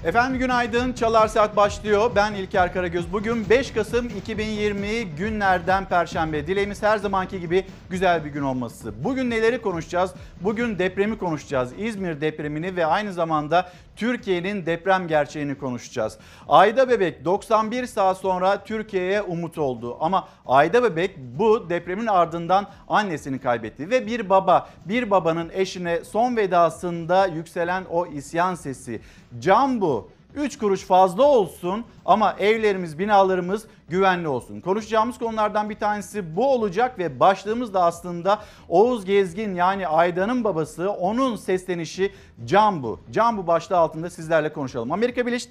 Efendim günaydın. Çalar Saat başlıyor. Ben İlker Karagöz. Bugün 5 Kasım 2020 günlerden Perşembe. Dileğimiz her zamanki gibi güzel bir gün olması. Bugün neleri konuşacağız? Bugün depremi konuşacağız. İzmir depremini ve aynı zamanda Türkiye'nin deprem gerçeğini konuşacağız. Ayda Bebek 91 saat sonra Türkiye'ye umut oldu. Ama Ayda Bebek bu depremin ardından annesini kaybetti. Ve bir babanın eşine son vedasında yükselen o isyan sesi. Can bu. 3 kuruş fazla olsun ama evlerimiz, binalarımız güvenli olsun. Konuşacağımız konulardan bir tanesi bu olacak ve başlığımız da aslında Oğuz Gezgin yani Ayda'nın babası, onun seslenişi Can bu. Can bu başlığı altında sizlerle konuşalım. Amerika Birleşik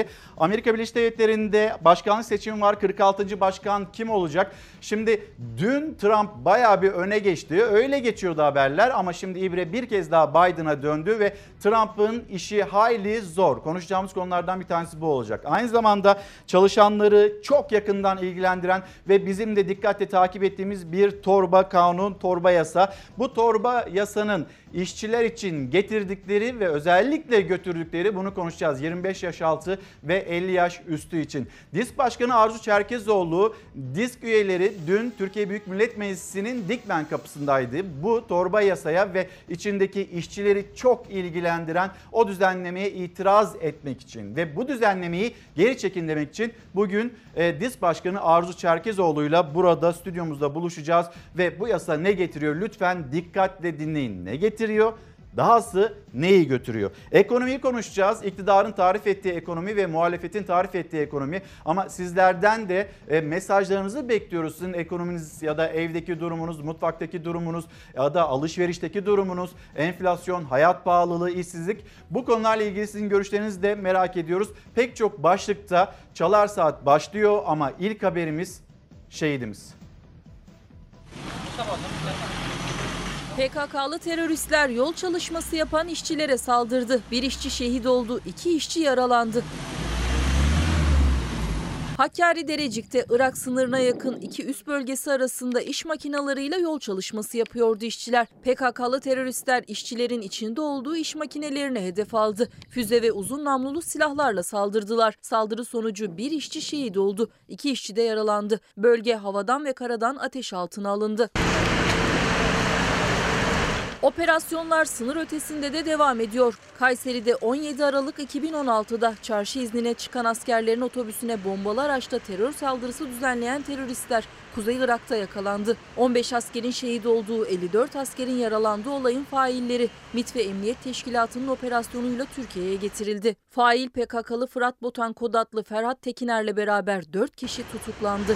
Devletleri'nde başkanlık seçimi var. 46. başkan kim olacak? Şimdi dün Trump bayağı bir öne geçti. Öyle geçiyordu haberler ama şimdi ibre bir kez daha Biden'a döndü ve Trump'ın işi hayli zor. Konuşacağımız konulardan bir tanesi bu olacak. Aynı zamanda çalışanları çok yakından ilgilendiren ve bizim de dikkatle takip ettiğimiz bir torba kanun, torba yasa. Bu torba yasanın işçiler için getirdikleri ve özellikle götürdükleri, bunu konuşacağız. 25 yaş altı ve 50 yaş üstü için. DİSK Başkanı Arzu Çerkezoğlu, DİSK üyeleri dün Türkiye Büyük Millet Meclisi'nin Dikmen kapısındaydı. Bu torba yasaya ve içindeki işçileri çok ilgilendiren o düzenlemeye itiraz etmek için ve bu düzenlemeyi geri çekin demek için bugün DİSK Başkanı Arzu Çerkezoğlu'yla burada stüdyomuzda buluşacağız ve bu yasa ne getiriyor? Lütfen dikkatle dinleyin. Ne getiriyor? Dahası neyi götürüyor? Ekonomiyi konuşacağız. İktidarın tarif ettiği ekonomi ve muhalefetin tarif ettiği ekonomi. Ama sizlerden de mesajlarınızı bekliyoruz. Sizin ekonominiz ya da evdeki durumunuz, mutfaktaki durumunuz ya da alışverişteki durumunuz, enflasyon, hayat pahalılığı, işsizlik. Bu konularla ilgili sizin görüşlerinizi de merak ediyoruz. Pek çok başlıkta Çalar Saat başlıyor ama ilk haberimiz şehidimiz. PKK'lı teröristler yol çalışması yapan işçilere saldırdı. Bir işçi şehit oldu, 2 işçi yaralandı. Hakkari Derecik'te Irak sınırına yakın 2 üs bölgesi arasında iş makinalarıyla yol çalışması yapıyordu işçiler. PKK'lı teröristler işçilerin içinde olduğu iş makinelerini hedef aldı. Füze ve uzun namlulu silahlarla saldırdılar. Saldırı sonucu bir işçi şehit oldu, 2 işçi de yaralandı. Bölge havadan ve karadan ateş altına alındı. Operasyonlar sınır ötesinde de devam ediyor. Kayseri'de 17 Aralık 2016'da çarşı iznine çıkan askerlerin otobüsüne bombalı araçta terör saldırısı düzenleyen teröristler Kuzey Irak'ta yakalandı. 15 askerin şehit olduğu, 54 askerin yaralandığı olayın failleri MİT ve Emniyet Teşkilatı'nın operasyonuyla Türkiye'ye getirildi. Fail PKK'lı Fırat Botan Kod adlı Ferhat Tekiner'le beraber 4 kişi tutuklandı.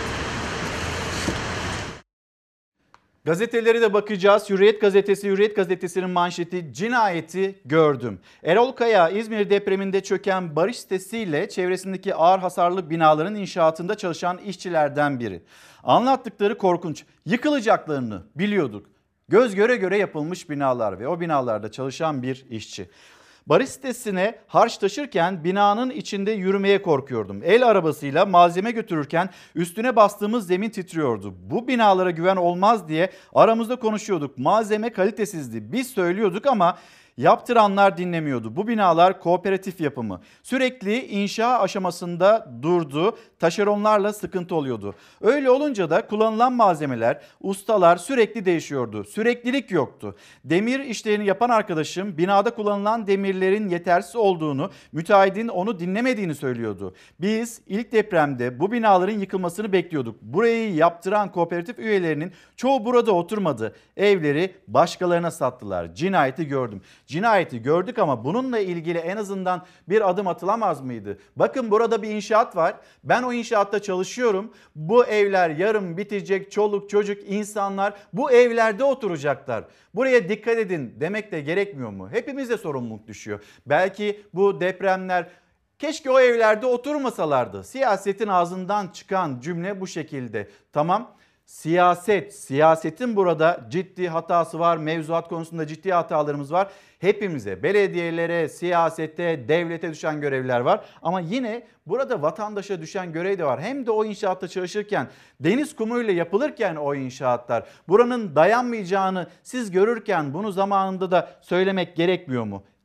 Gazetelere de bakacağız. Hürriyet gazetesinin manşeti cinayeti gördüm. Erol Kaya İzmir depreminde çöken barış sitesiyle çevresindeki ağır hasarlı binaların inşaatında çalışan işçilerden biri. Anlattıkları korkunç. Yıkılacaklarını biliyorduk. Göz göre göre yapılmış binalar ve o binalarda çalışan bir işçi. Barış sitesine harç taşırken binanın içinde yürümeye korkuyordum. El arabasıyla malzeme götürürken üstüne bastığımız zemin titriyordu. Bu binalara güven olmaz diye aramızda konuşuyorduk. Malzeme kalitesizdi. Biz söylüyorduk ama yaptıranlar dinlemiyordu. Bu binalar kooperatif yapımı. Sürekli inşa aşamasında durdu. Taşeronlarla sıkıntı oluyordu. Öyle olunca da kullanılan malzemeler, ustalar sürekli değişiyordu. Süreklilik yoktu. Demir işlerini yapan arkadaşım binada kullanılan demirlerin yetersiz olduğunu, müteahhidin onu dinlemediğini söylüyordu. Biz ilk depremde bu binaların yıkılmasını bekliyorduk. Burayı yaptıran kooperatif üyelerinin çoğu burada oturmadı. Evleri başkalarına sattılar. Cinayeti gördüm. Cinayeti gördük ama bununla ilgili en azından bir adım atılamaz mıydı? Bakın burada bir inşaat var. Ben o inşaatta çalışıyorum. Bu evler yarın bitecek. Çoluk çocuk insanlar bu evlerde oturacaklar. Buraya dikkat edin demek de gerekmiyor mu? Hepimize sorumluluk düşüyor. Belki bu depremler keşke o evlerde oturmasalardı. Siyasetin ağzından çıkan cümle bu şekilde. Tamam. Siyasetin burada ciddi hatası var. Mevzuat konusunda ciddi hatalarımız var. Hepimize, belediyelere, siyasete, devlete düşen görevler var. Ama yine burada vatandaşa düşen görev de var. Hem de o inşaatta çalışırken, deniz kumuyla yapılırken o inşaatlar, buranın dayanmayacağını siz görürken bunu zamanında da söylemek gerekmiyor mu?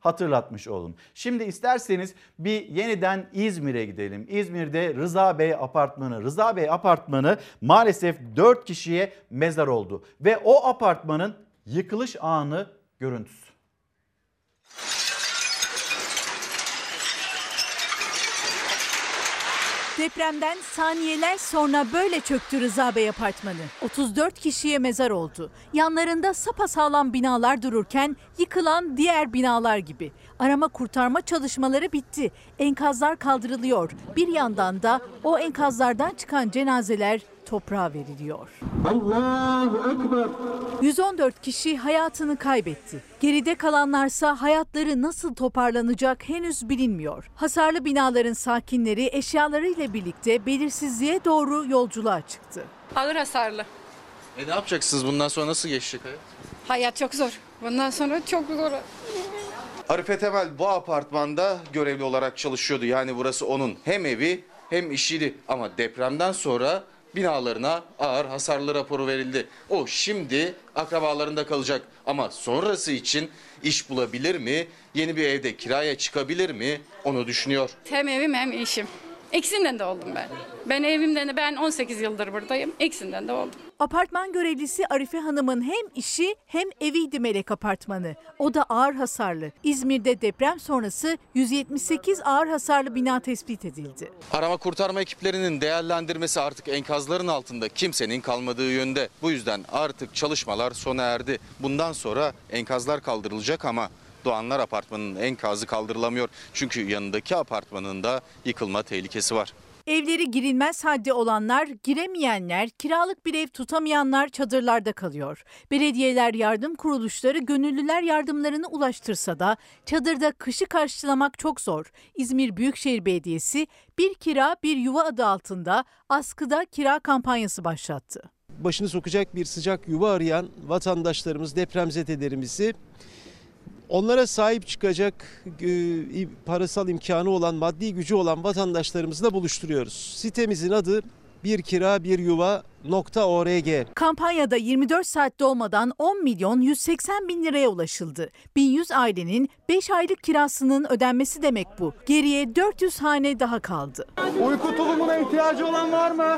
hatırlatmış oldum. Şimdi isterseniz bir yeniden İzmir'e gidelim. İzmir'de Rıza Bey Apartmanı. Rıza Bey Apartmanı maalesef 4 kişiye mezar oldu. Ve o apartmanın yıkılış anı görüntüsü. Depremden saniyeler sonra böyle çöktü Rıza Bey Apartmanı. 34 kişiye mezar oldu. Yanlarında sapasağlam binalar dururken yıkılan diğer binalar gibi. Arama kurtarma çalışmaları bitti. Enkazlar kaldırılıyor. Bir yandan da o enkazlardan çıkan cenazeler toprağa veriliyor. Allahu Ekber. 114 kişi hayatını kaybetti. Geride kalanlarsa hayatları nasıl toparlanacak henüz bilinmiyor. Hasarlı binaların sakinleri eşyalarıyla birlikte belirsizliğe doğru yolculuğa çıktı. Ağır hasarlı. Ne yapacaksınız bundan sonra, nasıl geçecek hayat? Hayat çok zor. Bundan sonra çok zor. Arife Temel bu apartmanda görevli olarak çalışıyordu. Yani burası onun hem evi hem işiydi. Ama depremden sonra binalarına ağır hasarlı raporu verildi. O şimdi akrabalarında kalacak. Ama sonrası için iş bulabilir mi? Yeni bir evde kiraya çıkabilir mi? Onu düşünüyor. Hem evim hem işim. İkisinden de oldum ben. Ben 18 yıldır buradayım. İkisinden de oldum. Apartman görevlisi Arife Hanım'ın hem işi hem eviydi Melek Apartmanı. O da ağır hasarlı. İzmir'de deprem sonrası 178 ağır hasarlı bina tespit edildi. Arama kurtarma ekiplerinin değerlendirmesi artık enkazların altında kimsenin kalmadığı yönde. Bu yüzden artık çalışmalar sona erdi. Bundan sonra enkazlar kaldırılacak ama Doğanlar Apartmanı'nın enkazı kaldırılamıyor. Çünkü yanındaki apartmanın da yıkılma tehlikesi var. Evleri girilmez halde olanlar, giremeyenler, kiralık bir ev tutamayanlar çadırlarda kalıyor. Belediyeler, yardım kuruluşları gönüllüler yardımlarını ulaştırsa da çadırda kışı karşılamak çok zor. İzmir Büyükşehir Belediyesi Bir Kira Bir Yuva adı altında askıda kira kampanyası başlattı. Başını sokacak bir sıcak yuva arayan vatandaşlarımız, depremzedelerimizi, onlara sahip çıkacak parasal imkanı olan, maddi gücü olan vatandaşlarımızla buluşturuyoruz. Sitemizin adı birkirabirYuva.org. Kampanyada 24 saat dolmadan 10 milyon 180 bin liraya ulaşıldı. 1100 ailenin 5 aylık kirasının ödenmesi demek bu. Geriye 400 hane daha kaldı. Uyku tulumuna ihtiyacı olan var mı?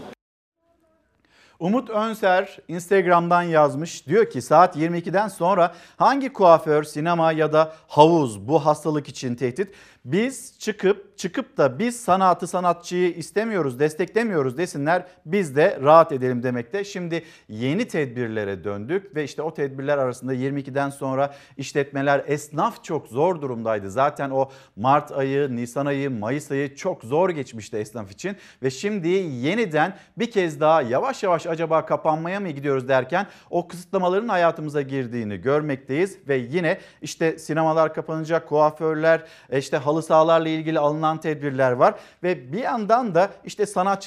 Umut Önser Instagram'dan yazmış. Diyor ki saat 22'den sonra hangi kuaför, sinema ya da havuz bu hastalık için tehdit? Biz çıkıp da biz sanatı, sanatçıyı istemiyoruz, desteklemiyoruz desinler, biz de rahat edelim demekte. Şimdi yeni tedbirlere döndük ve işte o tedbirler arasında 22'den sonra işletmeler, esnaf çok zor durumdaydı. Zaten o Mart ayı, Nisan ayı, Mayıs ayı çok zor geçmişti esnaf için ve şimdi yeniden bir kez daha yavaş yavaş acaba kapanmaya mı gidiyoruz derken o kısıtlamaların hayatımıza girdiğini görmekteyiz ve yine işte sinemalar kapanacak, kuaförler, işte halı sahalarla ilgili alınan tedbirler var ve bir yandan da işte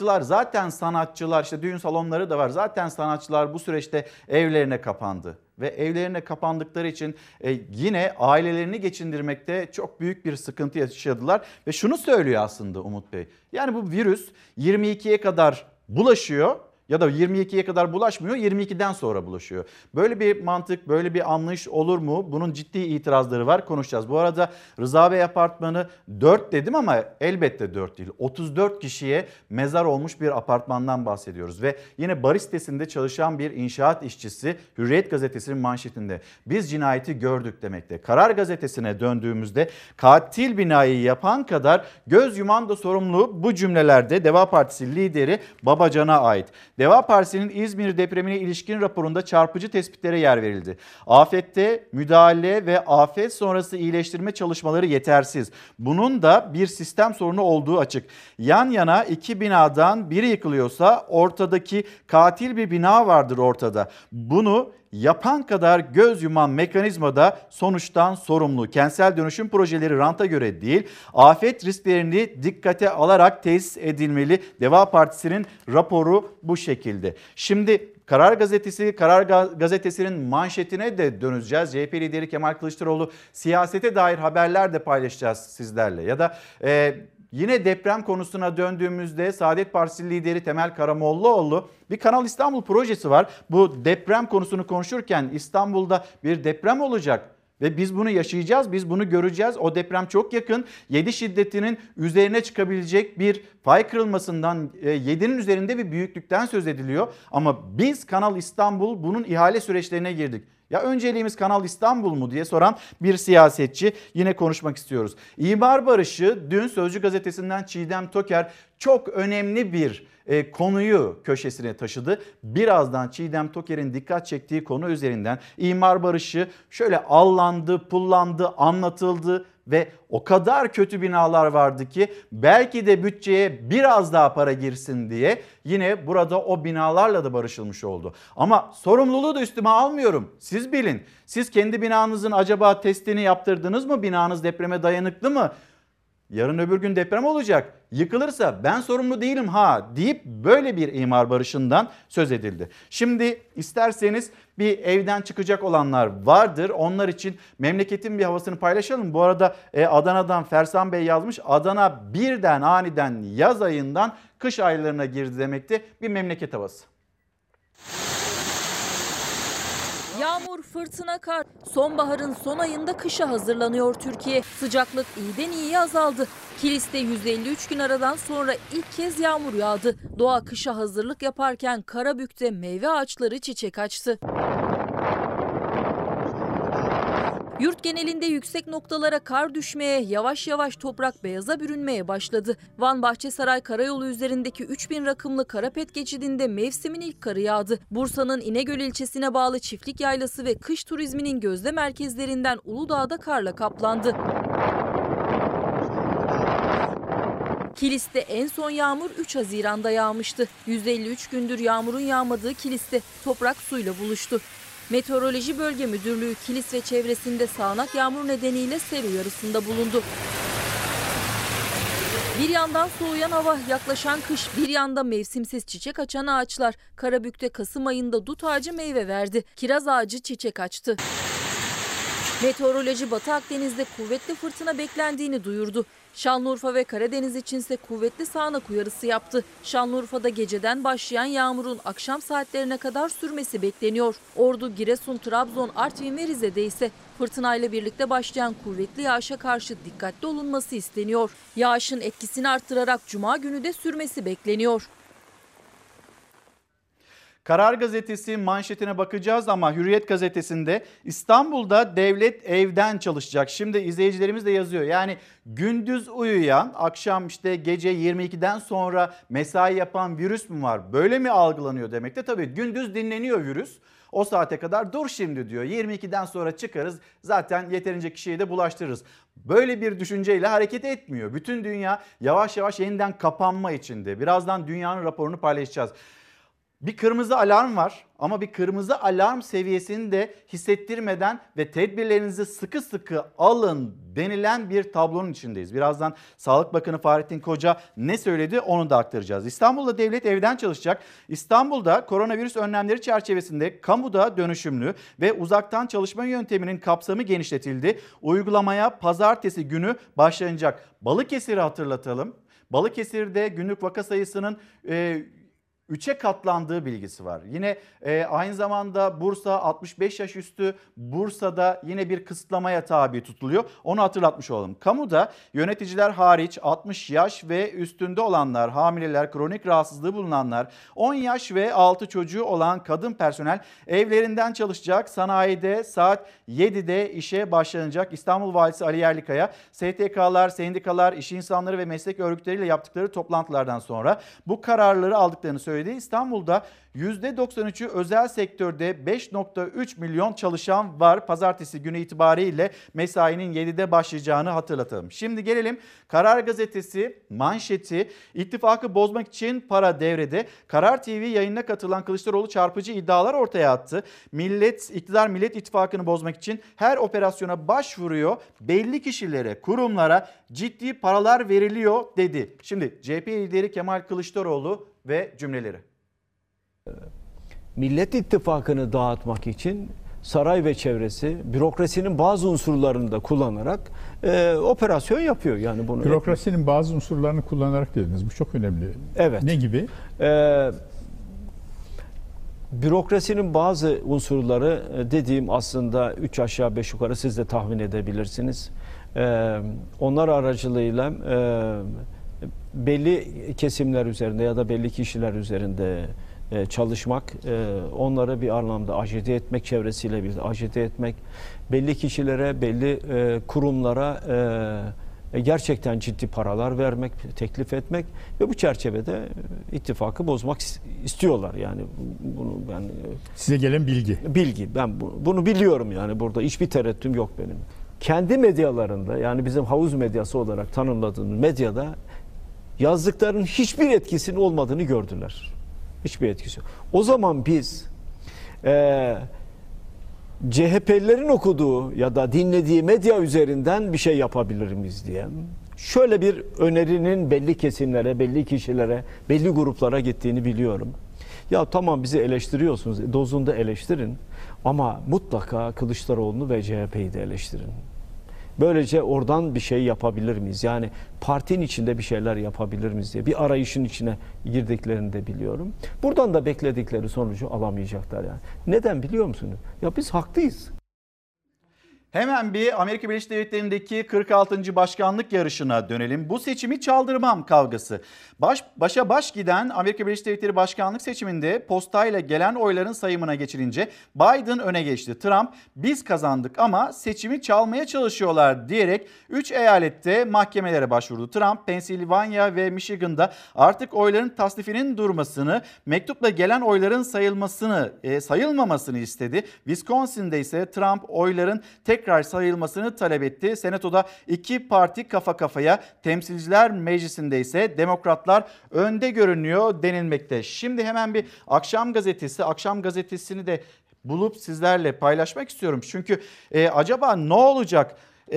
sanatçılar işte düğün salonları da var, zaten sanatçılar bu süreçte evlerine kapandı. Ve evlerine kapandıkları için yine ailelerini geçindirmekte çok büyük bir sıkıntı yaşadılar. Ve şunu söylüyor aslında Umut Bey, yani bu virüs 22'ye kadar bulaşıyor. Ya da 22'ye kadar bulaşmıyor, 22'den sonra bulaşıyor. Böyle bir mantık, böyle bir anlayış olur mu? Bunun ciddi itirazları var, konuşacağız. Bu arada Rıza Bey Apartmanı 4 dedim ama elbette 4 değil. 34 kişiye mezar olmuş bir apartmandan bahsediyoruz. Ve yine Barış sitesinde çalışan bir inşaat işçisi Hürriyet gazetesinin manşetinde biz cinayeti gördük demekte. Karar gazetesine döndüğümüzde katil binayı yapan kadar göz yuman da sorumlu bu cümlelerde Deva Partisi lideri Babacan'a ait. Deva Partisi'nin İzmir depremine ilişkin raporunda çarpıcı tespitlere yer verildi. Afette müdahale ve afet sonrası iyileştirme çalışmaları yetersiz. Bunun da bir sistem sorunu olduğu açık. Yan yana iki binadan biri yıkılıyorsa ortadaki katil bir bina vardır ortada. Bunu yapan kadar göz yuman mekanizma da sonuçtan sorumlu. Kentsel dönüşüm projeleri ranta göre değil, afet risklerini dikkate alarak tesis edilmeli. Deva Partisi'nin raporu bu şekilde. Şimdi Karar Gazetesi'nin manşetine de döneceğiz. CHP lideri Kemal Kılıçdaroğlu siyasete dair haberler de paylaşacağız sizlerle. Ya da yine deprem konusuna döndüğümüzde Saadet Partisi lideri Temel Karamollaoğlu bir Kanal İstanbul projesi var. Bu deprem konusunu konuşurken İstanbul'da bir deprem olacak. Ve biz bunu yaşayacağız, biz bunu göreceğiz. O deprem çok yakın. 7 şiddetinin üzerine çıkabilecek bir fay kırılmasından, 7'nin üzerinde bir büyüklükten söz ediliyor. Ama biz Kanal İstanbul bunun ihale süreçlerine girdik. Ya önceliğimiz Kanal İstanbul mu diye soran bir siyasetçi, yine konuşmak istiyoruz. İmar barışı dün Sözcü gazetesinden Çiğdem Toker çok önemli bir konuyu köşesine taşıdı. Birazdan Çiğdem Toker'in dikkat çektiği konu üzerinden imar barışı şöyle allandı, pullandı, anlatıldı ve o kadar kötü binalar vardı ki belki de bütçeye biraz daha para girsin diye yine burada o binalarla da barışılmış oldu. Ama sorumluluğu da üstüme almıyorum. Siz bilin. Siz kendi binanızın acaba testini yaptırdınız mı? Binanız depreme dayanıklı mı? Yarın öbür gün deprem olacak. Yıkılırsa ben sorumlu değilim deyip böyle bir imar barışından söz edildi. Şimdi isterseniz bir evden çıkacak olanlar vardır. Onlar için memleketin bir havasını paylaşalım. Bu arada Adana'dan Fersan Bey yazmış. Adana birden aniden yaz ayından kış aylarına girdi demekti. Bir memleket havası. Yağmur, fırtına, kar. Sonbaharın son ayında kışa hazırlanıyor Türkiye. Sıcaklık iyiden iyiye azaldı. Kilis'te 153 gün aradan sonra ilk kez yağmur yağdı. Doğa kışa hazırlık yaparken Karabük'te meyve ağaçları çiçek açtı. Yurt genelinde yüksek noktalara kar düşmeye, yavaş yavaş toprak beyaza bürünmeye başladı. Van Bahçesaray Karayolu üzerindeki 3000 rakımlı Karapet geçidinde mevsimin ilk karı yağdı. Bursa'nın İnegöl ilçesine bağlı Çiftlik Yaylası ve kış turizminin gözde merkezlerinden Uludağ'da karla kaplandı. Kilis'te en son yağmur 3 Haziran'da yağmıştı. 153 gündür yağmurun yağmadığı Kilis'te toprak suyla buluştu. Meteoroloji Bölge Müdürlüğü Kilis ve çevresinde sağanak yağmur nedeniyle sel uyarısında bulundu. Bir yandan soğuyan hava, yaklaşan kış, bir yanda mevsimsiz çiçek açan ağaçlar. Karabük'te Kasım ayında dut ağacı meyve verdi. Kiraz ağacı çiçek açtı. Meteoroloji Batı Akdeniz'de kuvvetli fırtına beklendiğini duyurdu. Şanlıurfa ve Karadeniz içinse kuvvetli sağanak uyarısı yaptı. Şanlıurfa'da geceden başlayan yağmurun akşam saatlerine kadar sürmesi bekleniyor. Ordu, Giresun, Trabzon, Artvin ve Rize'de ise fırtınayla birlikte başlayan kuvvetli yağışa karşı dikkatli olunması isteniyor. Yağışın etkisini arttırarak Cuma günü de sürmesi bekleniyor. Karar Gazetesi manşetine bakacağız ama Hürriyet Gazetesi'nde İstanbul'da devlet evden çalışacak. Şimdi izleyicilerimiz de yazıyor. Yani gündüz uyuyan, akşam gece 22'den sonra mesai yapan virüs mü var? Böyle mi algılanıyor demekte? Tabii gündüz dinleniyor virüs. O saate kadar dur şimdi diyor. 22'den sonra çıkarız. Zaten yeterince kişiye de bulaştırırız. Böyle bir düşünceyle hareket etmiyor. Bütün dünya yavaş yavaş yeniden kapanma içinde. Birazdan dünyanın raporunu paylaşacağız. Bir kırmızı alarm var ama bir kırmızı alarm seviyesini de hissettirmeden ve tedbirlerinizi sıkı sıkı alın denilen bir tablonun içindeyiz. Birazdan Sağlık Bakanı Fahrettin Koca ne söyledi onu da aktaracağız. İstanbul'da devlet evden çalışacak. İstanbul'da koronavirüs önlemleri çerçevesinde kamuda dönüşümlü ve uzaktan çalışma yönteminin kapsamı genişletildi. Uygulamaya pazartesi günü başlanacak. Balıkesir'i hatırlatalım. Balıkesir'de günlük vaka sayısının 3'e katlandığı bilgisi var. Yine aynı zamanda Bursa 65 yaş üstü, Bursa'da yine bir kısıtlamaya tabi tutuluyor. Onu hatırlatmış olalım. Kamuda yöneticiler hariç 60 yaş ve üstünde olanlar, hamileler, kronik rahatsızlığı bulunanlar, 10 yaş ve altı çocuğu olan kadın personel evlerinden çalışacak. Sanayide saat 7'de işe başlanacak. İstanbul Valisi Ali Yerlikaya, STK'lar, sendikalar, iş insanları ve meslek örgütleriyle yaptıkları toplantılardan sonra bu kararları aldıklarını söyledi. İstanbul'da %93'ü özel sektörde 5.3 milyon çalışan var. Pazartesi günü itibariyle mesainin 7'de başlayacağını hatırlatalım. Şimdi gelelim Karar Gazetesi manşeti. İttifakı bozmak için para devrede. Karar TV yayınına katılan Kılıçdaroğlu çarpıcı iddialar ortaya attı. İktidar Millet İttifakı'nı bozmak için her operasyona başvuruyor. Belli kişilere, kurumlara ciddi paralar veriliyor dedi. Şimdi CHP lideri Kemal Kılıçdaroğlu ve cümleleri. Millet İttifakı'nı dağıtmak için saray ve çevresi bürokrasinin bazı unsurlarını da kullanarak operasyon yapıyor. Yani bunu bürokrasinin bazı unsurlarını kullanarak dediniz. Bu çok önemli. Evet. Ne gibi? Bürokrasinin bazı unsurları dediğim aslında 3 aşağı 5 yukarı siz de tahmin edebilirsiniz. Onlar aracılığıyla belli kesimler üzerinde ya da belli kişiler üzerinde çalışmak, onları bir anlamda agite etmek, çevresiyle bir agite etmek, belli kişilere, belli kurumlara gerçekten ciddi paralar vermek, teklif etmek ve bu çerçevede ittifakı bozmak istiyorlar. Yani bunu ben size gelen bilgi. Ben bunu biliyorum, yani burada hiçbir tereddütüm yok benim. Kendi medyalarında, yani bizim havuz medyası olarak tanımladığımız medyada yazdıklarının hiçbir etkisinin olmadığını gördüler. Hiçbir etkisi yok. O zaman biz CHP'lilerin okuduğu ya da dinlediği medya üzerinden bir şey yapabilir miyiz diye. Şöyle bir önerinin belli kesimlere, belli kişilere, belli gruplara gittiğini biliyorum. Ya tamam, bizi eleştiriyorsunuz, dozunda eleştirin ama mutlaka Kılıçdaroğlu'nu ve CHP'yi de eleştirin. Böylece oradan bir şey yapabilir miyiz? Yani partinin içinde bir şeyler yapabilir miyiz diye bir arayışın içine girdiklerini de biliyorum. Buradan da bekledikleri sonucu alamayacaklar yani. Neden biliyor musunuz? Ya biz haklıyız. Hemen bir Amerika Birleşik Devletleri'ndeki 46. başkanlık yarışına dönelim. Bu seçimi çaldırmam kavgası. Başa baş giden Amerika Birleşik Devletleri başkanlık seçiminde postayla gelen oyların sayımına geçilince Biden öne geçti. Trump biz kazandık ama seçimi çalmaya çalışıyorlar diyerek 3 eyalette mahkemelere başvurdu. Trump Pensilvanya ve Michigan'da artık oyların tasnifinin durmasını, mektupla gelen oyların sayılmamasını istedi. Wisconsin'de ise Trump oyların tekrar sayılmasını talep etti. Senatoda iki parti kafa kafaya, Temsilciler Meclisi'nde ise Demokratlar önde görünüyor denilmekte. Şimdi hemen bir Akşam Gazetesi'ni de bulup sizlerle paylaşmak istiyorum. Çünkü acaba ne olacak?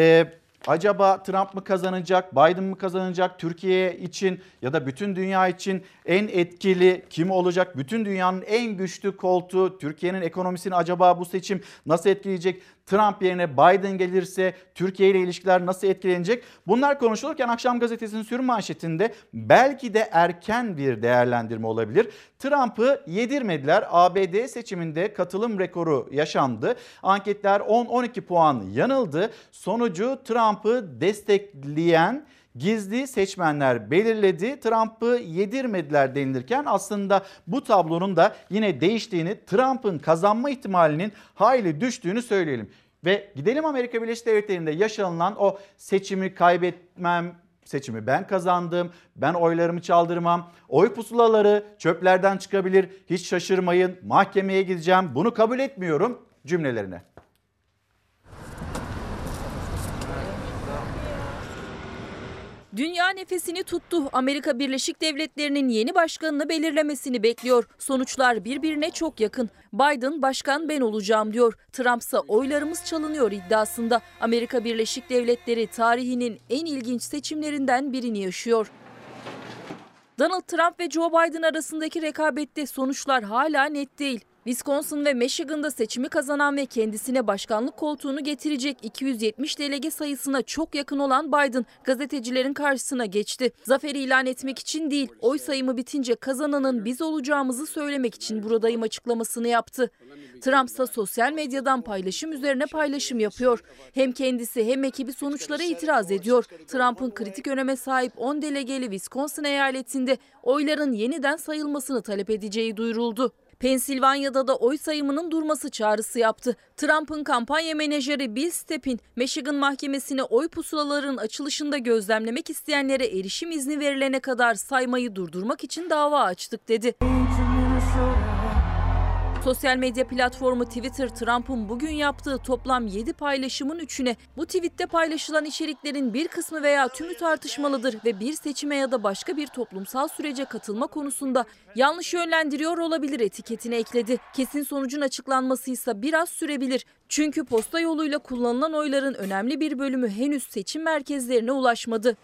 Acaba Trump mı kazanacak, Biden mı kazanacak? Türkiye için ya da bütün dünya için en etkili kim olacak? Bütün dünyanın en güçlü koltuğu, Türkiye'nin ekonomisini acaba bu seçim nasıl etkileyecek? Trump yerine Biden gelirse Türkiye ile ilişkiler nasıl etkilenecek? Bunlar konuşulurken Akşam Gazetesi'nin sürüm manşetinde belki de erken bir değerlendirme olabilir. Trump'ı yedirmediler. ABD seçiminde katılım rekoru yaşandı. Anketler 10-12 puan yanıldı. Sonucu Trump'ı destekleyen gizli seçmenler belirledi. Trump'ı yedirmediler denilirken aslında bu tablonun da yine değiştiğini, Trump'ın kazanma ihtimalinin hayli düştüğünü söyleyelim. Ve gidelim Amerika Birleşik Devletleri'nde yaşanılan o seçimi kaybetmem, seçimi ben kazandım, ben oylarımı çaldırmam, oy pusulaları çöplerden çıkabilir, hiç şaşırmayın, mahkemeye gideceğim, bunu kabul etmiyorum cümlelerine. Dünya nefesini tuttu. Amerika Birleşik Devletleri'nin yeni başkanını belirlemesini bekliyor. Sonuçlar birbirine çok yakın. Biden başkan ben olacağım diyor. Trump'sa oylarımız çalınıyor iddiasında. Amerika Birleşik Devletleri tarihinin en ilginç seçimlerinden birini yaşıyor. Donald Trump ve Joe Biden arasındaki rekabette sonuçlar hala net değil. Wisconsin ve Michigan'da seçimi kazanan ve kendisine başkanlık koltuğunu getirecek 270 delege sayısına çok yakın olan Biden gazetecilerin karşısına geçti. Zaferi ilan etmek için değil, oy sayımı bitince kazananın biz olacağımızı söylemek için buradayım açıklamasını yaptı. Trump ise sosyal medyadan paylaşım üzerine paylaşım yapıyor. Hem kendisi hem ekibi sonuçlara itiraz ediyor. Trump'ın kritik öneme sahip 10 delegeli Wisconsin eyaletinde oyların yeniden sayılmasını talep edeceği duyuruldu. Pensilvanya'da da oy sayımının durması çağrısı yaptı. Trump'ın kampanya menajeri Bill Stepin, Michigan mahkemesine oy pusulaların açılışında gözlemlemek isteyenlere erişim izni verilene kadar saymayı durdurmak için dava açtık dedi. Sosyal medya platformu Twitter, Trump'ın bugün yaptığı toplam 7 paylaşımın 3'üne bu tweette paylaşılan içeriklerin bir kısmı veya tümü tartışmalıdır ve bir seçime ya da başka bir toplumsal sürece katılma konusunda yanlış yönlendiriyor olabilir etiketini ekledi. Kesin sonucun açıklanması ise biraz sürebilir. Çünkü posta yoluyla kullanılan oyların önemli bir bölümü henüz seçim merkezlerine ulaşmadı.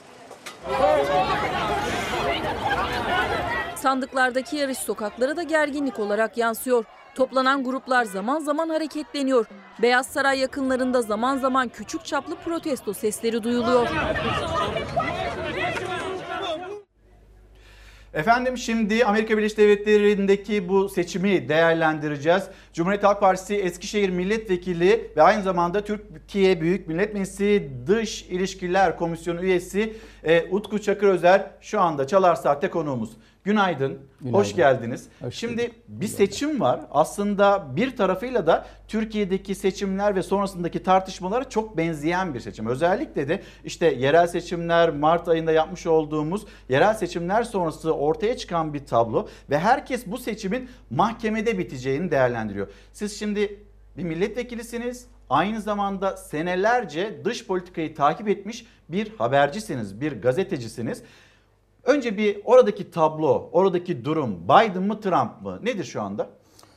Sandıklardaki yarış sokaklara da gerginlik olarak yansıyor. Toplanan gruplar zaman zaman hareketleniyor. Beyaz Saray yakınlarında zaman zaman küçük çaplı protesto sesleri duyuluyor. Efendim şimdi Amerika Birleşik Devletleri'ndeki bu seçimi değerlendireceğiz. Cumhuriyet Halk Partisi Eskişehir Milletvekili ve aynı zamanda Türkiye Büyük Millet Meclisi Dış İlişkiler Komisyonu üyesi Utku Çakırözer şu anda Çalar Saat'te konuğumuz. Günaydın, hoş geldiniz. Şimdi bir seçim var. Aslında bir tarafıyla da Türkiye'deki seçimler ve sonrasındaki tartışmalara çok benzeyen bir seçim. Özellikle de işte yerel seçimler, Mart ayında yapmış olduğumuz yerel seçimler sonrası ortaya çıkan bir tablo ve herkes bu seçimin mahkemede biteceğini değerlendiriyor. Siz şimdi bir milletvekilisiniz, aynı zamanda senelerce dış politikayı takip etmiş bir habercisiniz, bir gazetecisiniz. Önce bir oradaki tablo, oradaki durum Biden mı Trump mı? Nedir şu anda?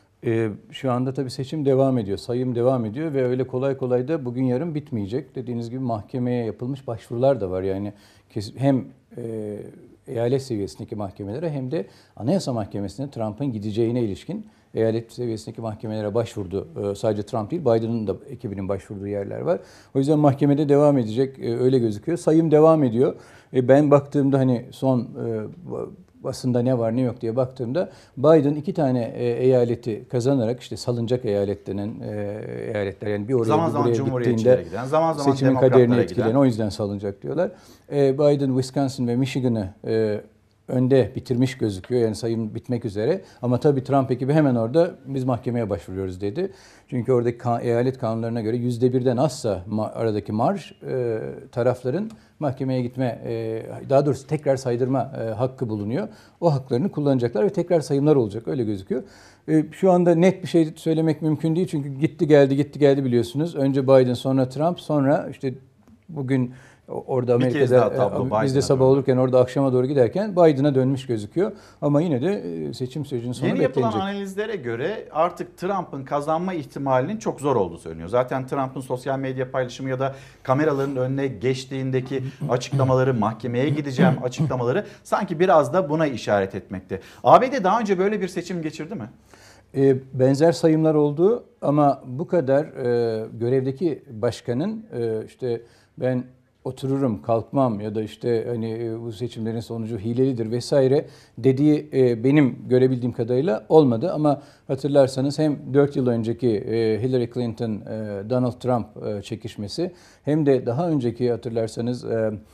Şu anda tabii seçim devam ediyor, sayım devam ediyor ve öyle kolay kolay da bugün yarın bitmeyecek. Dediğiniz gibi mahkemeye yapılmış başvurular da var. Yani hem eyalet seviyesindeki mahkemelere hem de Anayasa Mahkemesi'ne Trump'ın gideceğine ilişkin eyalet seviyesindeki mahkemelere başvurdu. Sadece Trump değil, Biden'ın da ekibinin başvurduğu yerler var. O yüzden mahkemede devam edecek, öyle gözüküyor. Sayım devam ediyor. Ben baktığımda hani son basında ne var ne yok diye baktığımda Biden 2 tane eyaleti kazanarak işte salınacak eyalet denen eyaletler yani bir oraya zaman bir buraya Cumhuriyetçilere giden, zaman seçimin kaderini etkileyen o yüzden salınacak diyorlar. Biden Wisconsin ve Michigan'ı önde bitirmiş gözüküyor. Yani sayım bitmek üzere. Ama tabii Trump ekibi hemen orada biz mahkemeye başvuruyoruz dedi. Çünkü oradaki eyalet kanunlarına göre %1'den azsa aradaki marj tarafların mahkemeye gitme, daha doğrusu tekrar saydırma hakkı bulunuyor. O haklarını kullanacaklar ve tekrar sayımlar olacak. Öyle gözüküyor. Şu anda net bir şey söylemek mümkün değil. Çünkü gitti geldi biliyorsunuz. Önce Biden, sonra Trump, sonra işte bugün orada Amerika'da biz de sabah olurken orada akşama doğru giderken Biden'a dönmüş gözüküyor. Ama yine de seçim sürecinin sonu beklenecek. Yeni yapılan analizlere göre artık Trump'ın kazanma ihtimalinin çok zor olduğu söyleniyor. Zaten Trump'ın sosyal medya paylaşımı ya da kameraların önüne geçtiğindeki açıklamaları, mahkemeye gideceğim açıklamaları sanki biraz da buna işaret etmekte. ABD daha önce böyle bir seçim geçirdi mi? Benzer sayımlar oldu ama bu kadar görevdeki başkanın işte ben otururum, kalkmam ya da işte hani bu seçimlerin sonucu hilelidir vesaire dediği benim görebildiğim kadarıyla olmadı. Ama hatırlarsanız hem 4 yıl önceki Hillary Clinton, Donald Trump çekişmesi hem de daha önceki hatırlarsanız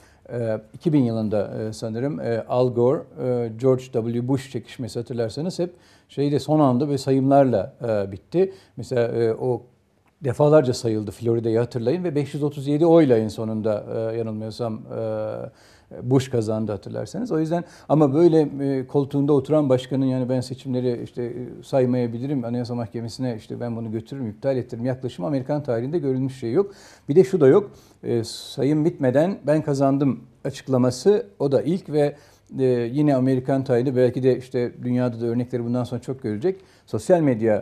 2000 yılında sanırım Al Gore, George W. Bush çekişmesi hatırlarsanız hep son anda ve sayımlarla bitti. Mesela o defalarca sayıldı Florida'yı hatırlayın ve 537 oyla en sonunda yanılmıyorsam Bush kazandı hatırlarsanız. O yüzden ama böyle koltuğunda oturan başkanın yani ben seçimleri işte saymayabilirim, Anayasa Mahkemesi'ne işte ben bunu götürürüm, iptal ettiririm yaklaşımı Amerikan tarihinde görülmüş şey yok. Bir de şu da yok, sayım bitmeden ben kazandım açıklaması o da ilk ve yine Amerikan tarihinde belki de işte dünyada da örnekleri bundan sonra çok görecek. Sosyal medya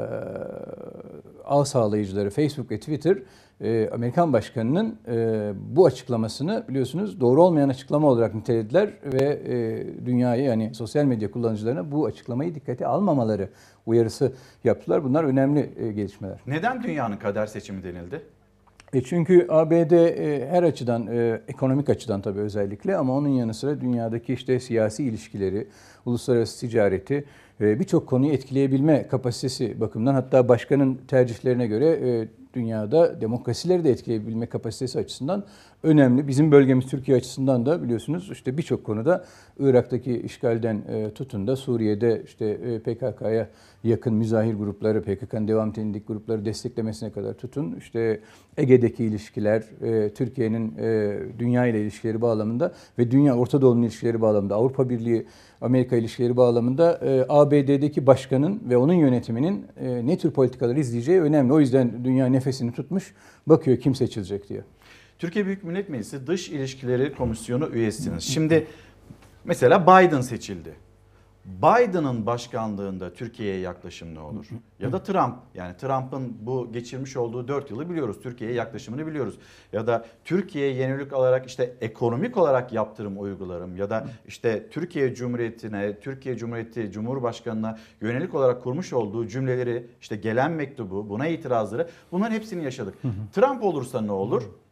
ağ sağlayıcıları Facebook ve Twitter Amerikan başkanının bu açıklamasını biliyorsunuz doğru olmayan açıklama olarak nitelediler ve dünyayı yani sosyal medya kullanıcılarına bu açıklamayı dikkate almamaları uyarısı yaptılar. Bunlar önemli gelişmeler. Neden dünyanın kader seçimi denildi? Çünkü ABD her açıdan, ekonomik açıdan tabii özellikle ama onun yanı sıra dünyadaki işte siyasi ilişkileri, uluslararası ticareti, birçok konuyu etkileyebilme kapasitesi bakımından hatta başkanın tercihlerine göre dünyada demokrasileri de etkileyebilme kapasitesi açısından önemli. Bizim bölgemiz Türkiye açısından da biliyorsunuz işte birçok konuda Irak'taki işgalden tutun da Suriye'de işte PKK'ya yakın müzahir grupları, PKK'nın devam niteliğindeki grupları desteklemesine kadar tutun. İşte Ege'deki ilişkiler, Türkiye'nin dünya ile ilişkileri bağlamında ve dünya Orta Doğu'nun ilişkileri bağlamında, Avrupa Birliği Amerika ilişkileri bağlamında ABD'deki başkanın ve onun yönetiminin ne tür politikalar izleyeceği önemli. O yüzden dünya nefesini tutmuş, bakıyor kim seçilecek diye. Türkiye Büyük Millet Meclisi Dış İlişkileri Komisyonu üyesiniz. Şimdi mesela Biden seçildi. Biden'ın başkanlığında Türkiye'ye yaklaşım ne olur? Ya da Trump, yani Trump'ın bu geçirmiş olduğu 4 yılı biliyoruz. Türkiye'ye yaklaşımını biliyoruz. Ya da Türkiye'ye yönelik olarak işte ekonomik olarak yaptırım uygularım ya da işte Türkiye Cumhuriyeti'ne, Türkiye Cumhuriyeti Cumhurbaşkanı'na yönelik olarak kurmuş olduğu cümleleri, işte gelen mektubu, buna itirazları, bunların hepsini yaşadık. Trump olursa ne olur?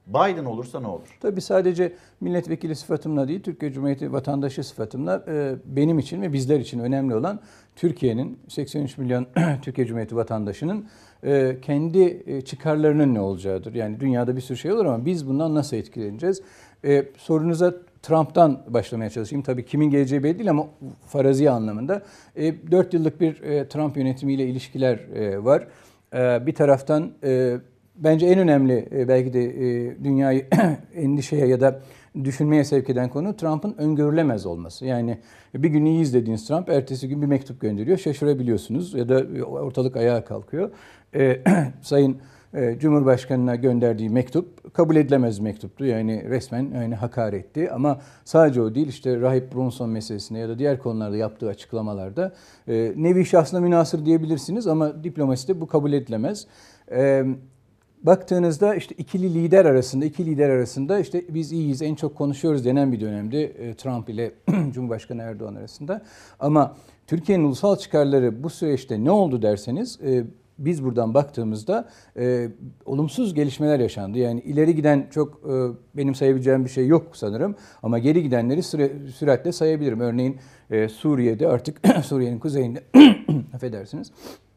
Biden olursa ne olur? Tabii sadece milletvekili sıfatımla değil, Türkiye Cumhuriyeti vatandaşı sıfatımla benim için ve bizler için önemli olan Türkiye'nin 83 milyon Türkiye Cumhuriyeti vatandaşının kendi çıkarlarının ne olacağıdır. Yani dünyada bir sürü şey olur ama biz bundan nasıl etkileneceğiz? Sorunuza Trump'tan başlamaya çalışayım. Tabii kimin geleceği belli değil ama farazi anlamında. 4 yıllık bir Trump yönetimiyle ilişkiler var. Bir taraftan bence en önemli belki de dünyayı endişeye ya da düşünmeye sevk eden konu Trump'ın öngörülemez olması. Yani bir gün iyi izlediğiniz Trump ertesi gün bir mektup gönderiyor, şaşırabiliyorsunuz ya da ortalık ayağa kalkıyor. Sayın Cumhurbaşkanı'na gönderdiği mektup kabul edilemez mektuptu. Yani resmen hakaretti ama sadece o değil, işte Rahip Brunson meselesinde ya da diğer konularda yaptığı açıklamalarda nevi şahsına münhasır diyebilirsiniz ama diplomaside bu kabul edilemez. Baktığınızda işte iki lider arasında işte biz iyiyiz, en çok konuşuyoruz denen bir dönemde Trump ile Cumhurbaşkanı Erdoğan arasında. Ama Türkiye'nin ulusal çıkarları bu süreçte ne oldu derseniz biz buradan baktığımızda olumsuz gelişmeler yaşandı. Yani ileri giden çok benim sayabileceğim bir şey yok sanırım ama geri gidenleri süratle sayabilirim. Örneğin Suriye'de artık Suriye'nin kuzeyinde affedersiniz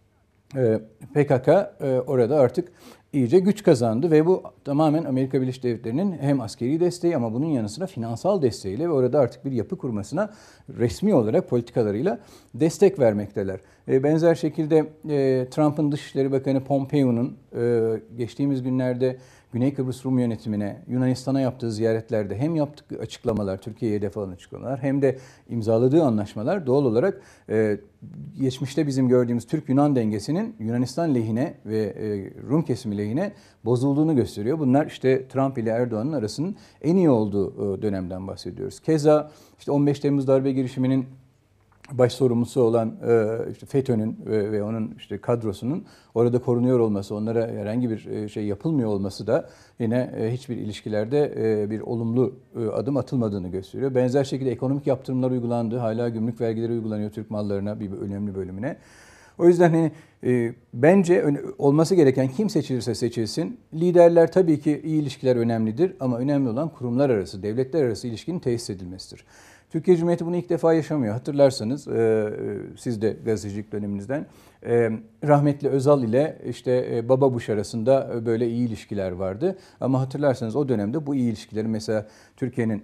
PKK orada artık iyice güç kazandı ve bu tamamen Amerika Birleşik Devletleri'nin hem askeri desteği ama bunun yanı sıra finansal desteğiyle ve orada artık bir yapı kurmasına resmi olarak politikalarıyla destek vermekteler. Benzer şekilde Trump'ın Dışişleri Bakanı Pompeo'nun geçtiğimiz günlerde Güney Kıbrıs Rum yönetimine, Yunanistan'a yaptığı ziyaretlerde hem yaptığı açıklamalar, Türkiye'ye hedef alan açıklamalar hem de imzaladığı anlaşmalar doğal olarak geçmişte bizim gördüğümüz Türk-Yunan dengesinin Yunanistan lehine ve Rum kesimi lehine bozulduğunu gösteriyor. Bunlar işte Trump ile Erdoğan'ın arasının en iyi olduğu dönemden bahsediyoruz. Keza işte 15 Temmuz darbe girişiminin baş sorumlusu olan işte FETÖ'nün ve onun işte kadrosunun orada korunuyor olması, onlara herhangi bir şey yapılmıyor olması da yine hiçbir ilişkilerde bir olumlu adım atılmadığını gösteriyor. Benzer şekilde ekonomik yaptırımlar uygulandı. Hala gümrük vergileri uygulanıyor Türk mallarına bir önemli bölümüne. O yüzden bence olması gereken kim seçilirse seçilsin, liderler tabii ki iyi ilişkiler önemlidir ama önemli olan kurumlar arası, devletler arası ilişkinin tesis edilmesidir. Türkiye Cumhuriyeti bunu ilk defa yaşamıyor. Hatırlarsanız siz de gazetecilik döneminizden rahmetli Özal ile işte Baba Bush arasında böyle iyi ilişkiler vardı. Ama hatırlarsanız o dönemde bu iyi ilişkilerin mesela Türkiye'nin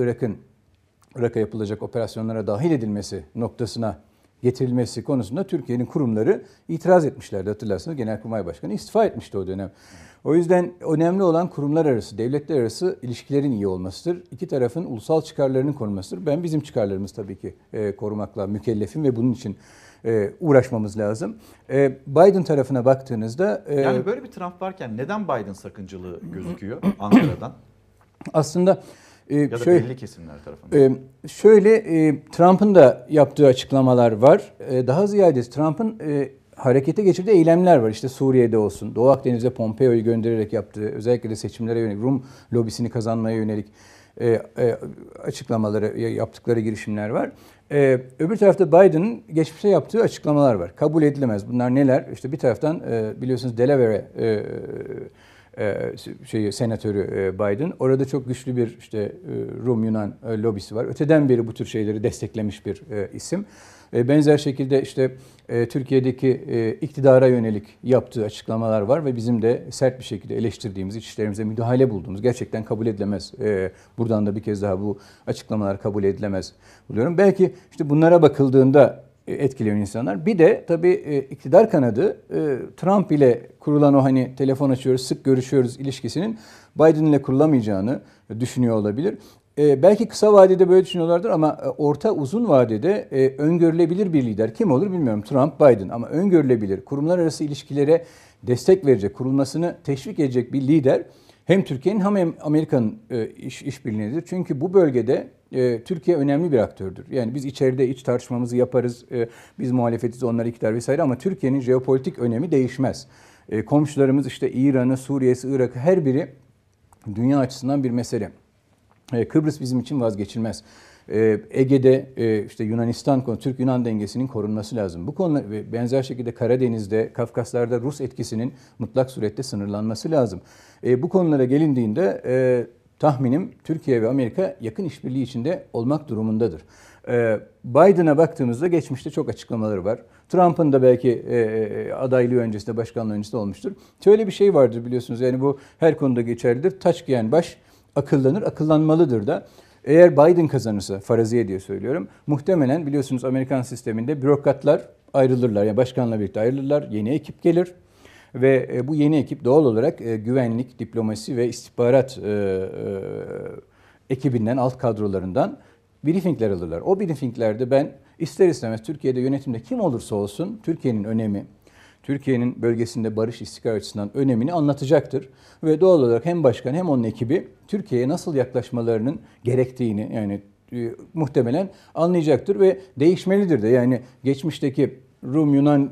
Irak'a yapılacak operasyonlara dahil edilmesi noktasına getirilmesi konusunda Türkiye'nin kurumları itiraz etmişlerdi. Hatırlarsanız Genelkurmay Başkanı istifa etmişti o dönem. O yüzden önemli olan kurumlar arası, devletler arası ilişkilerin iyi olmasıdır. İki tarafın ulusal çıkarlarının korunmasıdır. Ben bizim çıkarlarımız tabii ki korumakla mükellefim ve bunun için uğraşmamız lazım. Biden tarafına baktığınızda... Yani böyle bir Trump varken neden Biden sakıncalı gözüküyor Ankara'dan? Aslında... Ya da belli kesimler tarafından. Trump'ın da yaptığı açıklamalar var. Daha ziyade Trump'ın harekete geçirdiği eylemler var. İşte Suriye'de olsun, Doğu Akdeniz'e Pompeo'yu göndererek yaptığı, özellikle de seçimlere yönelik, Rum lobisini kazanmaya yönelik açıklamaları, yaptıkları girişimler var. Öbür tarafta Biden'ın geçmişte yaptığı açıklamalar var. Kabul edilemez. Bunlar neler? İşte bir taraftan biliyorsunuz Delaware senatörü Biden. Orada çok güçlü bir işte Rum-Yunan lobisi var. Öteden beri bu tür şeyleri desteklemiş bir isim. Benzer şekilde işte Türkiye'deki iktidara yönelik yaptığı açıklamalar var ve bizim de sert bir şekilde eleştirdiğimiz, iç işlerimize müdahale bulduğumuz, gerçekten kabul edilemez. Buradan da bir kez daha bu açıklamalar kabul edilemez buluyorum. Belki işte bunlara bakıldığında etkilenen insanlar. Bir de tabii iktidar kanadı Trump ile kurulan o telefon açıyoruz, sık görüşüyoruz ilişkisinin Biden ile kurulamayacağını düşünüyor olabilir. Belki kısa vadede böyle düşünüyorlardır ama orta uzun vadede öngörülebilir bir lider kim olur bilmiyorum. Trump, Biden ama öngörülebilir, kurumlar arası ilişkilere destek verecek, kurulmasını teşvik edecek bir lider hem Türkiye'nin hem Amerika'nın işbirliğidir. Çünkü bu bölgede Türkiye önemli bir aktördür. Yani biz içeride iç tartışmamızı yaparız, biz muhalefetiz, onlar iktidar vesaire ama Türkiye'nin jeopolitik önemi değişmez. Komşularımız işte İran'ı, Suriye'si, Irak'ı her biri dünya açısından bir mesele. Kıbrıs bizim için vazgeçilmez. Ege'de işte Yunanistan, Türk-Yunan dengesinin korunması lazım. Bu konular ve benzer şekilde Karadeniz'de, Kafkaslar'da Rus etkisinin mutlak surette sınırlanması lazım. Bu konulara gelindiğinde tahminim Türkiye ve Amerika yakın işbirliği içinde olmak durumundadır. Biden'a baktığımızda geçmişte çok açıklamaları var. Trump'ın da belki adaylığı öncesinde, başkanlığı öncesinde olmuştur. Şöyle bir şey vardır biliyorsunuz, yani bu her konuda geçerlidir. Taç giyen baş akıllanır, akıllanmalıdır da. Eğer Biden kazanırsa, faraziye diye söylüyorum, muhtemelen biliyorsunuz Amerikan sisteminde bürokratlar ayrılırlar. Yani başkanla birlikte ayrılırlar, yeni ekip gelir. Ve bu yeni ekip doğal olarak güvenlik, diplomasi ve istihbarat ekibinden, alt kadrolarından briefingler alırlar. O briefinglerde ben ister istemez Türkiye'de yönetimde kim olursa olsun Türkiye'nin önemi, Türkiye'nin bölgesinde barış istikrar açısından önemini anlatacaktır. Ve doğal olarak hem başkan hem onun ekibi Türkiye'ye nasıl yaklaşmalarının gerektiğini yani muhtemelen anlayacaktır ve değişmelidir de. Yani geçmişteki Rum-Yunan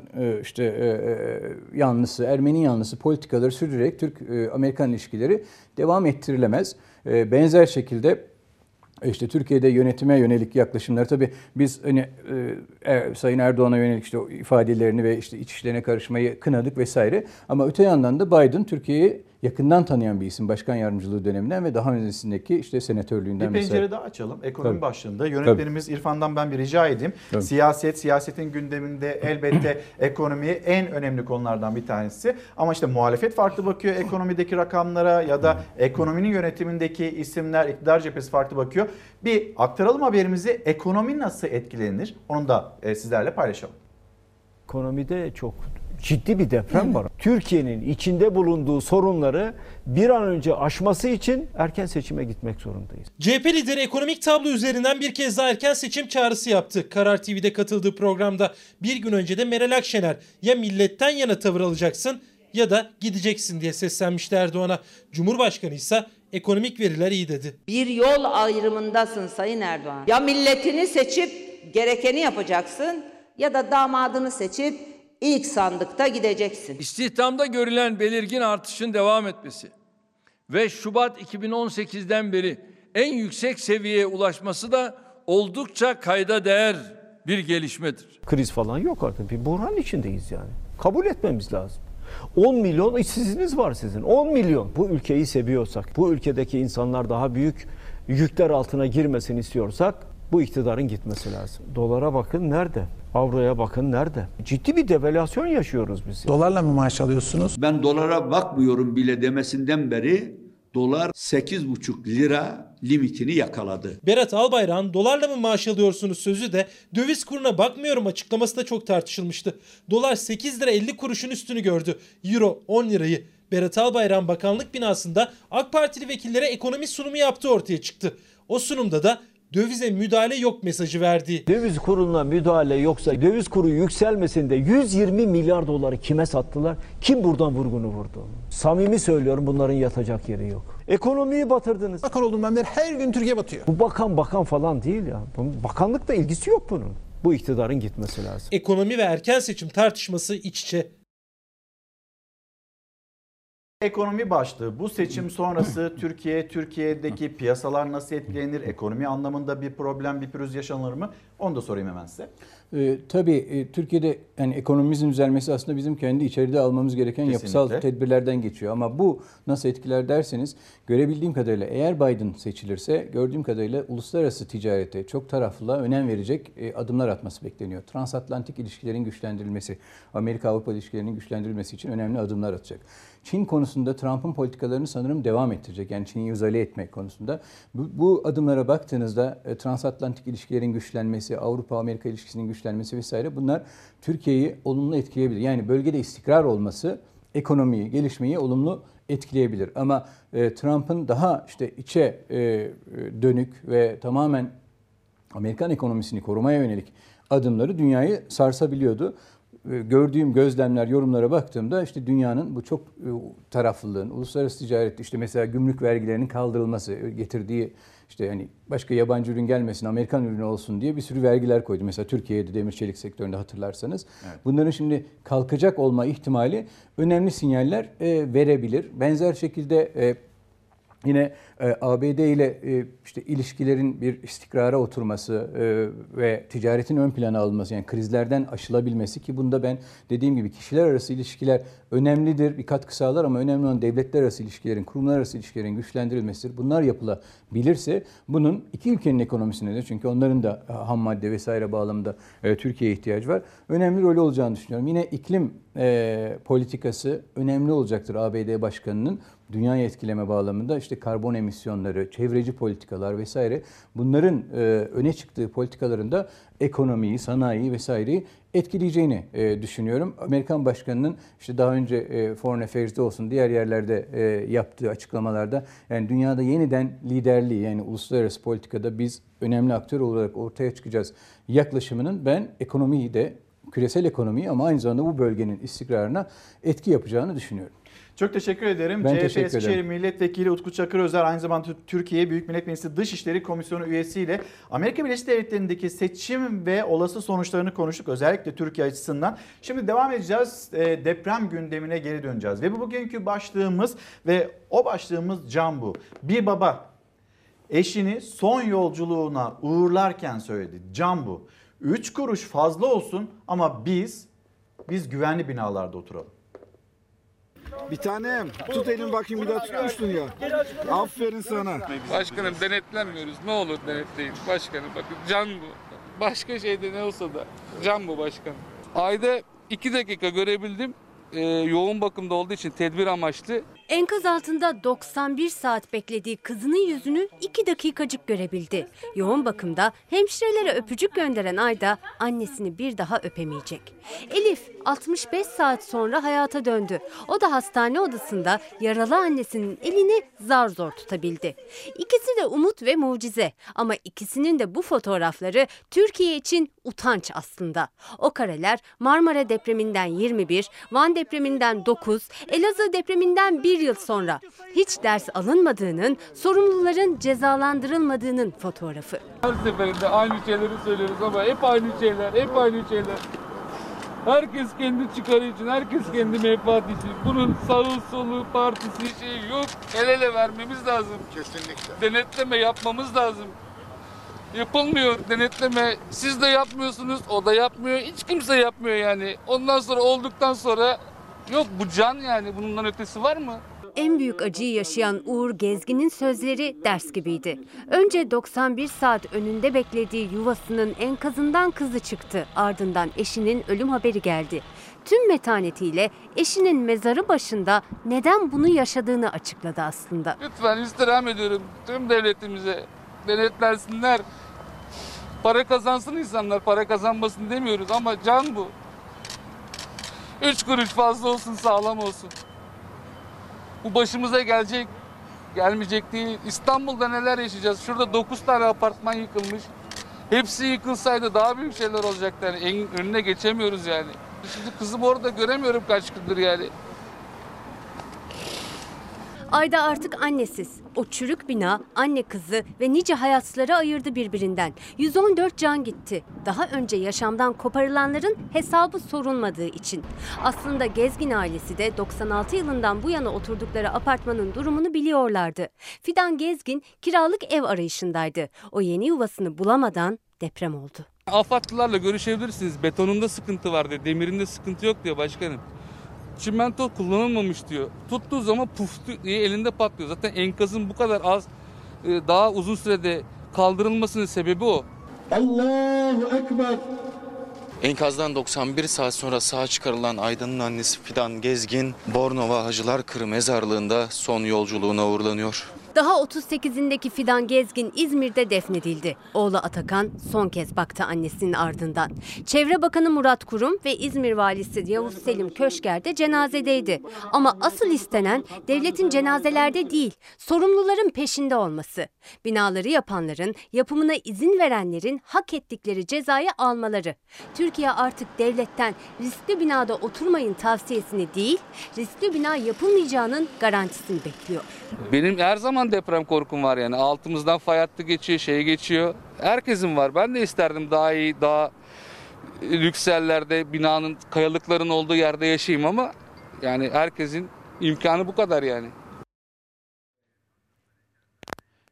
yanlısı, Ermeni yanlısı politikaları sürdürerek Türk-Amerikan ilişkileri devam ettirilemez. Benzer şekilde işte Türkiye'de yönetime yönelik yaklaşımlar, tabii biz hani Sayın Erdoğan'a yönelik işte o ifadelerini ve işte iç işlerine karışmayı kınadık vesaire. Ama öte yandan da Biden Türkiye'yi yakından tanıyan bir isim, başkan yardımcılığı döneminden ve daha öncesindeki işte senatörlüğünden bir vesaire. pencere daha açalım. Ekonomi Tabii. başlığında yönetmenimiz İrfan'dan ben bir rica edeyim. Tabii. Siyasetin gündeminde elbette ekonomi en önemli konulardan bir tanesi. Ama işte muhalefet farklı bakıyor ekonomideki rakamlara ya da ekonominin yönetimindeki isimler, iktidar cephesi farklı bakıyor. Bir aktaralım haberimizi. Ekonomi nasıl etkilenir? Onu da sizlerle paylaşalım. Ekonomide çok ciddi bir deprem var. Türkiye'nin içinde bulunduğu sorunları bir an önce aşması için erken seçime gitmek zorundayız. CHP lideri ekonomik tablo üzerinden bir kez daha erken seçim çağrısı yaptı. Karar TV'de katıldığı programda bir gün önce de Meral Akşener ya milletten yana tavır alacaksın ya da gideceksin diye seslenmişti Erdoğan'a. Cumhurbaşkanı ise ekonomik veriler iyi dedi. Bir yol ayrımındasın Sayın Erdoğan. Ya milletini seçip gerekeni yapacaksın ya da damadını seçip İlk sandıkta gideceksin. İstihdamda görülen belirgin artışın devam etmesi ve Şubat 2018'den beri en yüksek seviyeye ulaşması da oldukça kayda değer bir gelişmedir. Kriz falan yok artık. Bir buhran içindeyiz yani. Kabul etmemiz lazım. 10 milyon işsiziniz var sizin. 10 milyon. Bu ülkeyi seviyorsak, bu ülkedeki insanlar daha büyük yükler altına girmesini istiyorsak bu iktidarın gitmesi lazım. Dolara bakın nerede? Avroya bakın nerede? Ciddi bir devalüasyon yaşıyoruz biz. Dolarla mı maaş alıyorsunuz? Ben dolara bakmıyorum bile demesinden beri dolar 8,5 lira limitini yakaladı. Berat Albayrak'ın dolarla mı maaş alıyorsunuz sözü de döviz kuruna bakmıyorum açıklaması da çok tartışılmıştı. Dolar 8 lira 50 kuruşun üstünü gördü. Euro 10 lirayı. Berat Albayrak'ın bakanlık binasında AK Partili vekillere ekonomi sunumu yaptığı ortaya çıktı. O sunumda da dövize müdahale yok mesajı verdi. Döviz kuruna müdahale yoksa döviz kuru yükselmesinde 120 milyar doları kime sattılar? Kim buradan vurgunu vurdu? Samimi söylüyorum, bunların yatacak yeri yok. Ekonomiyi batırdınız. Bakan olduğumdan beri her gün Türkiye batıyor. Bu bakan falan değil ya. Bakanlıkla ilgisi yok bunun. Bu iktidarın gitmesi lazım. Ekonomi ve erken seçim tartışması iç içe. Ekonomi başlığı. Bu seçim sonrası Türkiye'deki piyasalar nasıl etkilenir? Ekonomi anlamında bir problem, bir pürüz yaşanır mı? Onu da sorayım hemen size. Tabii Türkiye'de yani ekonomimizin düzelmesi aslında bizim kendi içeride almamız gereken yapısal tedbirlerden geçiyor. Ama bu nasıl etkiler derseniz, görebildiğim kadarıyla eğer Biden seçilirse gördüğüm kadarıyla uluslararası ticarete çok taraflı önem verecek adımlar atması bekleniyor. Transatlantik ilişkilerin güçlendirilmesi, Amerika-Avrupa ilişkilerinin güçlendirilmesi için önemli adımlar atacak. Çin konusunda Trump'ın politikalarını sanırım devam ettirecek. Yani Çin'i izole etmek konusunda. Bu adımlara baktığınızda transatlantik ilişkilerin güçlenmesi, Avrupa-Amerika ilişkisinin güçlenmesi vesaire, bunlar Türkiye'yi olumlu etkileyebilir. Yani bölgede istikrar olması ekonomiyi, gelişmeyi olumlu etkileyebilir. Ama Trump'ın daha işte içe dönük ve tamamen Amerikan ekonomisini korumaya yönelik adımları dünyayı sarsabiliyordu. Gördüğüm gözlemler, yorumlara baktığımda işte dünyanın bu çok taraflılığın, uluslararası ticarette işte mesela gümrük vergilerinin kaldırılması, getirdiği işte yani başka yabancı ürün gelmesin, Amerikan ürünü olsun diye bir sürü vergiler koydu. Mesela Türkiye'de demir çelik sektöründe hatırlarsanız. Evet. Bunların şimdi kalkacak olma ihtimali önemli sinyaller verebilir. Benzer şekilde Yine ABD ile işte ilişkilerin bir istikrara oturması ve ticaretin ön plana alınması, yani krizlerden aşılabilmesi, ki bunda ben dediğim gibi kişiler arası ilişkiler önemlidir, bir katkı sağlar ama önemli olan devletler arası ilişkilerin, kurumlar arası ilişkilerin güçlendirilmesidir. Bunlar yapılabilirse bunun iki ülkenin ekonomisine de, çünkü onların da ham madde vesaire bağlamında Türkiye'ye ihtiyacı var, önemli rolü olacağını düşünüyorum. Yine iklim politikası önemli olacaktır ABD Başkanı'nın. Dünyayı etkileme bağlamında işte karbon emisyonları, çevreci politikalar vesaire, bunların öne çıktığı politikalarında ekonomiyi, sanayiyi vesaireyi etkileyeceğini düşünüyorum. Amerikan Başkanı'nın işte daha önce Foreign Affairs'de olsun diğer yerlerde yaptığı açıklamalarda, yani dünyada yeniden liderliği, yani uluslararası politikada biz önemli aktör olarak ortaya çıkacağız yaklaşımının ben ekonomiyi de, küresel ekonomiyi ama aynı zamanda bu bölgenin istikrarına etki yapacağını düşünüyorum. Çok teşekkür ederim. Ben CHP teşekkür Eskişehir ederim. Milletvekili Utku Çakırözer, aynı zamanda Türkiye Büyük Millet Meclisi Dışişleri Komisyonu üyesiyle Amerika Birleşik Devletleri'ndeki seçim ve olası sonuçlarını konuştuk. Özellikle Türkiye açısından. Şimdi devam edeceğiz. Deprem gündemine geri döneceğiz. Ve bu bugünkü başlığımız ve o başlığımız can bu. Bir baba eşini son yolculuğuna uğurlarken söyledi. Can bu. 3 kuruş fazla olsun ama biz güvenli binalarda oturalım. Bir tanem tut elin bakayım, bir daha tutmuştun ya. Aferin sana. Başkanım denetlenmiyoruz. Ne olur denetleyin. Başkanım bakın can bu. Başka şeyde ne olsa da can bu başkanım. Ayda 2 dakika görebildim. Yoğun bakımda olduğu için tedbir amaçlı. Enkaz altında 91 saat beklediği kızının yüzünü 2 dakikacık görebildi. Yoğun bakımda hemşirelere öpücük gönderen Ayda annesini bir daha öpemeyecek. Elif 65 saat sonra hayata döndü. O da hastane odasında yaralı annesinin elini zar zor tutabildi. İkisi de umut ve mucize ama ikisinin de bu fotoğrafları Türkiye için utanç aslında. O kareler Marmara depreminden 21, Van depreminden 9, Elazığ depreminden 1 yıl sonra hiç ders alınmadığının, sorumluların cezalandırılmadığının fotoğrafı. Her seferinde aynı şeyleri söylüyoruz ama hep aynı şeyler, hep aynı şeyler. Herkes kendi çıkarı için, herkes kendi menfaat için. Bunun sağı solu partisi şeyi yok. El ele vermemiz lazım. Kesinlikle. Denetleme yapmamız lazım. Yapılmıyor denetleme. Siz de yapmıyorsunuz, o da yapmıyor. Hiç kimse yapmıyor yani. Ondan sonra olduktan sonra yok bu can yani. Bundan ötesi var mı? En büyük acıyı yaşayan Uğur Gezgin'in sözleri ders gibiydi. Önce 91 saat önünde beklediği yuvasının enkazından kızı çıktı. Ardından eşinin ölüm haberi geldi. Tüm metanetiyle eşinin mezarı başında neden bunu yaşadığını açıkladı aslında. Lütfen istirham ediyorum tüm devletimize denetlensinler. Para kazansın insanlar, para kazanmasın demiyoruz ama can bu. 3 kuruş fazla olsun, sağlam olsun. Bu başımıza gelecek, gelmeyecek değil. İstanbul'da neler yaşayacağız? Şurada 9 tane apartman yıkılmış. Hepsi yıkılsaydı daha büyük şeyler olacaktı. Yani önüne geçemiyoruz yani. Şimdi kızımı orada göremiyorum kaç gündür yani. Ayda artık annesiz. O çürük bina anne kızı ve nice hayatları ayırdı birbirinden. 114 can gitti. Daha önce yaşamdan koparılanların hesabı sorulmadığı için. Aslında Gezgin ailesi de 96 yılından bu yana oturdukları apartmanın durumunu biliyorlardı. Fidan Gezgin kiralık ev arayışındaydı. O yeni yuvasını bulamadan deprem oldu. AFAD'lılarla görüşebilirsiniz. Betonunda sıkıntı var diyor, demirinde sıkıntı yok diyor başkanım. Çimento kullanılmamış diyor. Tuttuğu zaman puf diye elinde patlıyor. Zaten enkazın bu kadar az, daha uzun sürede kaldırılmasının sebebi o. Allahu Ekber. Enkazdan 91 saat sonra sağ çıkarılan Ayda'nın annesi Fidan Gezgin, Bornova Hacılar Kırı mezarlığında son yolculuğuna uğurlanıyor. Daha 38'indeki Fidan Gezgin İzmir'de defnedildi. Oğlu Atakan son kez baktı annesinin ardından. Çevre Bakanı Murat Kurum ve İzmir Valisi Yavuz Selim Köşker de cenazedeydi. Ama asıl istenen devletin cenazelerde değil, sorumluların peşinde olması. Binaları yapanların, yapımına izin verenlerin hak ettikleri cezayı almaları. Türkiye artık devletten riskli binada oturmayın tavsiyesini değil, riskli bina yapılmayacağının garantisini bekliyor. Benim her zaman deprem korkum var yani. Altımızdan fay hattı geçiyor, şey geçiyor. Herkesin var. Ben de isterdim daha iyi, daha lüks yerlerde, binanın, kayalıkların olduğu yerde yaşayayım ama yani herkesin imkanı bu kadar yani.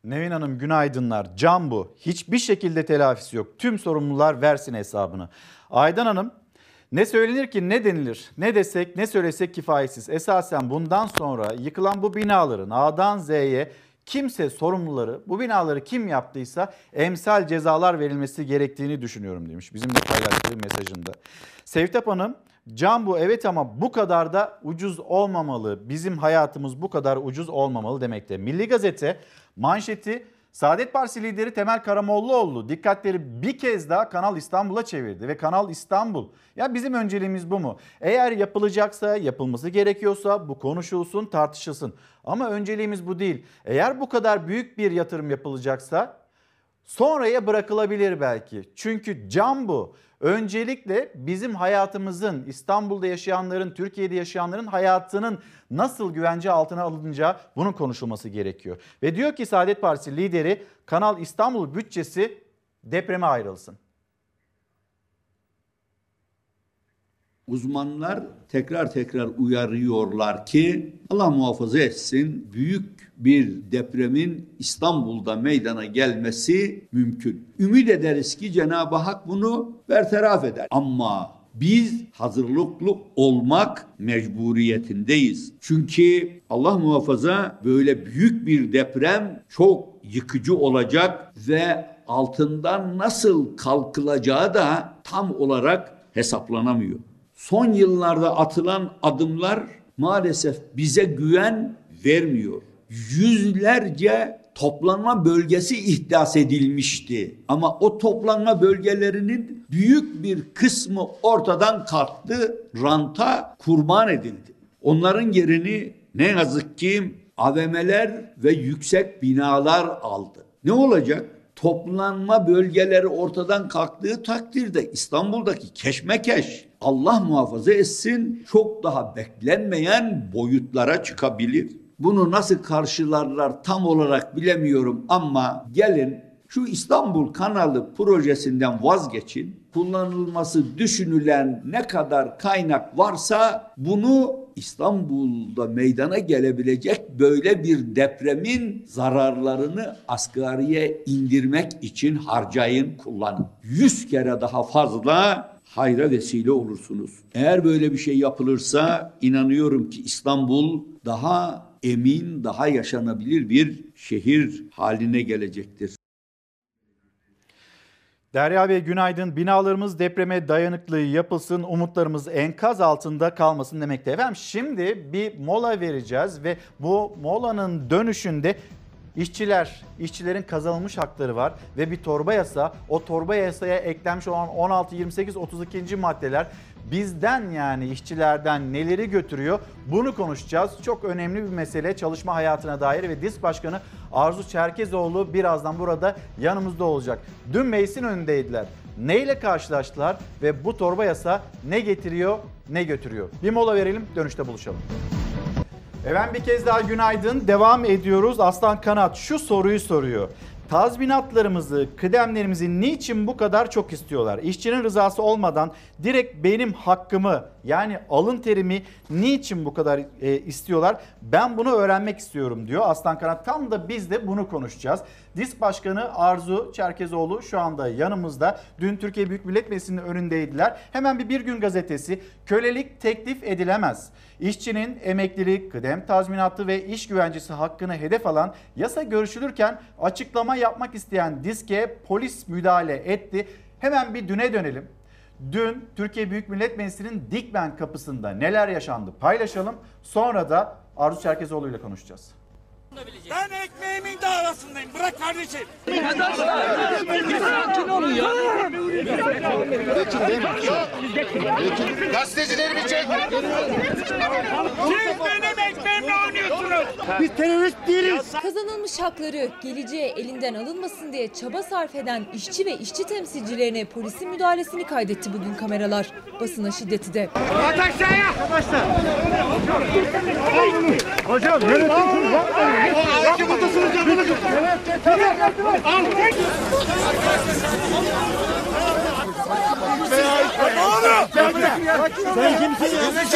Nevin Hanım günaydınlar. Can bu. Hiçbir şekilde telafisi yok. Tüm sorumlular versin hesabını. Aydan Hanım, ne söylenir ki ne denilir? Ne desek ne söylesek kifayetsiz. Esasen bundan sonra yıkılan bu binaların A'dan Z'ye kimse sorumluları, bu binaları kim yaptıysa emsal cezalar verilmesi gerektiğini düşünüyorum demiş. Bizim de paylaştığı mesajında. Sevtap Hanım, can bu evet ama bu kadar da ucuz olmamalı. Bizim hayatımız bu kadar ucuz olmamalı demekte. Milli Gazete manşeti Saadet Partisi lideri Temel Karamollaoğlu dikkatleri bir kez daha Kanal İstanbul'a çevirdi ve Kanal İstanbul, ya bizim önceliğimiz bu mu? Eğer yapılacaksa, yapılması gerekiyorsa bu konuşulsun, tartışılsın. Ama önceliğimiz bu değil. Eğer bu kadar büyük bir yatırım yapılacaksa sonraya bırakılabilir belki. Çünkü can bu. Öncelikle bizim hayatımızın, İstanbul'da yaşayanların, Türkiye'de yaşayanların hayatının nasıl güvence altına alınacağı, bunun konuşulması gerekiyor. Ve diyor ki Saadet Partisi lideri, Kanal İstanbul bütçesi depreme ayrılsın. Uzmanlar tekrar uyarıyorlar ki Allah muhafaza etsin, büyük bir depremin İstanbul'da meydana gelmesi mümkün. Ümit ederiz ki Cenab-ı Hak bunu bertaraf eder. Ama biz hazırlıklı olmak mecburiyetindeyiz. Çünkü Allah muhafaza böyle büyük bir deprem çok yıkıcı olacak ve altından nasıl kalkılacağı da tam olarak hesaplanamıyor. Son yıllarda atılan adımlar maalesef bize güven vermiyor. Yüzlerce toplanma bölgesi ihdas edilmişti. Ama o toplanma bölgelerinin büyük bir kısmı ortadan kalktı, ranta kurban edildi. Onların yerini ne yazık ki AVM'ler ve yüksek binalar aldı. Ne olacak? Toplanma bölgeleri ortadan kalktığı takdirde İstanbul'daki keşmekeş, Allah muhafaza etsin, çok daha beklenmeyen boyutlara çıkabilir. Bunu nasıl karşılarlar tam olarak bilemiyorum ama gelin şu İstanbul Kanalı projesinden vazgeçin. Kullanılması düşünülen ne kadar kaynak varsa bunu İstanbul'da meydana gelebilecek böyle bir depremin zararlarını asgariye indirmek için harcayın, kullanın. 100 kere daha fazla hayra vesile olursunuz. Eğer böyle bir şey yapılırsa inanıyorum ki İstanbul daha emin, daha yaşanabilir bir şehir haline gelecektir. Derya Bey günaydın. Binalarımız depreme dayanıklı yapılsın, umutlarımız enkaz altında kalmasın demekte. Efendim şimdi bir mola vereceğiz ve bu molanın dönüşünde işçilerin kazanılmış hakları var ve bir torba yasa, o torba yasaya eklenmiş olan 16, 28, 32. maddeler bizden, yani işçilerden neleri götürüyor, bunu konuşacağız. Çok önemli bir mesele çalışma hayatına dair ve DİSK Başkanı Arzu Çerkezoğlu birazdan burada yanımızda olacak. Dün meclisin önündeydiler. Neyle karşılaştılar ve bu torba yasa ne getiriyor, ne götürüyor? Bir mola verelim, dönüşte buluşalım. Efendim bir kez daha günaydın. Devam ediyoruz. Aslan Kanat şu soruyu soruyor. Tazminatlarımızı, kıdemlerimizi niçin bu kadar çok istiyorlar? İşçinin rızası olmadan direkt benim hakkımı, yani alın terimi niçin bu kadar istiyorlar? Ben bunu öğrenmek istiyorum diyor Aslan Kanat. Tam da biz de bunu konuşacağız. DİSK Başkanı Arzu Çerkezoğlu şu anda yanımızda. Dün Türkiye Büyük Millet Meclisi'nin önündeydiler. Hemen Bir Gün Gazetesi, kölelik teklif edilemez. İşçinin emeklilik, kıdem tazminatı ve iş güvencesi hakkını hedef alan yasa görüşülürken açıklama yapmak isteyen DİSK'e polis müdahale etti. Hemen bir düne dönelim. Dün Türkiye Büyük Millet Meclisi'nin Dikmen kapısında neler yaşandı paylaşalım. Sonra da Arzu Çerkezoğlu ile konuşacağız. Ben ekmeğimin davasındayım. Bırak kardeşim. Sakin olun ya. Gazetecileri bir çek. Siz benim ekmeğimle oynuyorsunuz. Biz terörist değiliz. Kazanılmış hakları geleceğe elinden alınmasın diye çaba sarf eden işçi ve işçi temsilcilerine polisin müdahalesini kaydetti bugün kameralar. Basına şiddeti de. At aşağıya. Başla. Hocam yönetim yapmayın. Aracı buradasınız ya. Sen kimsin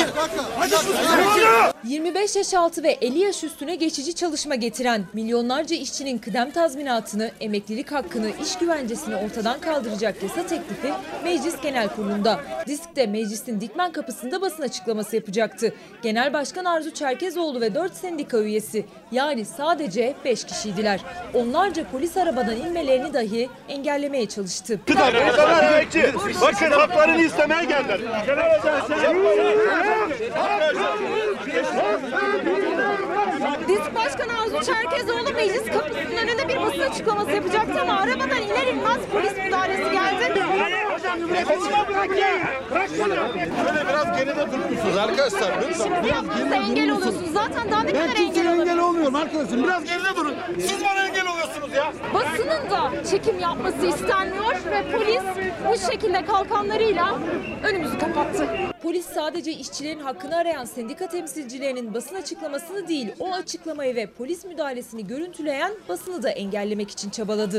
ya? 25 yaş altı ve 50 yaş üstüne geçici çalışma getiren, milyonlarca işçinin kıdem tazminatını, emeklilik hakkını, iş güvencesini ortadan kaldıracak yasa teklifi Meclis Genel Kurulu'nda. DİSK'te meclisin dikmen kapısında basın açıklaması yapacaktı. Genel Başkan Arzu Çerkezoğlu ve 4 sendika üyesi, yani sadece 5 kişiydiler. Onlarca polis arabadan inmelerini dahi engellemeye çalıştı. Bakın haklarını istemeye geldiler. DİSK Başkanı Arzu Çerkezoğlu meclis kapısının önünde bir basın açıklaması yapacaktı ama arabadan iner inmez polis müdahalesi geldi. Şöyle biraz geride durmuşsunuz arkadaşlar. İşimizi yapmanıza engel oluyorsunuz. Zaten daha ne kadar engel olmuyorum arkadaşım. Biraz geride durun. Siz bana engel oluyorsunuz ya. Basının da çekim yapması istenmiyor ve polis bu şekilde kalkanlarıyla önümüzü kapattı. Polis sadece işçilerin hakkını arayan sendika temsilcilerinin basın açıklamasını değil, o açıklamayı ve polis müdahalesini görüntüleyen basını da engellemek için çabaladı.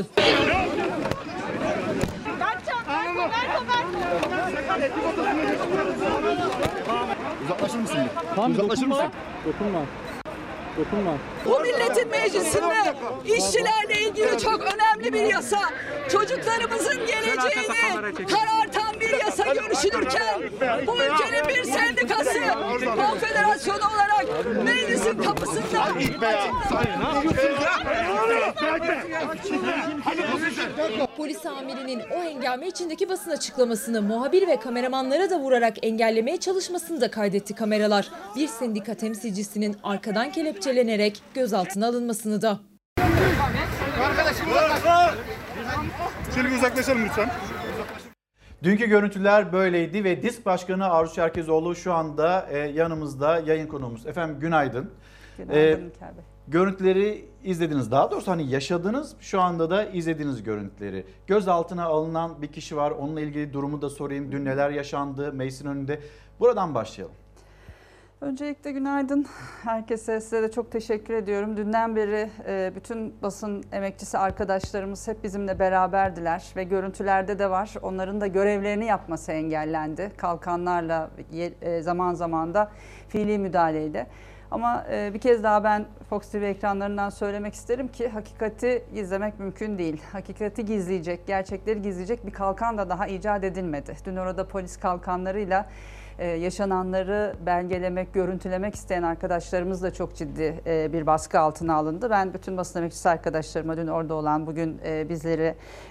Uzaklaşır mısın? Uzaklaşır mısın? Dokunma. Dokunma. Bu milletin meclisinde işçilerle ilgili çok önemli bir yasa, çocuklarımızın geleceğini karartan bir yasa görüşülürken bu ülkenin bir sendikası konfederasyonu olarak meclisin kapısında Polis amirinin o hengame içindeki basın açıklamasını muhabir ve kameramanlara da vurarak engellemeye çalışmasını da kaydetti kameralar. Bir sendika temsilcisinin arkadan kelepçelenerek gözaltına alınmasını da. Şöyle bir uzaklaşalım lütfen. Dünkü görüntüler böyleydi ve DİSK Başkanı Arzu Çerkezoğlu şu anda yanımızda, yayın konuğumuz. Efendim günaydın. Günaydın İlker Bey. Görüntüleri izlediniz. Daha doğrusu hani yaşadınız, şu anda da izlediğiniz görüntüleri. Gözaltına alınan bir kişi var. Onunla ilgili durumu da sorayım. Dün neler yaşandı meclisin önünde? Buradan başlayalım. Öncelikle günaydın herkese. Size de çok teşekkür ediyorum. Dünden beri bütün basın emekçisi arkadaşlarımız hep bizimle beraberdiler ve görüntülerde de var. Onların da görevlerini yapması engellendi. Kalkanlarla, zaman zaman da fiili müdahaleyle. Ama bir kez daha ben Fox TV ekranlarından söylemek isterim ki hakikati gizlemek mümkün değil. Hakikati gizleyecek, gerçekleri gizleyecek bir kalkan da daha icat edilmedi. Dün orada polis kalkanlarıyla yaşananları belgelemek, görüntülemek isteyen arkadaşlarımız da çok ciddi bir baskı altına alındı. Ben bütün basın emekçisi arkadaşlarıma, dün orada olan, bugün bizleri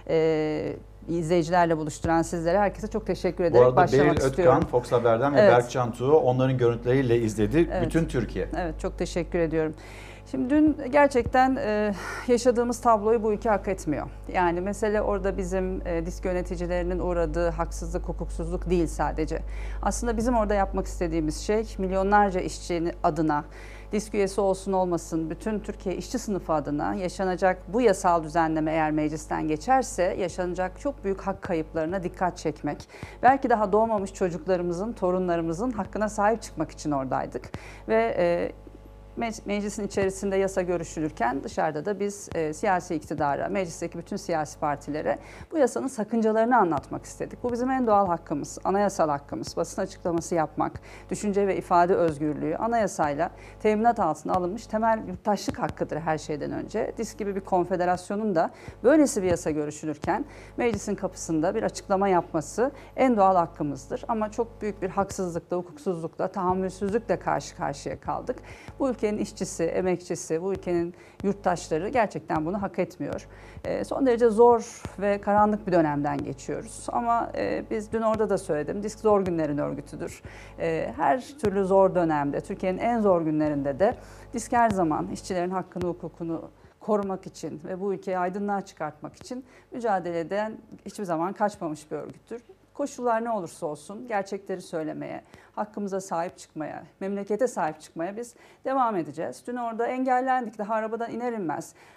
izleyicilerle buluşturan sizlere, herkese çok teşekkür ederek başlamak istiyorum. Beril Özkan, Fox Haber'den ve Berk Cantuğ onların görüntüleriyle izledi bütün Türkiye. Evet, çok teşekkür ediyorum. Şimdi dün gerçekten yaşadığımız tabloyu bu ülke hak etmiyor. Yani mesele orada bizim DİSK yöneticilerinin uğradığı haksızlık, hukuksuzluk değil sadece. Aslında bizim orada yapmak istediğimiz şey milyonlarca işçinin adına, DİSK üyesi olsun olmasın bütün Türkiye işçi sınıfı adına yaşanacak bu yasal düzenleme eğer meclisten geçerse yaşanacak çok büyük hak kayıplarına dikkat çekmek. Belki daha doğmamış çocuklarımızın, torunlarımızın hakkına sahip çıkmak için oradaydık. Ve meclisin içerisinde yasa görüşülürken dışarıda da biz siyasi iktidara, meclisteki bütün siyasi partilere bu yasanın sakıncalarını anlatmak istedik. Bu bizim en doğal hakkımız, anayasal hakkımız. Basın açıklaması yapmak, düşünce ve ifade özgürlüğü anayasayla teminat altına alınmış temel yurttaşlık hakkıdır her şeyden önce. DİSK gibi bir konfederasyonun da böylesi bir yasa görüşülürken meclisin kapısında bir açıklama yapması en doğal hakkımızdır. Ama çok büyük bir haksızlıkla, hukuksuzlukla, tahammülsüzlükle karşı karşıya kaldık. Bu ülkenin işçisi, emekçisi, bu ülkenin yurttaşları gerçekten bunu hak etmiyor. Son derece zor ve karanlık bir dönemden geçiyoruz. Ama biz dün orada da söyledim, DİSK zor günlerin örgütüdür. Her türlü zor dönemde, Türkiye'nin en zor günlerinde de DİSK her zaman işçilerin hakkını, hukukunu korumak için ve bu ülkeyi aydınlığa çıkartmak için mücadele eden, hiçbir zaman kaçmamış bir örgüttür. Koşullar ne olursa olsun gerçekleri söylemeye, hakkımıza sahip çıkmaya, memlekete sahip çıkmaya biz devam edeceğiz. Dün orada engellendik, daha arabadan iner inmez.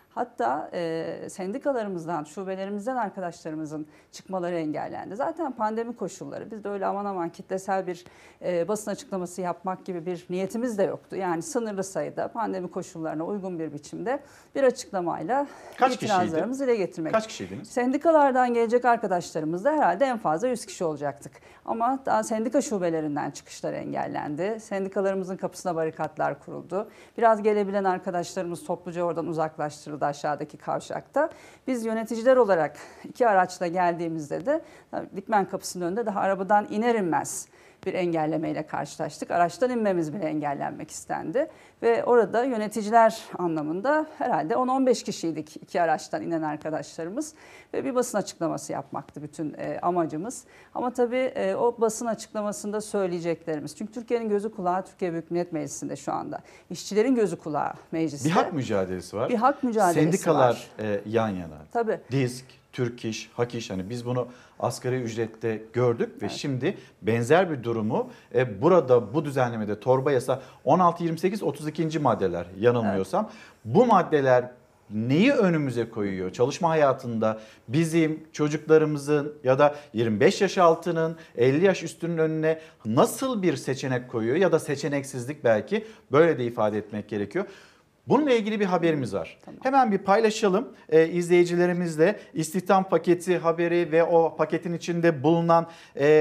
Hatta sendikalarımızdan, şubelerimizden arkadaşlarımızın çıkmaları engellendi. Zaten pandemi koşulları, biz de öyle aman aman kitlesel bir basın açıklaması yapmak gibi bir niyetimiz de yoktu. Yani sınırlı sayıda pandemi koşullarına uygun bir biçimde bir açıklamayla itirazlarımızı dile getirmek. Kaç kişiydiniz? Sendikalardan gelecek arkadaşlarımız da herhalde en fazla 100 kişi olacaktık. Ama daha sendika şubelerinden çıkışlar engellendi. Sendikalarımızın kapısına barikatlar kuruldu. Biraz gelebilen arkadaşlarımız topluca oradan uzaklaştırıldı aşağıdaki kavşakta. Biz yöneticiler olarak 2 araçla geldiğimizde de Dikmen kapısının önünde daha arabadan iner inmez bir engellemeyle karşılaştık. Araçtan inmemiz bile engellenmek istendi. Ve orada yöneticiler anlamında herhalde 10-15 kişiydik 2 araçtan inen arkadaşlarımız. Ve bir basın açıklaması yapmaktı bütün amacımız. Ama tabii o basın açıklamasında söyleyeceklerimiz. Çünkü Türkiye'nin gözü kulağı Türkiye Büyük Millet Meclisi'nde şu anda. İşçilerin gözü kulağı mecliste. Bir hak mücadelesi var. Bir hak mücadelesi Sendikalar var. yan yana. Tabii. DİSK, Türk İş, Hak İş, hani biz bunu asgari ücrette gördük ve şimdi benzer bir durumu burada bu düzenlemede torba yasa 16, 28, 32. maddeler yanılmıyorsam bu maddeler neyi önümüze koyuyor? Çalışma hayatında bizim çocuklarımızın ya da 25 yaş altının 50 yaş üstünün önüne nasıl bir seçenek koyuyor ya da seçeneksizlik belki böyle de ifade etmek gerekiyor. Bununla ilgili bir haberimiz var. Tamam. Hemen bir paylaşalım izleyicilerimizle. İstihdam paketi haberi ve o paketin içinde bulunan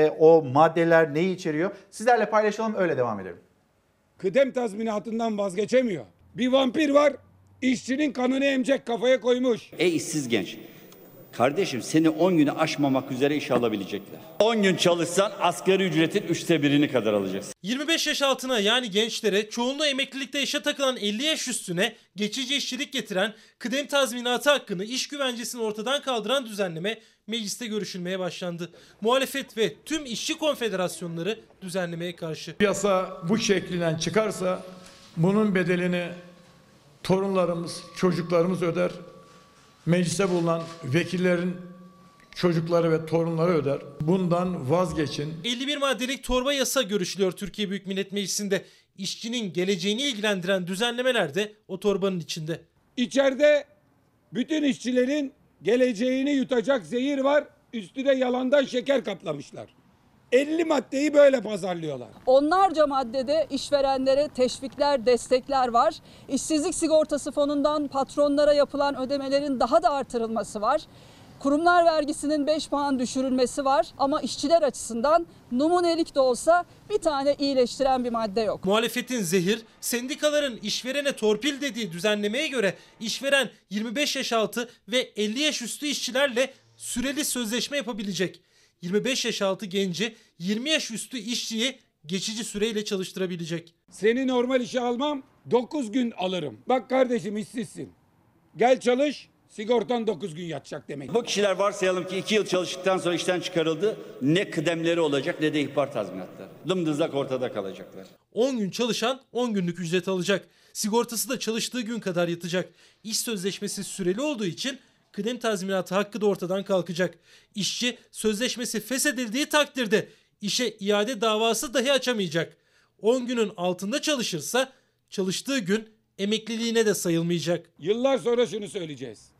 o maddeler neyi içeriyor? Sizlerle paylaşalım, öyle devam edelim. Kıdem tazminatından vazgeçemiyor. Bir vampir var, işçinin kanını emecek kafaya koymuş. Ey işsiz genç, kardeşim seni 10 günü aşmamak üzere işe alabilecekler. 10 gün çalışsan asgari ücretin 1/3'ünü kadar alacaksın. 25 yaş altına yani gençlere, çoğunluğu emeklilikte yaşa takılan 50 yaş üstüne geçici işçilik getiren kıdem tazminatı hakkını, iş güvencesini ortadan kaldıran düzenleme mecliste görüşülmeye başlandı. Muhalefet ve tüm işçi konfederasyonları düzenlemeye karşı. Yasa bu şeklinden çıkarsa bunun bedelini torunlarımız, çocuklarımız öder. Mecliste bulunan vekillerin çocukları ve torunları öder. Bundan vazgeçin. 51 maddelik torba yasa görüşülüyor Türkiye Büyük Millet Meclisi'nde. İşçinin geleceğini ilgilendiren düzenlemeler de o torbanın içinde. İçeride bütün işçilerin geleceğini yutacak zehir var. Üstüne yalandan şeker kaplamışlar. 50 maddeyi böyle pazarlıyorlar. Onlarca maddede işverenlere teşvikler, destekler var. İşsizlik sigortası fonundan patronlara yapılan ödemelerin daha da artırılması var. Kurumlar vergisinin 5 puan düşürülmesi var ama işçiler açısından numunelik de olsa bir tane iyileştiren bir madde yok. Muhalefetin zehir, sendikaların işverene torpil dediği düzenlemeye göre işveren 25 yaş altı ve 50 yaş üstü işçilerle süreli sözleşme yapabilecek. 25 yaş altı genci 20 yaş üstü işçiyi geçici süreyle çalıştırabilecek. Seni normal işe almam, 9 gün alırım. Bak kardeşim işsizsin. Gel çalış, sigortan 9 gün yatacak demek. Bu kişiler varsayalım ki 2 yıl çalıştıktan sonra işten çıkarıldı. Ne kıdemleri olacak ne de ihbar tazminatları. Dımdızlak ortada kalacaklar. 10 gün çalışan 10 günlük ücret alacak. Sigortası da çalıştığı gün kadar yatacak. İş sözleşmesi süreli olduğu için kıdem tazminatı hakkı da ortadan kalkacak. İşçi sözleşmesi feshedildiği takdirde işe iade davası dahi açamayacak. 10 günün altında çalışırsa çalıştığı gün emekliliğine de sayılmayacak. Yıllar sonra şunu söyleyeceğiz.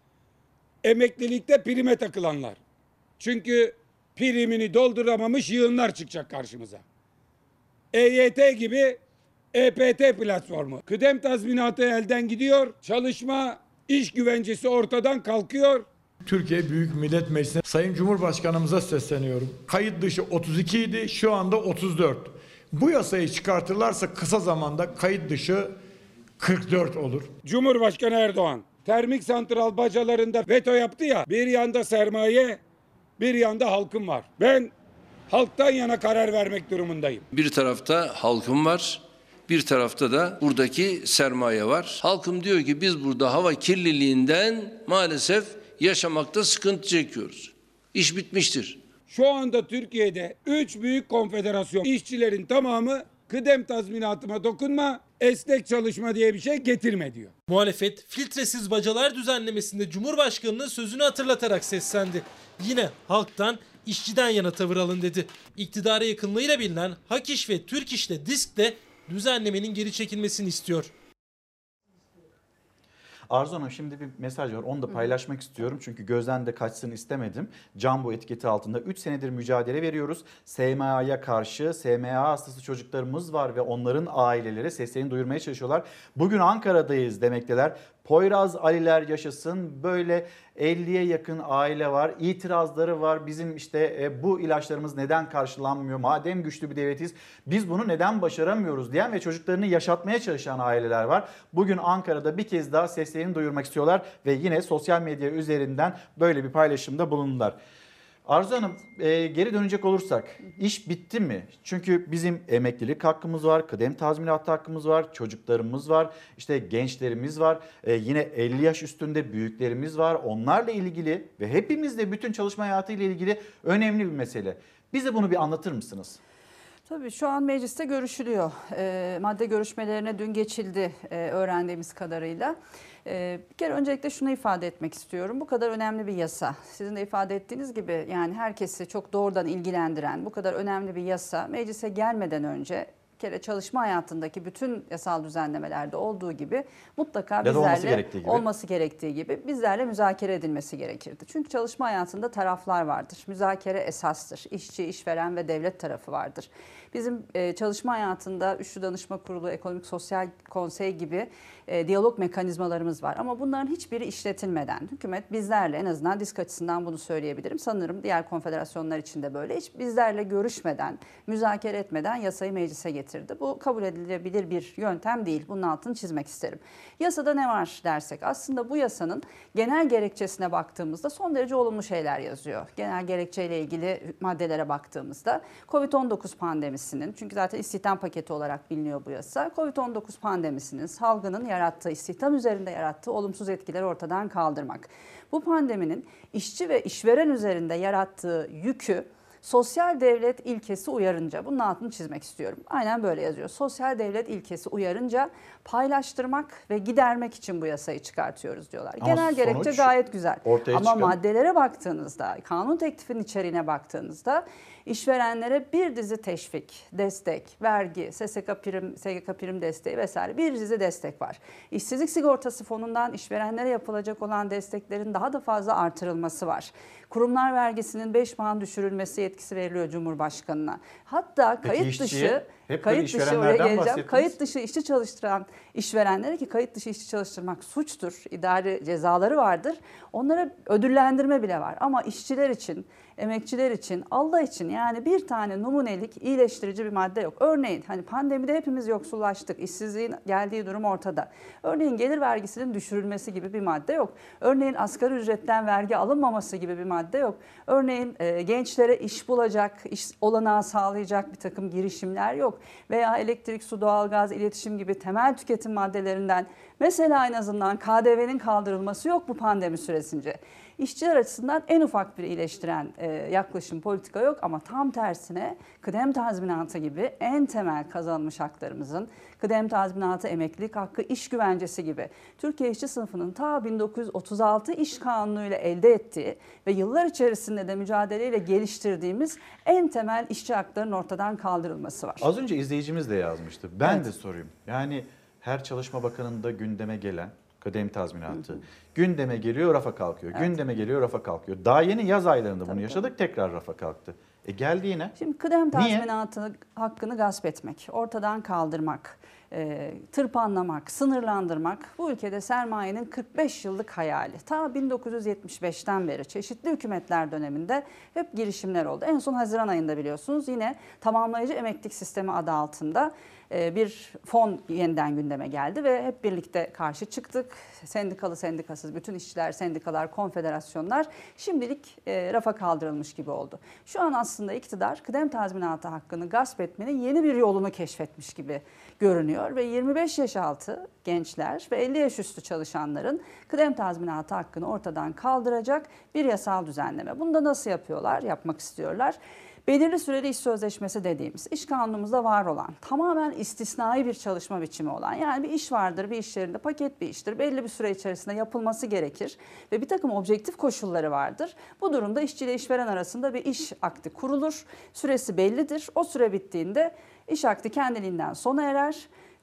Emeklilikte prime takılanlar. Çünkü primini dolduramamış yığınlar çıkacak karşımıza. EYT gibi EPT platformu. Kıdem tazminatı elden gidiyor. Çalışma, iş güvencesi ortadan kalkıyor. Türkiye Büyük Millet Meclisi'ne Sayın Cumhurbaşkanımıza sesleniyorum. Kayıt dışı 32 idi, şu anda 34. Bu yasayı çıkartırlarsa kısa zamanda kayıt dışı 44 olur. Cumhurbaşkanı Erdoğan termik santral bacalarında veto yaptı ya. Bir yanda sermaye, bir yanda halkım var. Ben halktan yana karar vermek durumundayım. Bir tarafta halkım var, bir tarafta da buradaki sermaye var. Halkım diyor ki biz burada hava kirliliğinden maalesef yaşamakta sıkıntı çekiyoruz. İş bitmiştir. Şu anda Türkiye'de 3 büyük konfederasyon işçilerin tamamı kıdem tazminatıma dokunma, esnek çalışma diye bir şey getirme diyor. Muhalefet filtresiz bacalar düzenlemesinde Cumhurbaşkanı'nın sözünü hatırlatarak seslendi. Yine halktan, işçiden yana tavır alın dedi. İktidara yakınlığıyla bilinen Hak İş ve Türk İş'le DİSK de düzenlemenin geri çekilmesini istiyor. Arzu Hanım, şimdi bir mesaj var, onu da paylaşmak istiyorum. Çünkü gözden de kaçsın istemedim. Cambo etiketi altında 3 senedir mücadele veriyoruz. SMA'ya karşı, SMA hastası çocuklarımız var ve onların aileleri seslerini duyurmaya çalışıyorlar. Bugün Ankara'dayız demekteler. Poyraz Aliler yaşasın. Böyle 50'ye yakın aile var. İtirazları var. Bizim işte bu ilaçlarımız neden karşılanmıyor? Madem güçlü bir devletiz biz bunu neden başaramıyoruz diyen ve çocuklarını yaşatmaya çalışan aileler var. Bugün Ankara'da bir kez daha seslerini duyurmak istiyorlar ve yine sosyal medya üzerinden böyle bir paylaşımda bulundular. Arzu Hanım, geri dönecek olursak iş bitti mi? Çünkü bizim emeklilik hakkımız var, kıdem tazminatı hakkımız var, çocuklarımız var, işte gençlerimiz var, yine 50 yaş üstünde büyüklerimiz var. Onlarla ilgili ve hepimizle bütün çalışma hayatıyla ilgili önemli bir mesele. Bize bunu bir anlatır mısınız? Tabii şu an mecliste görüşülüyor. Madde görüşmelerine dün geçildi öğrendiğimiz kadarıyla. Bir kere öncelikle şunu ifade etmek istiyorum. Bu kadar önemli bir yasa. Sizin de ifade ettiğiniz gibi yani herkesi çok doğrudan ilgilendiren bu kadar önemli bir yasa meclise gelmeden önce bir kere çalışma hayatındaki bütün yasal düzenlemelerde olduğu gibi mutlaka bizlerle olması gerektiği gibi bizlerle müzakere edilmesi gerekirdi. Çünkü çalışma hayatında taraflar vardır. Müzakere esastır. İşçi, işveren ve devlet tarafı vardır. Bizim çalışma hayatında Üçlü Danışma Kurulu, Ekonomik Sosyal Konsey gibi diyalog mekanizmalarımız var. Ama bunların hiçbiri işletilmeden hükümet bizlerle, en azından DİSK açısından bunu söyleyebilirim. Sanırım diğer konfederasyonlar için de böyle. Hiç bizlerle görüşmeden, müzakere etmeden yasayı meclise getirdi. Bu kabul edilebilir bir yöntem değil. Bunun altını çizmek isterim. Yasada ne var dersek aslında bu yasanın genel gerekçesine baktığımızda son derece olumlu şeyler yazıyor. Genel gerekçeyle ilgili maddelere baktığımızda Covid-19 pandemisinin, çünkü zaten istihdam paketi olarak biliniyor bu yasa, Covid-19 pandemisinin, salgının yarattığı, istihdam üzerinde yarattığı olumsuz etkileri ortadan kaldırmak. Bu pandeminin işçi ve işveren üzerinde yarattığı yükü sosyal devlet ilkesi uyarınca, bunun altını çizmek istiyorum. Aynen böyle yazıyor. Sosyal devlet ilkesi uyarınca paylaştırmak ve gidermek için bu yasayı çıkartıyoruz diyorlar. Ama genel gerekçe gayet güzel. Ama maddelere baktığınızda, kanun teklifinin içeriğine baktığınızda işverenlere bir dizi teşvik, destek, vergi, SSK prim desteği vesaire bir dizi destek var. İşsizlik sigortası fonundan işverenlere yapılacak olan desteklerin daha da fazla artırılması var. Kurumlar vergisinin 5 puan düşürülmesi yetkisi veriliyor Cumhurbaşkanı'na. Hatta kayıt dışı oraya geleceğim. Kayıt dışı işçi çalıştıran işverenlere, ki kayıt dışı işçi çalıştırmak suçtur, idari cezaları vardır. Onlara ödüllendirme bile var. Ama işçiler için, emekçiler için, Allah için yani bir tane numunelik iyileştirici bir madde yok. Örneğin hani pandemide hepimiz yoksullaştık. İşsizliğin geldiği durum ortada. Örneğin gelir vergisinin düşürülmesi gibi bir madde yok. Örneğin asgari ücretten vergi alınmaması gibi bir madde yok. Örneğin gençlere iş bulacak, iş olanağı sağlayacak bir takım girişimler yok. Veya elektrik, su, doğalgaz, iletişim gibi temel tüketim maddelerinden mesela en azından KDV'nin kaldırılması yok bu pandemi süresince. İşçiler açısından en ufak bir iyileştiren yaklaşım, politika yok ama tam tersine kıdem tazminatı gibi en temel kazanılmış haklarımızın, kıdem tazminatı, emeklilik hakkı, iş güvencesi gibi Türkiye işçi sınıfının ta 1936 İş Kanunu ile elde ettiği ve yıllar içerisinde de mücadeleyle geliştirdiğimiz en temel işçi haklarının ortadan kaldırılması var. Az önce izleyicimiz de yazmıştı. Ben de sorayım. Yani her Çalışma Bakanı'nda gündeme gelen kıdem tazminatı gündeme geliyor, rafa kalkıyor. Evet. Gündeme geliyor, rafa kalkıyor. Daha yeni yaz aylarında bunu yaşadık, tekrar rafa kalktı. Geldi yine. Şimdi kıdem tazminatı hakkını gasp etmek, ortadan kaldırmak, tırpanlamak, sınırlandırmak bu ülkede sermayenin 45 yıllık hayali. Ta 1975'ten beri çeşitli hükümetler döneminde hep girişimler oldu. En son Haziran ayında biliyorsunuz yine tamamlayıcı emeklilik sistemi adı altında bir fon yeniden gündeme geldi ve hep birlikte karşı çıktık. Sendikalı, sendikasız, bütün işçiler, sendikalar, konfederasyonlar şimdilik rafa kaldırılmış gibi oldu. Şu an aslında iktidar kıdem tazminatı hakkını gasp etmenin yeni bir yolunu keşfetmiş gibi görünüyor ve 25 yaş altı gençler ve 50 yaş üstü çalışanların kıdem tazminatı hakkını ortadan kaldıracak bir yasal düzenleme. Bunu da nasıl yapıyorlar, yapmak istiyorlar? Belirli süreli iş sözleşmesi dediğimiz, iş kanunumuzda var olan, tamamen istisnai bir çalışma biçimi olan, yani bir iş vardır, bir iş yerinde paket bir iştir, belli bir süre içerisinde yapılması gerekir ve bir takım objektif koşulları vardır. Bu durumda işçi ile işveren arasında bir iş akdi kurulur, süresi bellidir. O süre bittiğinde iş akdi kendiliğinden sona erer.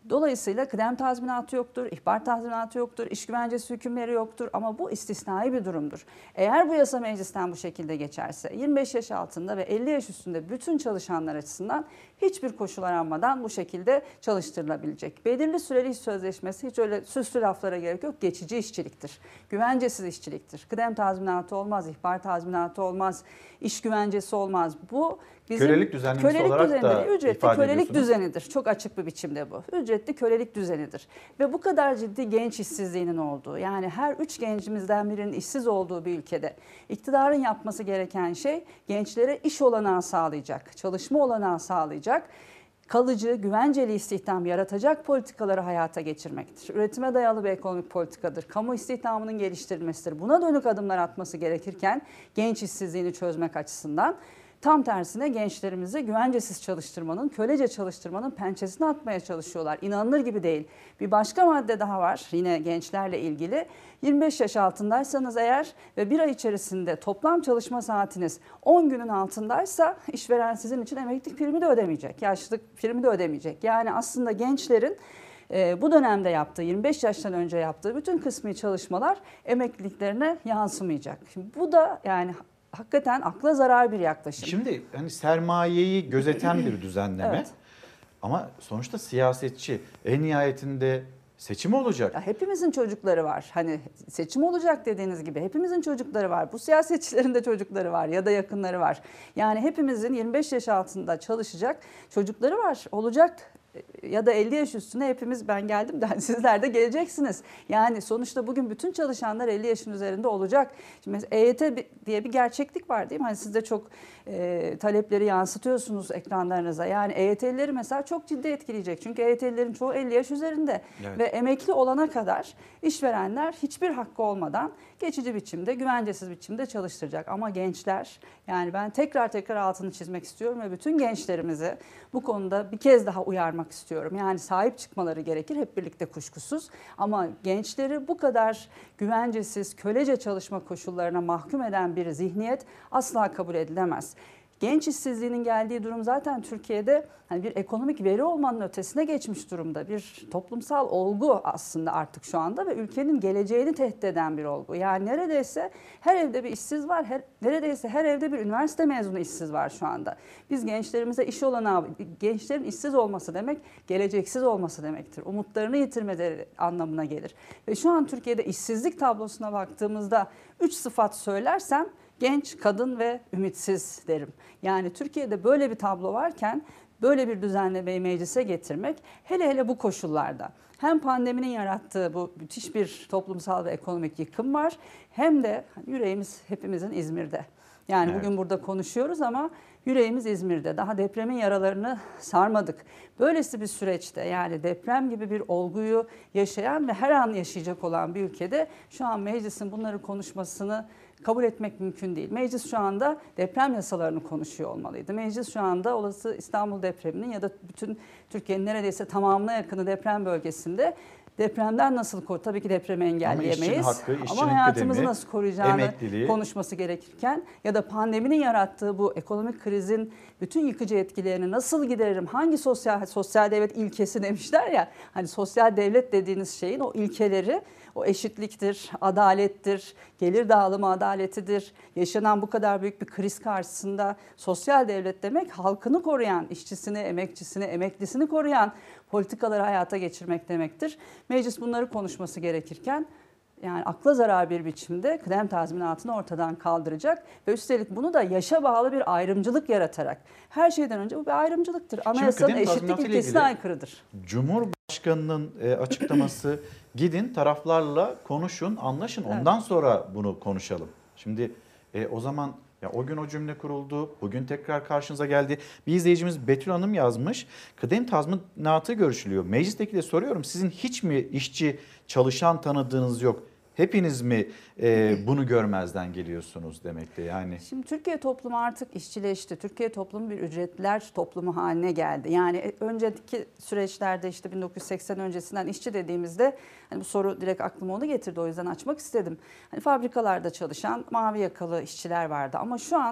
Dolayısıyla kıdem tazminatı yoktur, ihbar tazminatı yoktur, iş güvencesi hükümleri yoktur ama bu istisnai bir durumdur. Eğer bu yasa meclisten bu şekilde geçerse 25 yaş altında ve 50 yaş üstünde bütün çalışanlar açısından hiçbir koşul aranmadan bu şekilde çalıştırılabilecek. Belirli süreli iş sözleşmesi hiç öyle süslü laflara gerek yok. Geçici işçiliktir, güvencesiz işçiliktir. Kıdem tazminatı olmaz, ihbar tazminatı olmaz, iş güvencesi olmaz. Bu bizim kölelik düzenlemesi olarak da ücretli ifade kölelik ediyorsunuz. düzenidir. Çok açık bir biçimde bu. Ücretli kölelik düzenidir. Ve bu kadar ciddi genç işsizliğinin olduğu, yani her 3 gencimizden birinin işsiz olduğu bir ülkede iktidarın yapması gereken şey gençlere iş olanağı sağlayacak, çalışma olanağı sağlayacak, kalıcı, güvenceli istihdam yaratacak politikaları hayata geçirmektir. Üretime dayalı bir ekonomik politikadır. Kamu istihdamının geliştirilmesidir. Buna dönük adımlar atması gerekirken genç işsizliğini çözmek açısından tam tersine gençlerimizi güvencesiz çalıştırmanın, kölece çalıştırmanın pençesine atmaya çalışıyorlar. İnanılır gibi değil. Bir başka madde daha var yine gençlerle ilgili. 25 yaş altındaysanız eğer ve bir ay içerisinde toplam çalışma saatiniz 10 günün altındaysa işveren sizin için emeklilik primi de ödemeyecek, yaşlılık primi de ödemeyecek. Yani aslında gençlerin bu dönemde yaptığı, 25 yaştan önce yaptığı bütün kısmi çalışmalar emekliliklerine yansımayacak. Şimdi bu da yani hakikaten akla zarar bir yaklaşım. Şimdi hani sermayeyi gözeten bir düzenleme Evet. ama sonuçta siyasetçi en nihayetinde seçim olacak. Ya hepimizin çocukları var. Hani seçim olacak dediğiniz gibi hepimizin çocukları var. Bu siyasetçilerin de çocukları var ya da yakınları var. Yani hepimizin 25 yaş altında çalışacak çocukları var. Olacak ya da 50 yaş üstüne hepimiz ben geldim de sizler de geleceksiniz. Yani sonuçta bugün bütün çalışanlar 50 yaşın üzerinde olacak. Şimdi mesela EYT diye bir gerçeklik var değil mi? Hani siz de çok talepleri yansıtıyorsunuz ekranlarınıza. Yani EYT'lileri mesela çok ciddi etkileyecek. Çünkü EYT'lilerin çoğu 50 yaş üzerinde. Evet. Ve emekli olana kadar işverenler hiçbir hakkı olmadan geçici biçimde, güvencesiz biçimde çalıştıracak. Ama gençler, yani ben tekrar altını çizmek istiyorum ve bütün gençlerimizi bu konuda bir kez daha uyarmak istiyorum. Yani sahip çıkmaları gerekir hep birlikte kuşkusuz. Ama gençleri bu kadar güvencesiz, kölece çalışma koşullarına mahkum eden bir zihniyet asla kabul edilemez. Genç işsizliğinin geldiği durum zaten Türkiye'de hani bir ekonomik veri olmanın ötesine geçmiş durumda. Bir toplumsal olgu aslında artık şu anda ve ülkenin geleceğini tehdit eden bir olgu. Yani neredeyse her evde bir işsiz var, neredeyse her evde bir üniversite mezunu işsiz var şu anda. Biz gençlerimize iş olanağı, gençlerin işsiz olması demek geleceksiz olması demektir. Umutlarını yitirmeleri anlamına gelir. Ve şu an Türkiye'de işsizlik tablosuna baktığımızda 3 sıfat söylersem genç, kadın ve ümitsiz derim. Yani Türkiye'de böyle bir tablo varken böyle bir düzenlemeyi meclise getirmek hele bu koşullarda hem pandeminin yarattığı bu müthiş bir toplumsal ve ekonomik yıkım var hem de yüreğimiz hepimizin İzmir'de. Yani Evet. bugün burada konuşuyoruz ama yüreğimiz İzmir'de. Daha depremin yaralarını sarmadık. Böylesi bir süreçte yani deprem gibi bir olguyu yaşayan ve her an yaşayacak olan bir ülkede şu an meclisin bunları konuşmasını kabul etmek mümkün değil. Meclis şu anda deprem yasalarını konuşuyor olmalıydı. Meclis şu anda olası İstanbul depreminin ya da bütün Türkiye'nin neredeyse tamamına yakını deprem bölgesinde depremden nasıl tabii ki depremi engelleyemeyiz. Ama işçinin hakkı, işçinin ama hayatımızı kıdemi, nasıl koruyacağını emekliliği konuşması gerekirken ya da pandeminin yarattığı bu ekonomik krizin bütün yıkıcı etkilerini nasıl gideririm? Hangi sosyal devlet ilkesi demişler ya. Hani sosyal devlet dediğiniz şeyin o ilkeleri, o eşitliktir, adalettir, gelir dağılımı adaletidir. Yaşanan bu kadar büyük bir kriz karşısında sosyal devlet demek halkını koruyan, işçisini, emekçisini, emeklisini koruyan politikaları hayata geçirmek demektir. Meclis bunları konuşması gerekirken yani akla zarar bir biçimde kıdem tazminatını ortadan kaldıracak ve üstelik bunu da yaşa bağlı bir ayrımcılık yaratarak. Her şeyden önce bu bir ayrımcılıktır. Anayasanın kıdem eşitlik tazminatı ile ilkesine ilgili aykırıdır. Cumhurbaşkanının açıklaması gidin taraflarla konuşun, anlaşın ondan sonra bunu konuşalım. Şimdi o zaman ya o gün o cümle kuruldu, bugün tekrar karşınıza geldi. Bir izleyicimiz Betül Hanım yazmış, kıdem tazminatı görüşülüyor. Meclisteki de soruyorum, sizin hiç mi işçi, çalışan tanıdığınız yok? Hepiniz mi bunu görmezden geliyorsunuz demekte yani? Şimdi Türkiye toplumu artık işçileşti. Türkiye toplumu bir ücretliler toplumu haline geldi. Yani önceki süreçlerde işte 1980 öncesinden işçi dediğimizde hani bu soru direkt aklıma onu getirdi. O yüzden açmak istedim. Hani fabrikalarda çalışan mavi yakalı işçiler vardı ama şu an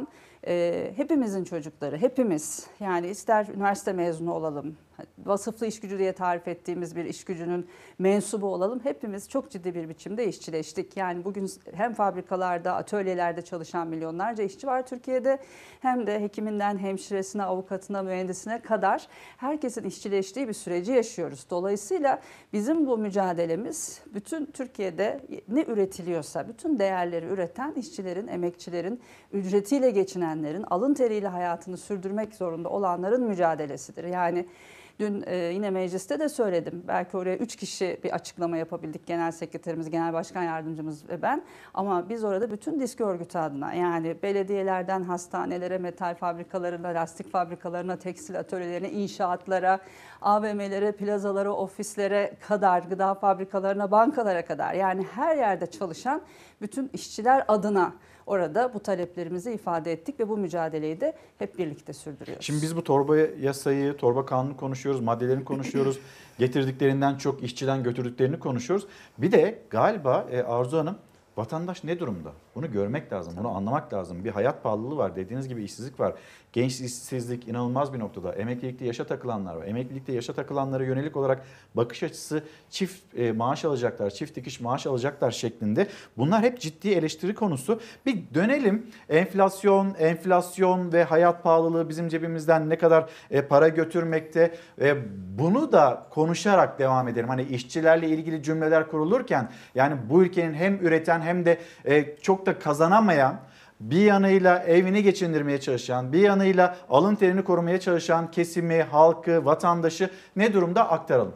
Hepimizin çocukları, hepimiz yani ister üniversite mezunu olalım, vasıflı iş gücü diye tarif ettiğimiz bir iş gücünün mensubu olalım. Hepimiz çok ciddi bir biçimde işçileştik. Yani bugün hem fabrikalarda, atölyelerde çalışan milyonlarca işçi var Türkiye'de. Hem de hekiminden hemşiresine, avukatına, mühendisine kadar herkesin işçileştiği bir süreci yaşıyoruz. Dolayısıyla bizim bu mücadelemiz bütün Türkiye'de ne üretiliyorsa, bütün değerleri üreten işçilerin, emekçilerin, ücretiyle geçinenlerin, alın teriyle hayatını sürdürmek zorunda olanların mücadelesidir. Yani dün yine mecliste de söyledim. Belki oraya 3 kişi bir açıklama yapabildik. Genel sekreterimiz, genel başkan yardımcımız ve ben. Ama biz orada bütün disk örgütü adına yani belediyelerden hastanelere, metal fabrikalarına, lastik fabrikalarına, tekstil atölyelerine, inşaatlara, AVM'lere, plazalara, ofislere kadar, gıda fabrikalarına, bankalara kadar yani her yerde çalışan bütün işçiler adına orada bu taleplerimizi ifade ettik ve bu mücadeleyi de hep birlikte sürdürüyoruz. Şimdi biz bu torba yasayı, torba kanunu konuşuyoruz, maddelerini konuşuyoruz. Getirdiklerinden çok işçiden götürdüklerini konuşuyoruz. Bir de galiba Arzu Hanım, vatandaş ne durumda? Bunu görmek lazım, bunu anlamak lazım. Bir hayat pahalılığı var, dediğiniz gibi işsizlik var. Genç işsizlik inanılmaz bir noktada. Emeklilikte yaşa takılanlar var. Emeklilikte yaşa takılanlara yönelik olarak bakış açısı çift maaş alacaklar, çift dikiş maaş alacaklar şeklinde. Bunlar hep ciddi eleştiri konusu. Bir dönelim enflasyon ve hayat pahalılığı bizim cebimizden ne kadar para götürmekte. Bunu da konuşarak devam edelim. Hani işçilerle ilgili cümleler kurulurken yani bu ülkenin hem üreten hem de çok da kazanamayan, bir yanıyla evini geçindirmeye çalışan, bir yanıyla alın terini korumaya çalışan kesimi, halkı, vatandaşı ne durumda aktaralım.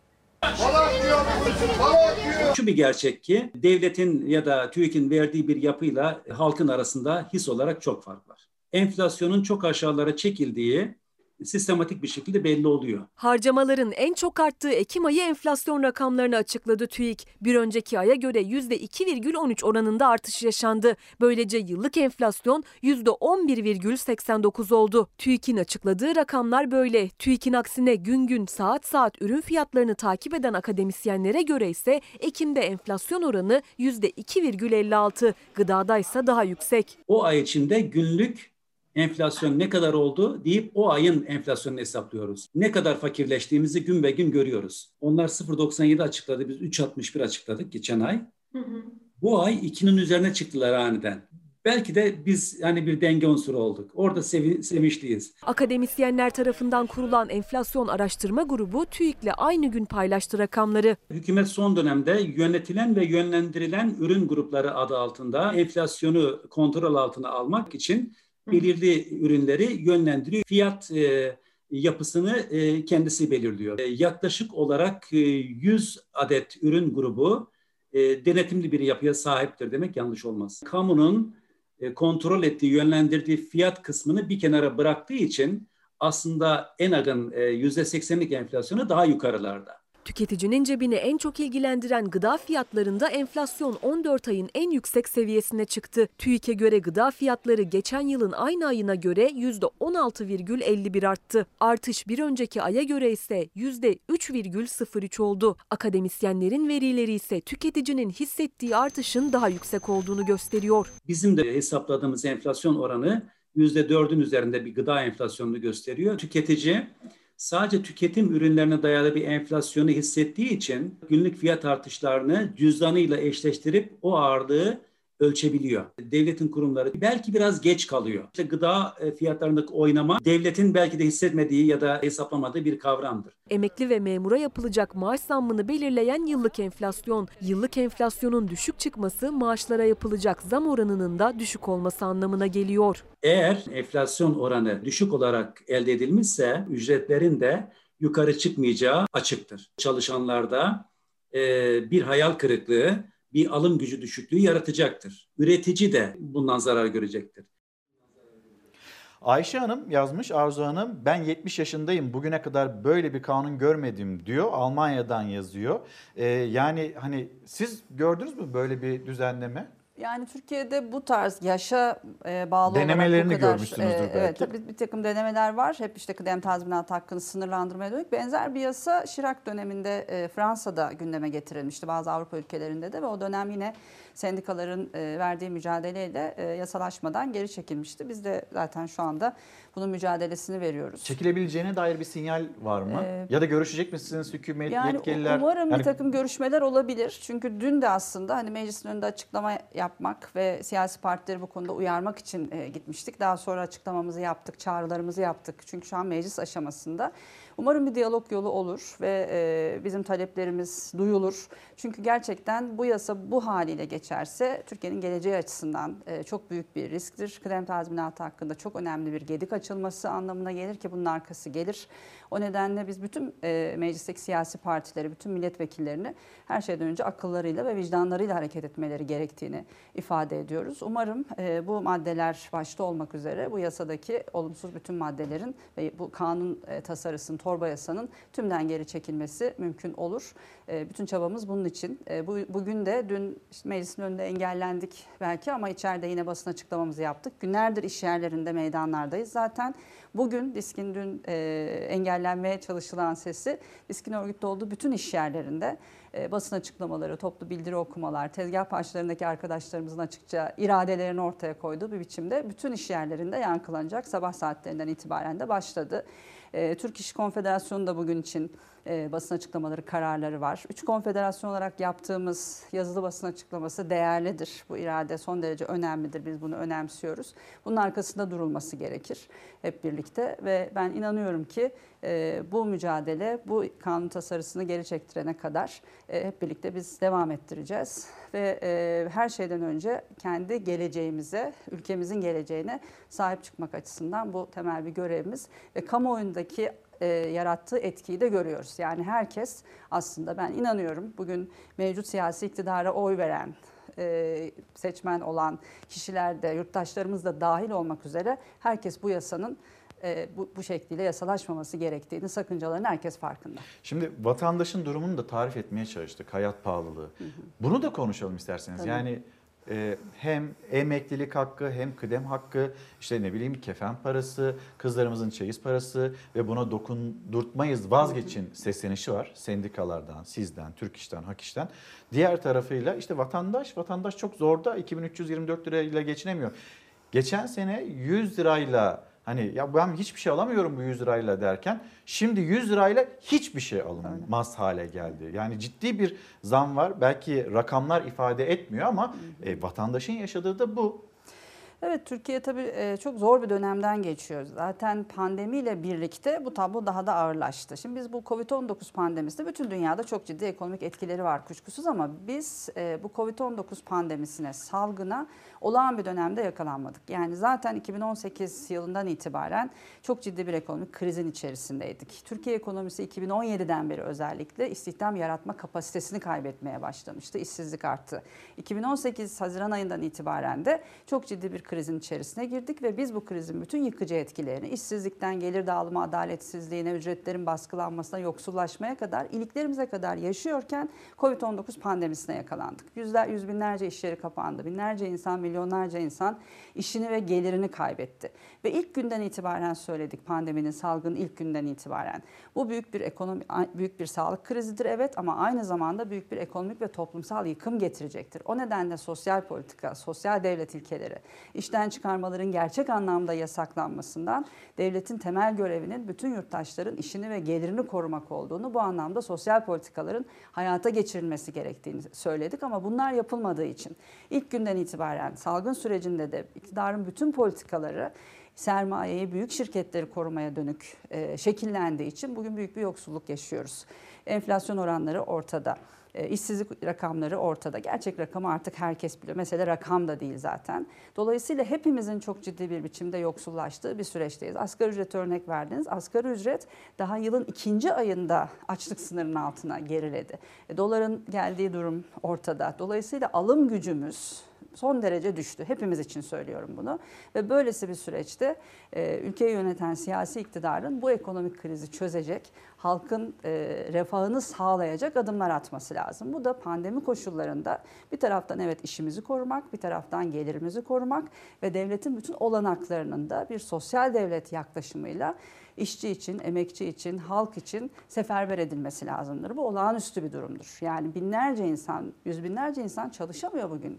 Şu bir gerçek ki devletin ya da TÜİK'in verdiği bir yapıyla halkın arasında his olarak çok fark var. Enflasyonun çok aşağılara çekildiği sistematik bir şekilde belli oluyor. Harcamaların en çok arttığı Ekim ayı enflasyon rakamlarını açıkladı TÜİK. Bir önceki aya göre %2,13 oranında artış yaşandı. Böylece yıllık enflasyon %11,89 oldu. TÜİK'in açıkladığı rakamlar böyle. TÜİK'in aksine gün gün saat saat ürün fiyatlarını takip eden akademisyenlere göre ise Ekim'de enflasyon oranı %2,56. Gıdada ise daha yüksek. O ay içinde günlük enflasyon ne kadar oldu deyip o ayın enflasyonunu hesaplıyoruz. Ne kadar fakirleştiğimizi gün be gün görüyoruz. Onlar 0,97 açıkladı, biz 3,61 açıkladık geçen ay. Bu ay 2'nin üzerine çıktılar aniden. Belki de biz hani bir denge unsuru olduk. Orada sevinçliyiz. Akademisyenler tarafından kurulan enflasyon araştırma grubu TÜİK'le aynı gün paylaştı rakamları. Hükümet son dönemde yönetilen ve yönlendirilen ürün grupları adı altında enflasyonu kontrol altına almak için belirli ürünleri yönlendiriyor. Fiyat yapısını kendisi belirliyor. Yaklaşık olarak 100 adet ürün grubu denetimli bir yapıya sahiptir demek yanlış olmaz. Kamunun kontrol ettiği, yönlendirdiği fiyat kısmını bir kenara bıraktığı için aslında ENAG'ın %80'lik enflasyonu daha yukarılarda. Tüketicinin cebini en çok ilgilendiren gıda fiyatlarında enflasyon 14 ayın en yüksek seviyesine çıktı. TÜİK'e göre gıda fiyatları geçen yılın aynı ayına göre %16,51 arttı. Artış bir önceki aya göre ise %3,03 oldu. Akademisyenlerin verileri ise tüketicinin hissettiği artışın daha yüksek olduğunu gösteriyor. Bizim de hesapladığımız enflasyon oranı %4'ün üzerinde bir gıda enflasyonunu gösteriyor. Tüketici sadece tüketim ürünlerine dayalı bir enflasyonu hissettiği için günlük fiyat artışlarını cüzdanıyla eşleştirip o ağırlığı ölçebiliyor. Devletin kurumları belki biraz geç kalıyor. İşte gıda fiyatlarındaki oynama devletin belki de hissetmediği ya da hesaplamadığı bir kavramdır. Emekli ve memura yapılacak maaş zammını belirleyen yıllık enflasyon. Yıllık enflasyonun düşük çıkması maaşlara yapılacak zam oranının da düşük olması anlamına geliyor. Eğer enflasyon oranı düşük olarak elde edilmişse ücretlerin de yukarı çıkmayacağı açıktır. Çalışanlarda bir hayal kırıklığı, bir alım gücü düşüklüğü yaratacaktır. Üretici de bundan zarar görecektir. Ayşe Hanım yazmış, Arzu Hanım, ben 70 yaşındayım, bugüne kadar böyle bir kanun görmedim diyor. Almanya'dan yazıyor. Yani hani siz gördünüz mü böyle bir düzenleme? Yani Türkiye'de bu tarz yaşa bağlı denemelerini olarak bu kadar görmüşsünüzdür belki. evet, tabii bir takım denemeler var. Hep işte kıdem tazminat hakkını sınırlandırmaya dönük. Benzer bir yasa Chirac döneminde Fransa'da gündeme getirilmişti. Bazı Avrupa ülkelerinde de ve o dönem yine sendikaların verdiği mücadeleyle yasalaşmadan geri çekilmişti. Biz de zaten şu anda bunun mücadelesini veriyoruz. Çekilebileceğine dair bir sinyal var mı? Ya da görüşecek misiniz hükümet, yetkililer? Umarım bir takım görüşmeler olabilir. Çünkü dün de aslında hani meclisin önünde açıklama yapmak ve siyasi partileri bu konuda uyarmak için gitmiştik. Daha sonra açıklamamızı yaptık, çağrılarımızı yaptık. Çünkü şu an meclis aşamasında. Umarım bir diyalog yolu olur ve bizim taleplerimiz duyulur. Çünkü gerçekten bu yasa bu haliyle geçerse Türkiye'nin geleceği açısından çok büyük bir risktir. Kıdem tazminatı hakkında çok önemli bir gedik açılması anlamına gelir ki bunun arkası gelir. O nedenle biz bütün meclisteki siyasi partileri, bütün milletvekillerini her şeyden önce akıllarıyla ve vicdanlarıyla hareket etmeleri gerektiğini ifade ediyoruz. Umarım bu maddeler başta olmak üzere bu yasadaki olumsuz bütün maddelerin ve bu kanun tasarısının, torba yasanın tümden geri çekilmesi mümkün olur. Bütün çabamız bunun için. Bugün de dün işte meclisin önünde engellendik belki ama içeride yine basın açıklamamızı yaptık. Günlerdir iş yerlerinde, meydanlardayız. Zaten bugün DİSK'in dün engellenmeye çalışılan sesi DİSK'in örgütlü olduğu bütün iş yerlerinde basın açıklamaları, toplu bildiri okumalar, tezgah başlarındaki arkadaşlarımızın açıkça iradelerini ortaya koyduğu bir biçimde bütün iş yerlerinde yankılanacak. Sabah saatlerinden itibaren de başladı. Türk İş Konfederasyonu da bugün için basın açıklamaları, kararları var. 3 konfederasyon olarak yaptığımız yazılı basın açıklaması değerlidir. Bu irade son derece önemlidir. Biz bunu önemsiyoruz. Bunun arkasında durulması gerekir hep birlikte ve ben inanıyorum ki bu mücadele, bu kanun tasarısını geri çektirene kadar hep birlikte biz devam ettireceğiz. Ve her şeyden önce kendi geleceğimize, ülkemizin geleceğine sahip çıkmak açısından bu temel bir görevimiz ve kamuoyundaki yarattığı etkiyi de görüyoruz. Yani herkes aslında ben inanıyorum bugün mevcut siyasi iktidara oy veren, seçmen olan kişiler de yurttaşlarımız da dahil olmak üzere herkes bu yasanın bu şekliyle yasalaşmaması gerektiğini, sakıncalarını herkes farkında. Şimdi vatandaşın durumunu da tarif etmeye çalıştık. Hayat pahalılığı. Bunu da konuşalım isterseniz. Tabii. Yani hem emeklilik hakkı hem kıdem hakkı, işte ne bileyim kefen parası, kızlarımızın çeyiz parası ve buna dokundurtmayız, vazgeçin seslenişi var. Sendikalardan, sizden, Türk İş'ten, Hak İş'ten. Diğer tarafıyla işte vatandaş çok zorda, 2324 lirayla geçinemiyor. Geçen sene 100 lirayla hani ya ben hiçbir şey alamıyorum bu 100 lirayla derken şimdi 100 lirayla hiçbir şey alınmaz hale geldi. Yani ciddi bir zam var. Belki rakamlar ifade etmiyor ama vatandaşın yaşadığı da bu. Evet, Türkiye tabii çok zor bir dönemden geçiyor. Zaten pandemiyle birlikte bu tablo daha da ağırlaştı. Şimdi biz bu Covid-19 pandemisinde bütün dünyada çok ciddi ekonomik etkileri var kuşkusuz ama biz bu Covid-19 pandemisine, salgına olağan bir dönemde yakalanmadık. Yani zaten 2018 yılından itibaren çok ciddi bir ekonomik krizin içerisindeydik. Türkiye ekonomisi 2017'den beri özellikle istihdam yaratma kapasitesini kaybetmeye başlamıştı. İşsizlik arttı. 2018 Haziran ayından itibaren de çok ciddi bir krizin içerisine girdik ve biz bu krizin bütün yıkıcı etkilerini işsizlikten gelir dağılımı adaletsizliğine, ücretlerin baskılanmasına, yoksullaşmaya kadar, iliklerimize kadar yaşıyorken Covid-19 pandemisine yakalandık. Yüz binlerce iş yeri kapandı. Binlerce insan, milyonlarca insan işini ve gelirini kaybetti. Ve ilk günden itibaren söyledik, pandeminin, salgının ilk günden itibaren. Bu büyük bir sağlık krizidir evet ama aynı zamanda büyük bir ekonomik ve toplumsal yıkım getirecektir. O nedenle sosyal politika, sosyal devlet ilkeleri, işten çıkarmaların gerçek anlamda yasaklanmasından devletin temel görevinin bütün yurttaşların işini ve gelirini korumak olduğunu, bu anlamda sosyal politikaların hayata geçirilmesi gerektiğini söyledik ama bunlar yapılmadığı için ilk günden itibaren salgın sürecinde de iktidarın bütün politikaları sermayeyi, büyük şirketleri korumaya dönük şekillendiği için bugün büyük bir yoksulluk yaşıyoruz. Enflasyon oranları ortada. İşsizlik rakamları ortada. Gerçek rakamı artık herkes biliyor. Mesele rakam da değil zaten. Dolayısıyla hepimizin çok ciddi bir biçimde yoksullaştığı bir süreçteyiz. Asgari ücret örnek verdiniz. Asgari ücret daha yılın 2. ayında açlık sınırının altına geriledi. Doların geldiği durum ortada. Dolayısıyla alım gücümüz son derece düştü. Hepimiz için söylüyorum bunu. Ve böylesi bir süreçte ülkeyi yöneten siyasi iktidarın bu ekonomik krizi çözecek, halkın refahını sağlayacak adımlar atması lazım. Bu da pandemi koşullarında bir taraftan evet işimizi korumak, bir taraftan gelirimizi korumak ve devletin bütün olanaklarının da bir sosyal devlet yaklaşımıyla işçi için, emekçi için, halk için seferber edilmesi lazımdır. Bu olağanüstü bir durumdur. Yani binlerce insan, yüz binlerce insan çalışamıyor bugün.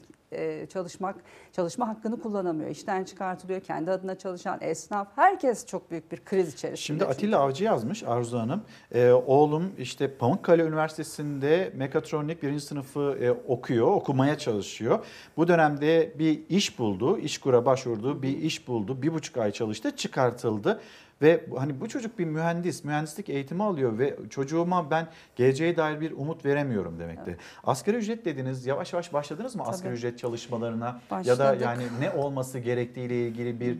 Çalışma hakkını kullanamıyor. İşten çıkartılıyor. Kendi adına çalışan esnaf, herkes çok büyük bir kriz içerisinde. Şimdi Atilla Avcı yazmış Arzu Hanım. Oğlum işte Pamukkale Üniversitesi'nde mekatronik 1. sınıfı okumaya çalışıyor. Bu dönemde bir iş buldu, İşkur'a başvurdu, bir iş buldu, 1,5 ay çalıştı, çıkartıldı. Ve hani bu çocuk bir mühendislik eğitimi alıyor ve çocuğuma ben geleceğe dair bir umut veremiyorum demekti. Evet. Asgari ücret dediniz, yavaş yavaş başladınız mı asgari ücret çalışmalarına? Başladık. Ya da yani ne olması gerektiğiyle ilgili bir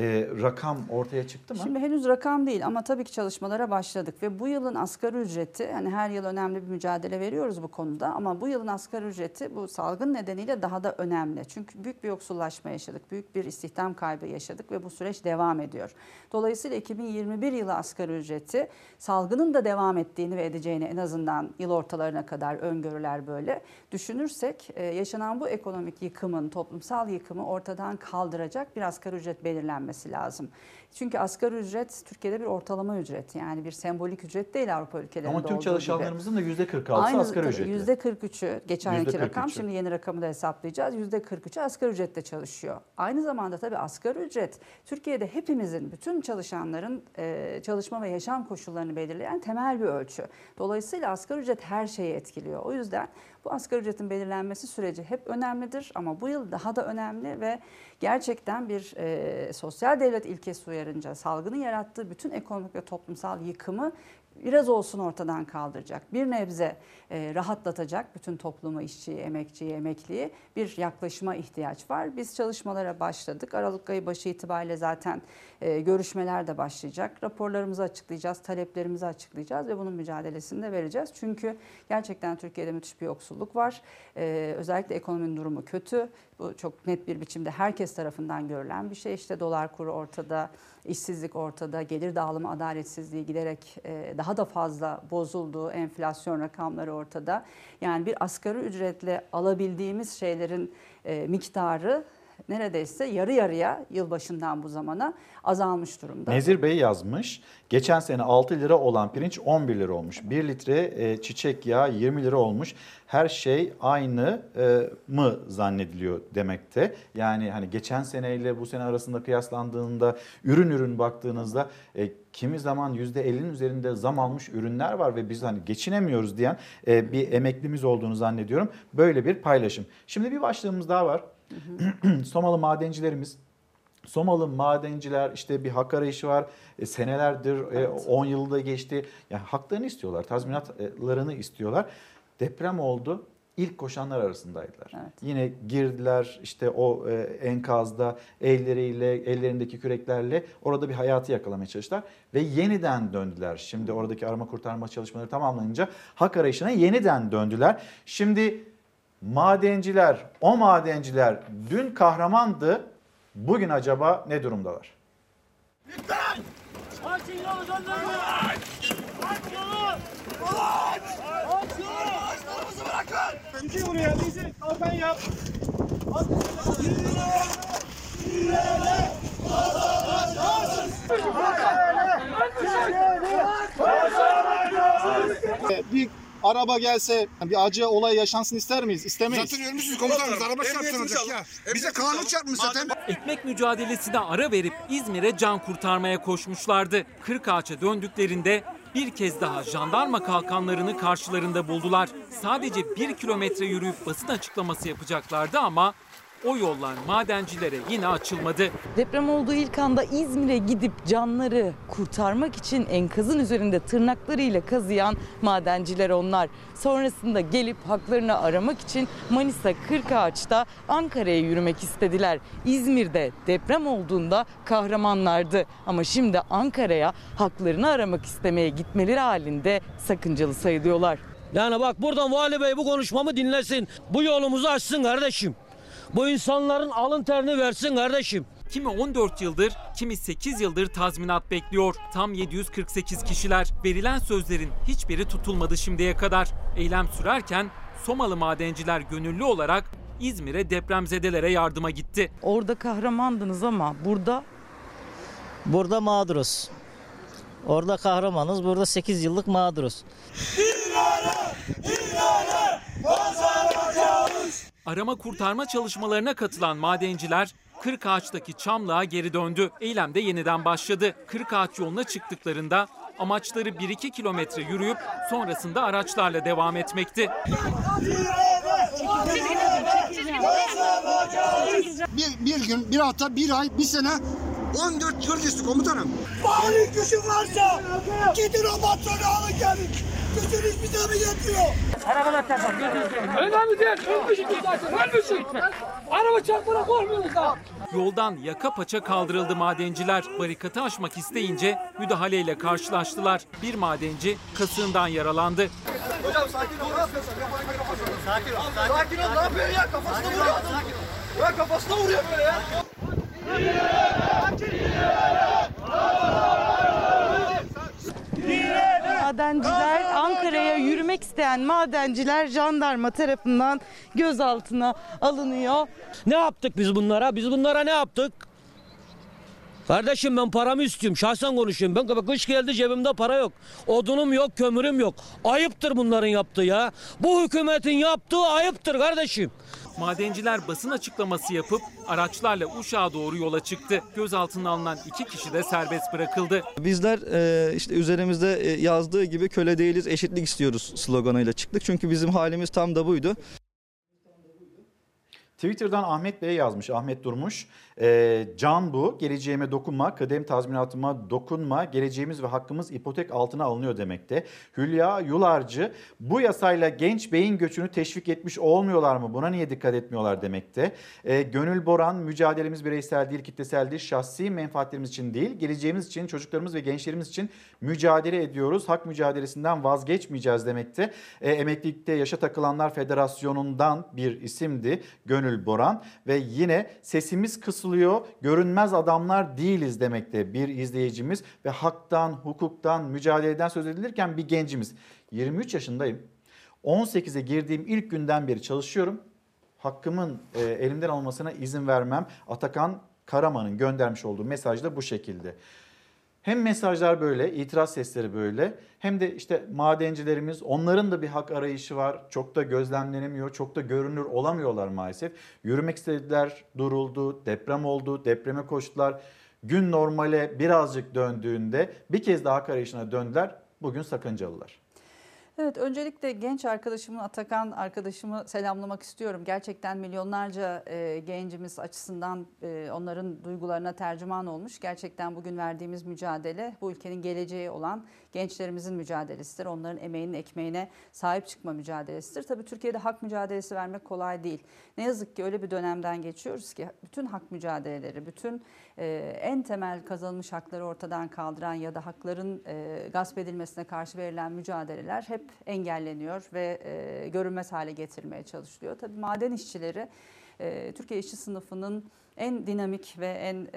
rakam ortaya çıktı mı? Şimdi henüz rakam değil ama tabii ki çalışmalara başladık ve bu yılın asgari ücreti, hani her yıl önemli bir mücadele veriyoruz bu konuda ama bu yılın asgari ücreti bu salgın nedeniyle daha da önemli. Çünkü büyük bir yoksullaşma yaşadık, büyük bir istihdam kaybı yaşadık ve bu süreç devam ediyor. Dolayısıyla 2021 yılı asgari ücreti salgının da devam ettiğini ve edeceğini en azından yıl ortalarına kadar öngörüler böyle düşünürsek yaşanan bu ekonomik yıkımın, toplumsal yıkımı ortadan kaldıracak bir asgari ücret belirlenmesi lazım. Çünkü asgari ücret Türkiye'de bir ortalama ücret, yani bir sembolik ücret değil Avrupa ülkelerinde olduğu gibi. Ama tüm çalışanlarımızın da %46'sı asgari ücretli. %43'ü geçen yılki rakam, şimdi yeni rakamı da hesaplayacağız. %43'ü asgari ücretle çalışıyor. Aynı zamanda tabii asgari ücret Türkiye'de hepimizin, bütün çalışanların çalışma ve yaşam koşullarını belirleyen temel bir ölçü. Dolayısıyla asgari ücret her şeyi etkiliyor. O yüzden bu asgari ücretin belirlenmesi süreci hep önemlidir ama bu yıl daha da önemli ve gerçekten bir sosyal devlet ilkesi uyarınca salgının yarattığı bütün ekonomik ve toplumsal yıkımı biraz olsun ortadan kaldıracak. Bir nebze rahatlatacak bütün toplumu, işçiyi, emekçiyi, emekliyi bir yaklaşıma ihtiyaç var. Biz çalışmalara başladık. Aralık ayı başı itibariyle zaten görüşmeler de başlayacak. Raporlarımızı açıklayacağız, taleplerimizi açıklayacağız ve bunun mücadelesini de vereceğiz. Çünkü gerçekten Türkiye'de müthiş bir yoksulluk var. Özellikle ekonominin durumu kötü. Bu çok net bir biçimde herkes tarafından görülen bir şey. İşte dolar kuru ortada, işsizlik ortada, gelir dağılımı adaletsizliği giderek daha da fazla bozuldu, enflasyon rakamları ortada. Yani bir asgari ücretle alabildiğimiz şeylerin miktarı neredeyse yarı yarıya yılbaşından bu zamana azalmış durumda. Nezir Bey yazmış. Geçen sene 6 lira olan pirinç 11 lira olmuş. 1 litre çiçek yağı 20 lira olmuş. Her şey aynı mı zannediliyor demekte. Yani hani geçen seneyle bu sene arasında kıyaslandığında ürün baktığınızda kimi zaman %50'nin üzerinde zam almış ürünler var ve biz hani geçinemiyoruz diyen bir emeklimiz olduğunu zannediyorum. Böyle bir paylaşım. Şimdi bir başlığımız daha var. Somalı madencilerimiz. Somalı madenciler işte bir hak arayışı var. Senelerdir 10 yılı da geçti. Yani haklarını istiyorlar, tazminatlarını istiyorlar. Deprem oldu. İlk koşanlar arasındaydılar. Evet. Yine girdiler işte o enkazda ellerindeki küreklerle orada bir hayatı yakalamaya çalıştılar ve yeniden döndüler. Şimdi oradaki arama kurtarma çalışmaları tamamlanınca hak arayışına yeniden döndüler. Şimdi o madenciler dün kahramandı. Bugün acaba ne durumdalar? Lütfen! Aç yolu göndermeyin! Aç yolu! Aç yolu! Ağaçlarımızı bırakın! Bizi buraya, bizi kalkan yap! Bir araba gelse bir acı olay yaşansın ister miyiz? İstemeyiz. Zaten ölmüşüz komutanımız. Araba çarptıracak ya. Bize kanun çarpmış zaten. Ekmek mücadelesine ara verip İzmir'e can kurtarmaya koşmuşlardı. Kırkağaç'a döndüklerinde bir kez daha jandarma kalkanlarını karşılarında buldular. Sadece 1 kilometre yürüyüp basın açıklaması yapacaklardı ama o yollar madencilere yine açılmadı. Deprem olduğu ilk anda İzmir'e gidip canları kurtarmak için enkazın üzerinde tırnaklarıyla kazıyan madenciler onlar. Sonrasında gelip haklarını aramak için Manisa Kırkağaç'ta Ankara'ya yürümek istediler. İzmir'de deprem olduğunda kahramanlardı ama şimdi Ankara'ya haklarını aramak istemeye gitmeleri halinde sakıncalı sayılıyorlar. Yani bak buradan Vali Bey bu konuşmamı dinlesin. Bu yolumuzu açsın kardeşim. Bu insanların alın terini versin kardeşim. Kimi 14 yıldır, kimi 8 yıldır tazminat bekliyor. Tam 748 kişiler. Verilen sözlerin hiçbiri tutulmadı şimdiye kadar. Eylem sürerken Somalı madenciler gönüllü olarak İzmir'e depremzedelere yardıma gitti. Orada kahramandınız ama Burada mağduruz. Orada kahramanız, burada 8 yıllık mağduruz. Arama kurtarma çalışmalarına katılan madenciler Kırkağaç'taki Çamlığa geri döndü. Eylem de yeniden başladı. Kırkağaç yoluna çıktıklarında amaçları 1-2 kilometre yürüyüp sonrasında araçlarla devam etmekti. Bir gün, bir hafta, bir ay, bir sene 14 yıl geçti komutanım. Bari gücün varsa gidin o patronu alın gelin. Gücün hiçbir zaman yetmiyor. Arabalar çarpar. Önemli değil. Ölmüşsün zaten. Ölmüşsün. Araba çarpmana korkmuyoruz da. Yoldan yaka paça kaldırıldı madenciler. Barikatı aşmak isteyince müdahaleyle karşılaştılar. Bir madenci kasığından yaralandı. Hocam sakin ol. Sakin ol. Sakin ol. Ne yapıyorsun ya? Kafasına vuruyor adam. Ya kafasına vuruyor böyle ya. Madenciler, Ankara'ya yürümek isteyen madenciler jandarma tarafından gözaltına alınıyor. Ne yaptık biz bunlara? Biz bunlara ne yaptık? Kardeşim ben paramı istiyorum. Şahsen konuşuyorum. Ben kış geldi cebimde para yok. Odunum yok, kömürüm yok. Ayıptır bunların yaptığı ya. Bu hükümetin yaptığı ayıptır kardeşim. Madenciler basın açıklaması yapıp araçlarla Uşak'a doğru yola çıktı. Gözaltına alınan 2 kişi de serbest bırakıldı. Bizler işte üzerimizde yazdığı gibi köle değiliz, eşitlik istiyoruz sloganıyla çıktık. Çünkü bizim halimiz tam da buydu. Twitter'dan Ahmet Bey yazmış, Ahmet Durmuş. Can bu, geleceğime dokunma, kıdem tazminatıma dokunma, geleceğimiz ve hakkımız ipotek altına alınıyor demekte. Hülya Yularcı, bu yasayla genç beyin göçünü teşvik etmiş olmuyorlar mı? Buna niye dikkat etmiyorlar demekte. Gönül Boran, mücadelemiz bireysel değil, kitlesel değil, şahsi menfaatlerimiz için değil, geleceğimiz için, çocuklarımız ve gençlerimiz için mücadele ediyoruz. Hak mücadelesinden vazgeçmeyeceğiz demekte. Emeklilikte Yaşa Takılanlar Federasyonu'ndan bir isimdi Gönül Boran ve yine sesimiz kısılıyor, görünmez adamlar değiliz demekte bir izleyicimiz ve haktan, hukuktan, mücadeleden söz edilirken bir gencimiz. 23 yaşındayım. 18'e girdiğim ilk günden beri çalışıyorum. Hakkımın elimden alınmasına izin vermem. Atakan Karaman'ın göndermiş olduğu mesaj da bu şekilde. Hem mesajlar böyle, itiraz sesleri böyle, hem de işte madencilerimiz, onların da bir hak arayışı var. Çok da gözlemlenemiyor, çok da görünür olamıyorlar maalesef. Yürümek istediler, duruldu, deprem oldu, depreme koştular. Gün normale birazcık döndüğünde bir kez daha hak arayışına döndüler. Bugün sakıncalılar. Evet, öncelikle genç arkadaşımı, Atakan arkadaşımı selamlamak istiyorum. Gerçekten milyonlarca gencimiz açısından onların duygularına tercüman olmuş. Gerçekten bugün verdiğimiz mücadele bu ülkenin geleceği olan gençlerimizin mücadelesidir. Onların emeğinin ekmeğine sahip çıkma mücadelesidir. Tabii Türkiye'de hak mücadelesi vermek kolay değil. Ne yazık ki öyle bir dönemden geçiyoruz ki bütün hak mücadeleleri, bütün en temel kazanılmış hakları ortadan kaldıran ya da hakların gasp edilmesine karşı verilen mücadeleler hep engelleniyor ve görünmez hale getirilmeye çalışılıyor. Tabii maden işçileri Türkiye işçi sınıfının en dinamik ve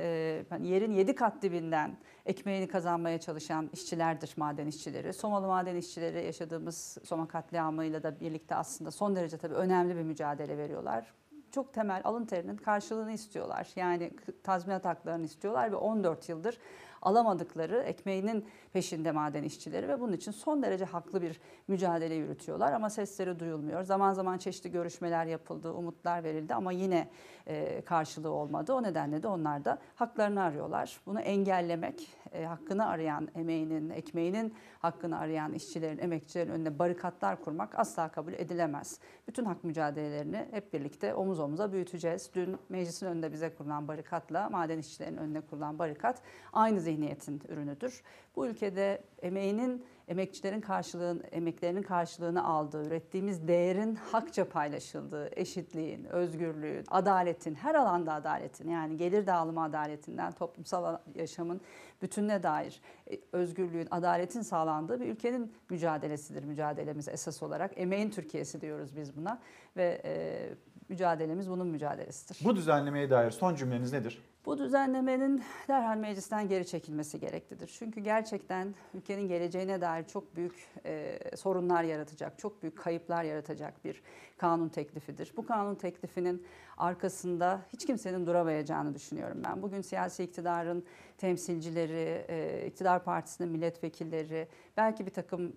yerin 7 kat dibinden ekmeğini kazanmaya çalışan işçilerdir maden işçileri. Somalı maden işçileri yaşadığımız Soma katliamıyla da birlikte aslında son derece tabii önemli bir mücadele veriyorlar. Çok temel alın terinin karşılığını istiyorlar. Yani tazminat haklarını istiyorlar ve 14 yıldır alamadıkları ekmeğinin peşinde maden işçileri ve bunun için son derece haklı bir mücadele yürütüyorlar ama sesleri duyulmuyor. Zaman zaman çeşitli görüşmeler yapıldı, umutlar verildi ama yine karşılığı olmadı. O nedenle de onlar da haklarını arıyorlar. Bunu engellemek, hakkını arayan emeğinin, ekmeğinin hakkını arayan işçilerin, emekçilerin önüne barikatlar kurmak asla kabul edilemez. Bütün hak mücadelelerini hep birlikte omuz omuza büyüteceğiz. Dün meclisin önünde bize kurulan barikatla maden işçilerinin önüne kurulan barikat aynı zihniyetin ürünüdür. Bu ülkede emeğinin emekçilerin emeklerinin karşılığını aldığı, ürettiğimiz değerin hakça paylaşıldığı, eşitliğin, özgürlüğün, adaletin, her alanda adaletin, yani gelir dağılımı adaletinden toplumsal yaşamın bütününe dair özgürlüğün, adaletin sağlandığı bir ülkenin mücadelesidir. Mücadelemiz esas olarak emeğin Türkiye'si diyoruz biz buna ve mücadelemiz bunun mücadelesidir. Bu düzenlemeye dair son cümleniz nedir? Bu düzenlemenin derhal meclisten geri çekilmesi gereklidir. Çünkü gerçekten ülkenin geleceğine dair çok büyük sorunlar yaratacak, çok büyük kayıplar yaratacak bir kanun teklifidir. Bu kanun teklifinin arkasında hiç kimsenin duramayacağını düşünüyorum ben. Bugün siyasi iktidarın temsilcileri, iktidar partisinin milletvekilleri, belki bir takım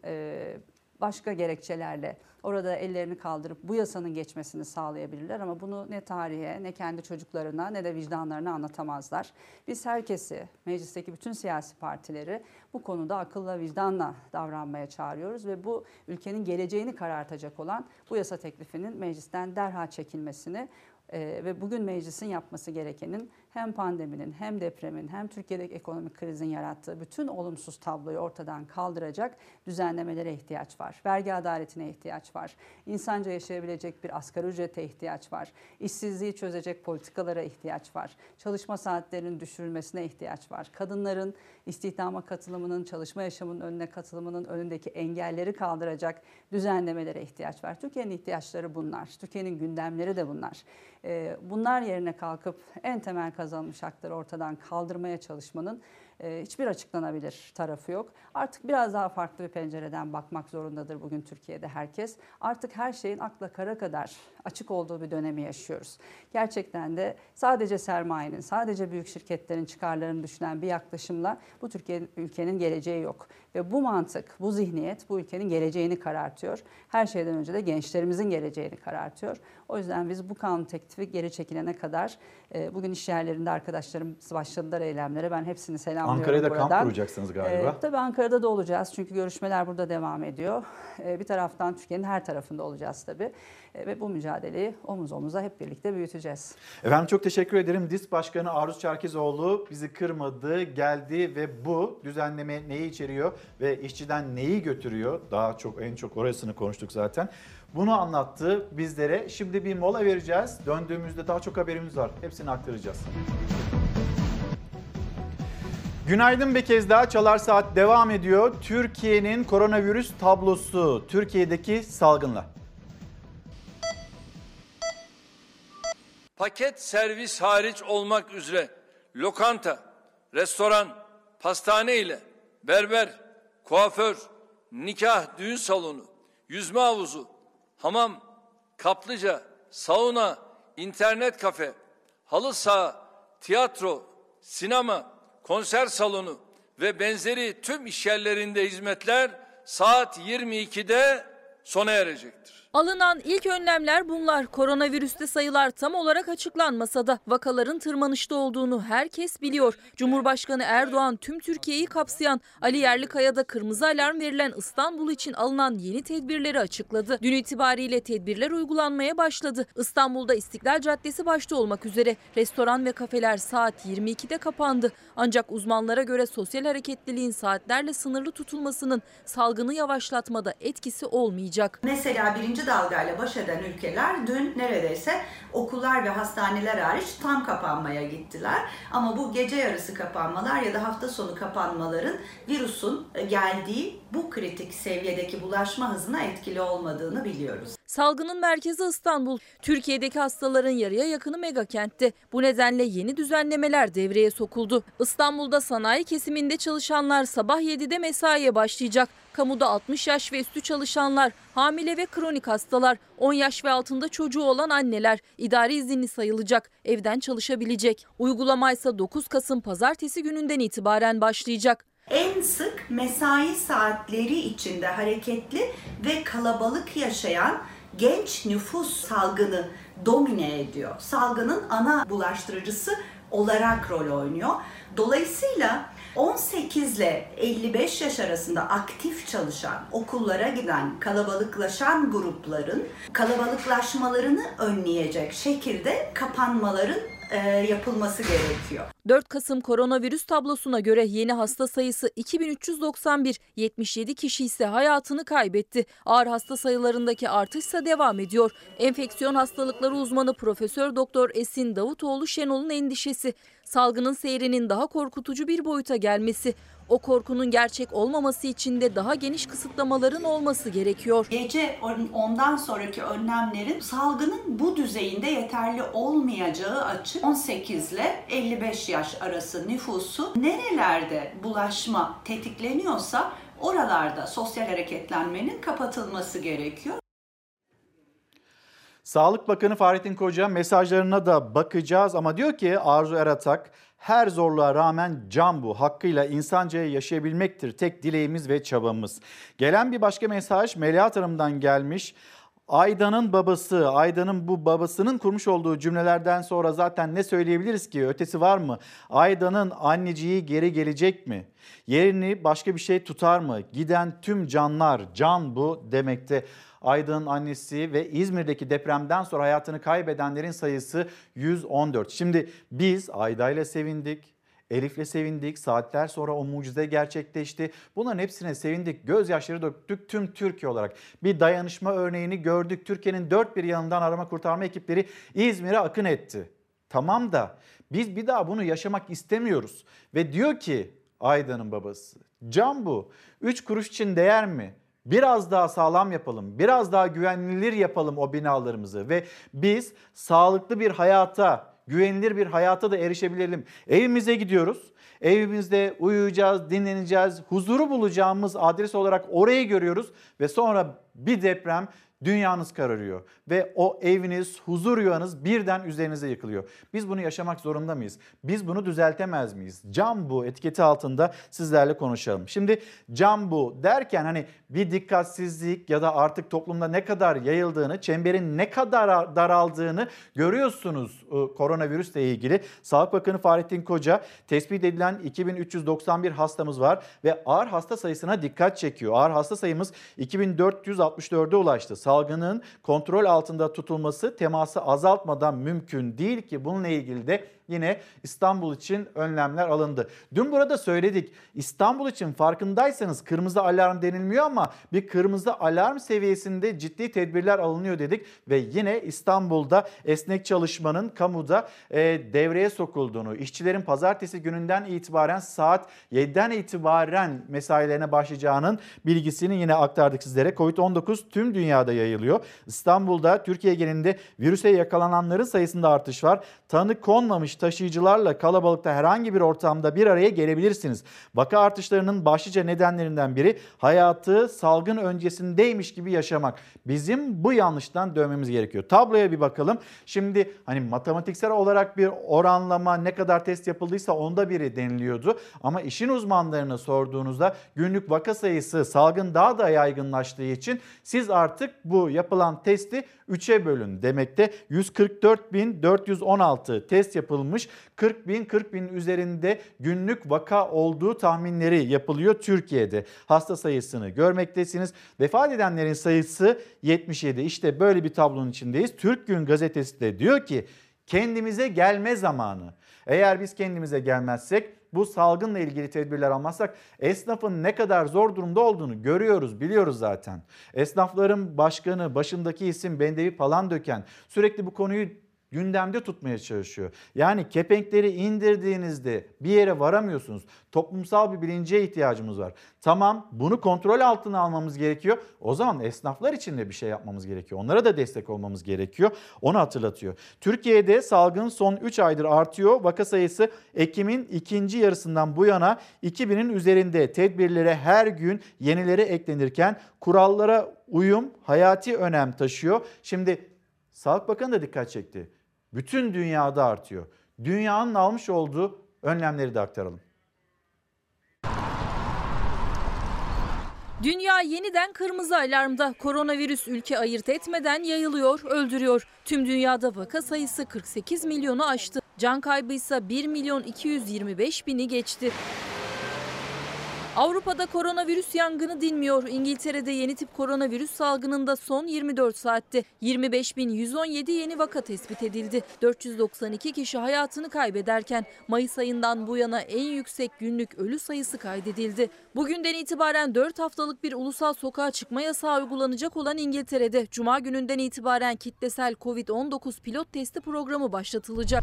başka gerekçelerle orada ellerini kaldırıp bu yasanın geçmesini sağlayabilirler ama bunu ne tarihe, ne kendi çocuklarına, ne de vicdanlarına anlatamazlar. Biz herkesi, meclisteki bütün siyasi partileri bu konuda akılla, vicdanla davranmaya çağırıyoruz ve bu ülkenin geleceğini karartacak olan bu yasa teklifinin meclisten derhal çekilmesini ve bugün meclisin yapması gerekenin hem pandeminin hem depremin hem Türkiye'deki ekonomik krizin yarattığı bütün olumsuz tabloyu ortadan kaldıracak düzenlemelere ihtiyaç var. Vergi adaletine ihtiyaç var. İnsanca yaşayabilecek bir asgari ücrete ihtiyaç var. İşsizliği çözecek politikalara ihtiyaç var. Çalışma saatlerinin düşürülmesine ihtiyaç var. Kadınların istihdama katılımının, çalışma yaşamının önüne katılımının önündeki engelleri kaldıracak düzenlemelere ihtiyaç var. Türkiye'nin ihtiyaçları bunlar. Türkiye'nin gündemleri de bunlar. Bunlar yerine kalkıp en temel kazanılmış hakları ortadan kaldırmaya çalışmanın hiçbir açıklanabilir tarafı yok. Artık biraz daha farklı bir pencereden bakmak zorundadır bugün Türkiye'de herkes. Artık her şeyin akla kara kadar açık olduğu bir dönemi yaşıyoruz. Gerçekten de sadece sermayenin, sadece büyük şirketlerin çıkarlarını düşünen bir yaklaşımla bu ülkenin geleceği yok. Ve bu mantık, bu zihniyet bu ülkenin geleceğini karartıyor. Her şeyden önce de gençlerimizin geleceğini karartıyor. O yüzden biz bu kanun teklifi geri çekilene kadar bugün iş yerlerinde arkadaşlarımız başladılar eylemlere. Ben hepsini selamlıyorum Ankara'da buradan. kamp kuracaksınız galiba. Tabii Ankara'da da olacağız çünkü görüşmeler burada devam ediyor. Bir taraftan Türkiye'nin her tarafında olacağız tabii. Ve bu mücadeleyi omuz omuza hep birlikte büyüteceğiz. Efendim çok teşekkür ederim. DİSK Başkanı Aruz Çerkezoğlu bizi kırmadı, geldi ve bu düzenleme neyi içeriyor ve işçiden neyi götürüyor? En çok orasını konuştuk zaten. Bunu anlattı bizlere. Şimdi bir mola vereceğiz. Döndüğümüzde daha çok haberimiz var. Hepsini aktaracağız. Günaydın bir kez daha Çalar Saat devam ediyor. Türkiye'nin koronavirüs tablosu, Türkiye'deki salgınla. Paket servis hariç olmak üzere lokanta, restoran, pastane ile berber, kuaför, nikah, düğün salonu, yüzme havuzu, hamam, kaplıca, sauna, internet kafe, halı saha, tiyatro, sinema, konser salonu ve benzeri tüm işyerlerinde hizmetler saat 22'de sona erecektir. Alınan ilk önlemler bunlar. Koronavirüste sayılar tam olarak açıklanmasa da vakaların tırmanışta olduğunu herkes biliyor. Cumhurbaşkanı Erdoğan tüm Türkiye'yi kapsayan Ali Yerlikaya'da kırmızı alarm verilen İstanbul için alınan yeni tedbirleri açıkladı. Dün itibariyle tedbirler uygulanmaya başladı. İstanbul'da İstiklal Caddesi başta olmak üzere restoran ve kafeler saat 22'de kapandı. Ancak uzmanlara göre sosyal hareketliliğin saatlerle sınırlı tutulmasının salgını yavaşlatmada etkisi olmayacak. Mesela birinci dalgayla baş eden ülkeler dün neredeyse okullar ve hastaneler hariç tam kapanmaya gittiler. Ama bu gece yarısı kapanmalar ya da hafta sonu kapanmaların virüsün geldiği bu kritik seviyedeki bulaşma hızına etkili olmadığını biliyoruz. Salgının merkezi İstanbul. Türkiye'deki hastaların yarıya yakını megakentte. Bu nedenle yeni düzenlemeler devreye sokuldu. İstanbul'da sanayi kesiminde çalışanlar sabah 7'de mesaiye başlayacak. Kamuda 60 yaş ve üstü çalışanlar, hamile ve kronik hastalar, 10 yaş ve altında çocuğu olan anneler idari izinli sayılacak, evden çalışabilecek. Uygulama ise 9 Kasım Pazartesi gününden itibaren başlayacak. En sık mesai saatleri içinde hareketli ve kalabalık yaşayan genç nüfus salgını domine ediyor. Salgının ana bulaştırıcısı olarak rol oynuyor. Dolayısıyla 18 ile 55 yaş arasında aktif çalışan, okullara giden, kalabalıklaşan grupların kalabalıklaşmalarını önleyecek şekilde kapanmaların yapılması gerekiyor. 4 Kasım koronavirüs tablosuna göre yeni hasta sayısı 2391, 77 kişi ise hayatını kaybetti. Ağır hasta sayılarındaki artışsa devam ediyor. Enfeksiyon hastalıkları uzmanı Profesör Doktor Esin Davutoğlu Şenol'un endişesi, salgının seyrinin daha korkutucu bir boyuta gelmesi. O korkunun gerçek olmaması için de daha geniş kısıtlamaların olması gerekiyor. Gece ondan sonraki önlemlerin salgının bu düzeyinde yeterli olmayacağı açık. 18 ile 55 yaş arası nüfusu nerelerde bulaşma tetikleniyorsa oralarda sosyal hareketlenmenin kapatılması gerekiyor. Sağlık Bakanı Fahrettin Koca mesajlarına da bakacağız ama diyor ki Arzu Eratak, her zorluğa rağmen can bu, hakkıyla insanca yaşayabilmektir tek dileğimiz ve çabamız. Gelen bir başka mesaj Melahat Hanım'dan gelmiş. Aydan'ın babası, Aydan'ın bu babasının kurmuş olduğu cümlelerden sonra zaten ne söyleyebiliriz ki? Ötesi var mı? Aydan'ın anneciği geri gelecek mi? Yerini başka bir şey tutar mı? Giden tüm canlar can bu demekte. Aydan'ın annesi ve İzmir'deki depremden sonra hayatını kaybedenlerin sayısı 114. Şimdi biz Ayda'yla sevindik, Elif'le sevindik. Saatler sonra o mucize gerçekleşti. Bunların hepsine sevindik. Gözyaşları döktük tüm Türkiye olarak. Bir dayanışma örneğini gördük. Türkiye'nin dört bir yanından arama kurtarma ekipleri İzmir'e akın etti. Tamam da biz bir daha bunu yaşamak istemiyoruz. Ve diyor ki Ayda'nın babası, can bu. 3 kuruş için değer mi? Biraz daha sağlam yapalım, biraz daha güvenilir yapalım o binalarımızı ve biz sağlıklı bir hayata, güvenilir bir hayata da erişebilelim. Evimize gidiyoruz, evimizde uyuyacağız, dinleneceğiz, huzuru bulacağımız adres olarak orayı görüyoruz ve sonra bir deprem, dünyanız kararıyor ve o eviniz, huzur yuvanız birden üzerinize yıkılıyor. Biz bunu yaşamak zorunda mıyız? Biz bunu düzeltemez miyiz? Can bu etiketi altında sizlerle konuşalım. Şimdi can bu derken hani bir dikkatsizlik ya da artık toplumda ne kadar yayıldığını, çemberin ne kadar daraldığını görüyorsunuz koronavirüsle ilgili. Sağlık Bakanı Fahrettin Koca tespit edilen 2391 hastamız var ve ağır hasta sayısına dikkat çekiyor. Ağır hasta sayımız 2464'e ulaştı. Salgının kontrol altında tutulması teması azaltmadan mümkün değil ki bununla ilgili de yine İstanbul için önlemler alındı. Dün burada söyledik. İstanbul için farkındaysanız kırmızı alarm denilmiyor ama bir kırmızı alarm seviyesinde ciddi tedbirler alınıyor dedik ve yine İstanbul'da esnek çalışmanın kamuda devreye sokulduğunu, işçilerin pazartesi gününden itibaren saat 7'den itibaren mesailerine başlayacağının bilgisini yine aktardık sizlere. Covid-19 tüm dünyada yayılıyor. İstanbul'da Türkiye genelinde virüse yakalananların sayısında artış var. Tanı konmamış taşıyıcılarla kalabalıkta herhangi bir ortamda bir araya gelebilirsiniz. Vaka artışlarının başlıca nedenlerinden biri hayatı salgın öncesindeymiş gibi yaşamak. Bizim bu yanlıştan dönmemiz gerekiyor. Tabloya bir bakalım. Şimdi hani matematiksel olarak bir oranlama ne kadar test yapıldıysa onda biri deniliyordu. Ama işin uzmanlarına sorduğunuzda günlük vaka sayısı salgın daha da yaygınlaştığı için siz artık bu yapılan testi 3'e bölün demekte. 144.416 test yapılmış. 40.000 üzerinde günlük vaka olduğu tahminleri yapılıyor Türkiye'de. Hasta sayısını görmektesiniz. Vefat edenlerin sayısı 77. İşte böyle bir tablonun içindeyiz. Türk Gün gazetesi de diyor ki kendimize gelme zamanı. Eğer biz kendimize gelmezsek, bu salgınla ilgili tedbirler almazsak esnafın ne kadar zor durumda olduğunu görüyoruz, biliyoruz zaten. Esnafların başkanı, başındaki isim Bendevi Palandöken sürekli bu konuyu gündemde tutmaya çalışıyor. Yani kepenkleri indirdiğinizde bir yere varamıyorsunuz. Toplumsal bir bilince ihtiyacımız var. Tamam, bunu kontrol altına almamız gerekiyor. O zaman esnaflar için de bir şey yapmamız gerekiyor. Onlara da destek olmamız gerekiyor. Onu hatırlatıyor. Türkiye'de salgın son 3 aydır artıyor. Vaka sayısı Ekim'in ikinci yarısından bu yana 2000'in üzerinde. Tedbirlere her gün yenileri eklenirken kurallara uyum hayati önem taşıyor. Şimdi Sağlık Bakanı da dikkat çekti. Bütün dünyada artıyor. Dünyanın almış olduğu önlemleri de aktaralım. Dünya yeniden kırmızı alarmda. Koronavirüs ülke ayırt etmeden yayılıyor, öldürüyor. Tüm dünyada vaka sayısı 48 milyonu aştı. Can kaybı ise 1.225.000'i geçti. Avrupa'da koronavirüs yangını dinmiyor. İngiltere'de yeni tip koronavirüs salgınında son 24 saatte 25.117 yeni vaka tespit edildi. 492 kişi hayatını kaybederken Mayıs ayından bu yana en yüksek günlük ölü sayısı kaydedildi. Bugünden itibaren 4 haftalık bir ulusal sokağa çıkma yasağı uygulanacak olan İngiltere'de Cuma gününden itibaren kitlesel Covid-19 pilot testi programı başlatılacak.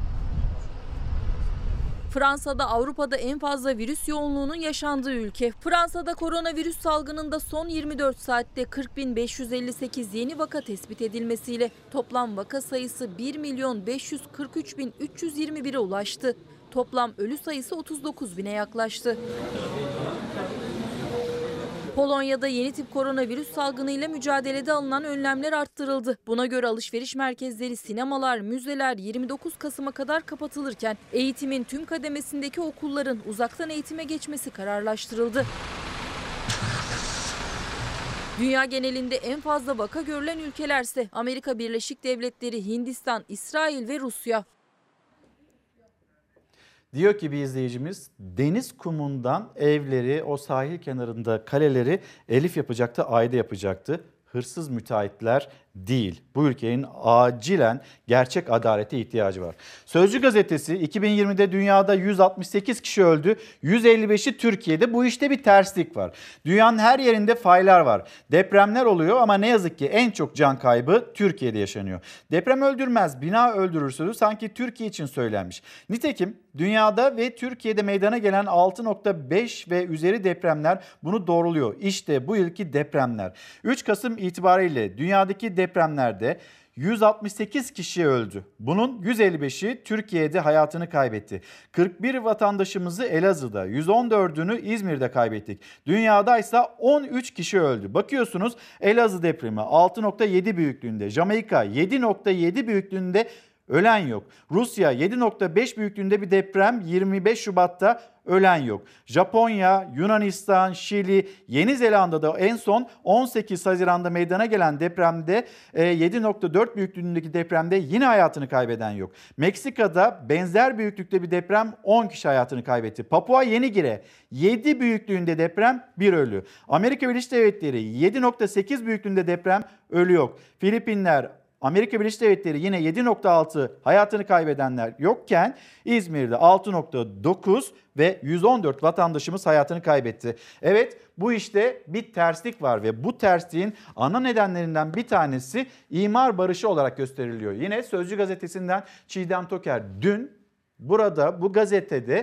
Fransa'da Avrupa'da en fazla virüs yoğunluğunun yaşandığı ülke. Fransa'da koronavirüs salgınında son 24 saatte 40.558 yeni vaka tespit edilmesiyle toplam vaka sayısı 1.543.321'e ulaştı. Toplam ölü sayısı 39.000'e yaklaştı. Polonya'da yeni tip koronavirüs salgınıyla mücadelede alınan önlemler arttırıldı. Buna göre alışveriş merkezleri, sinemalar, müzeler 29 Kasım'a kadar kapatılırken eğitimin tüm kademesindeki okulların uzaktan eğitime geçmesi kararlaştırıldı. Dünya genelinde en fazla vaka görülen ülkelerse Amerika Birleşik Devletleri, Hindistan, İsrail ve Rusya. Diyor ki bir izleyicimiz, deniz kumundan evleri, o sahil kenarında kaleleri Elif yapacaktı, Ayda yapacaktı. Hırsız müteahhitler değil. Bu ülkenin acilen gerçek adalete ihtiyacı var. Sözcü gazetesi 2020'de dünyada 168 kişi öldü. 155'i Türkiye'de. Bu işte bir terslik var. Dünyanın her yerinde faylar var. Depremler oluyor ama ne yazık ki en çok can kaybı Türkiye'de yaşanıyor. Deprem öldürmez, bina öldürür sözü sanki Türkiye için söylenmiş. Nitekim dünyada ve Türkiye'de meydana gelen 6.5 ve üzeri depremler bunu doğruluyor. İşte bu yılki depremler. 3 Kasım itibariyle dünyadaki depremlerde 168 kişi öldü. Bunun 155'i Türkiye'de hayatını kaybetti. 41 vatandaşımızı Elazığ'da, 114'ünü İzmir'de kaybettik. Dünyada ise 13 kişi öldü. Bakıyorsunuz Elazığ depremi 6.7 büyüklüğünde, Jamaika 7.7 büyüklüğünde ölen yok. Rusya 7.5 büyüklüğünde bir deprem 25 Şubat'ta ölen yok. Japonya, Yunanistan, Şili, Yeni Zelanda'da en son 18 Haziran'da meydana gelen depremde 7.4 büyüklüğündeki depremde yine hayatını kaybeden yok. Meksika'da benzer büyüklükte bir deprem 10 kişi hayatını kaybetti. Papua Yeni Gine 7 büyüklüğünde deprem 1 ölü. Amerika Birleşik Devletleri 7.8 büyüklüğünde deprem ölü yok. Filipinler, Amerika Birleşik Devletleri yine 7.6 hayatını kaybedenler yokken İzmir'de 6.9 ve 114 vatandaşımız hayatını kaybetti. Evet, bu işte bir terslik var ve bu tersliğin ana nedenlerinden bir tanesi imar barışı olarak gösteriliyor. Yine Sözcü gazetesinden Çiğdem Toker dün burada bu gazetede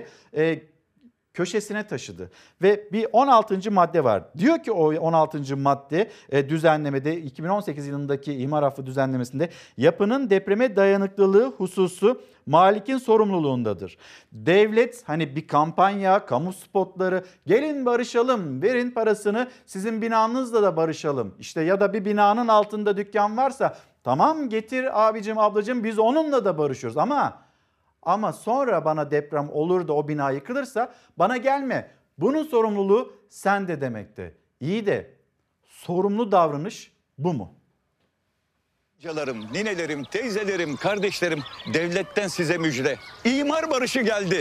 köşesine taşıdı ve bir 16. madde var. Diyor ki o 16. madde düzenlemede 2018 yılındaki imar affı düzenlemesinde yapının depreme dayanıklılığı hususu malikin sorumluluğundadır. Devlet hani bir kampanya, kamu spotları, gelin barışalım, verin parasını, sizin binanızla da barışalım. İşte ya da bir binanın altında dükkan varsa tamam getir abicim ablacığım biz onunla da barışıyoruz ama sonra bana deprem olur da o bina yıkılırsa bana gelme. Bunun sorumluluğu sende demekte. İyi de sorumlu davranış bu mu? Amcalarım, ninelerim, teyzelerim, kardeşlerim, devletten size müjde. İmar barışı geldi.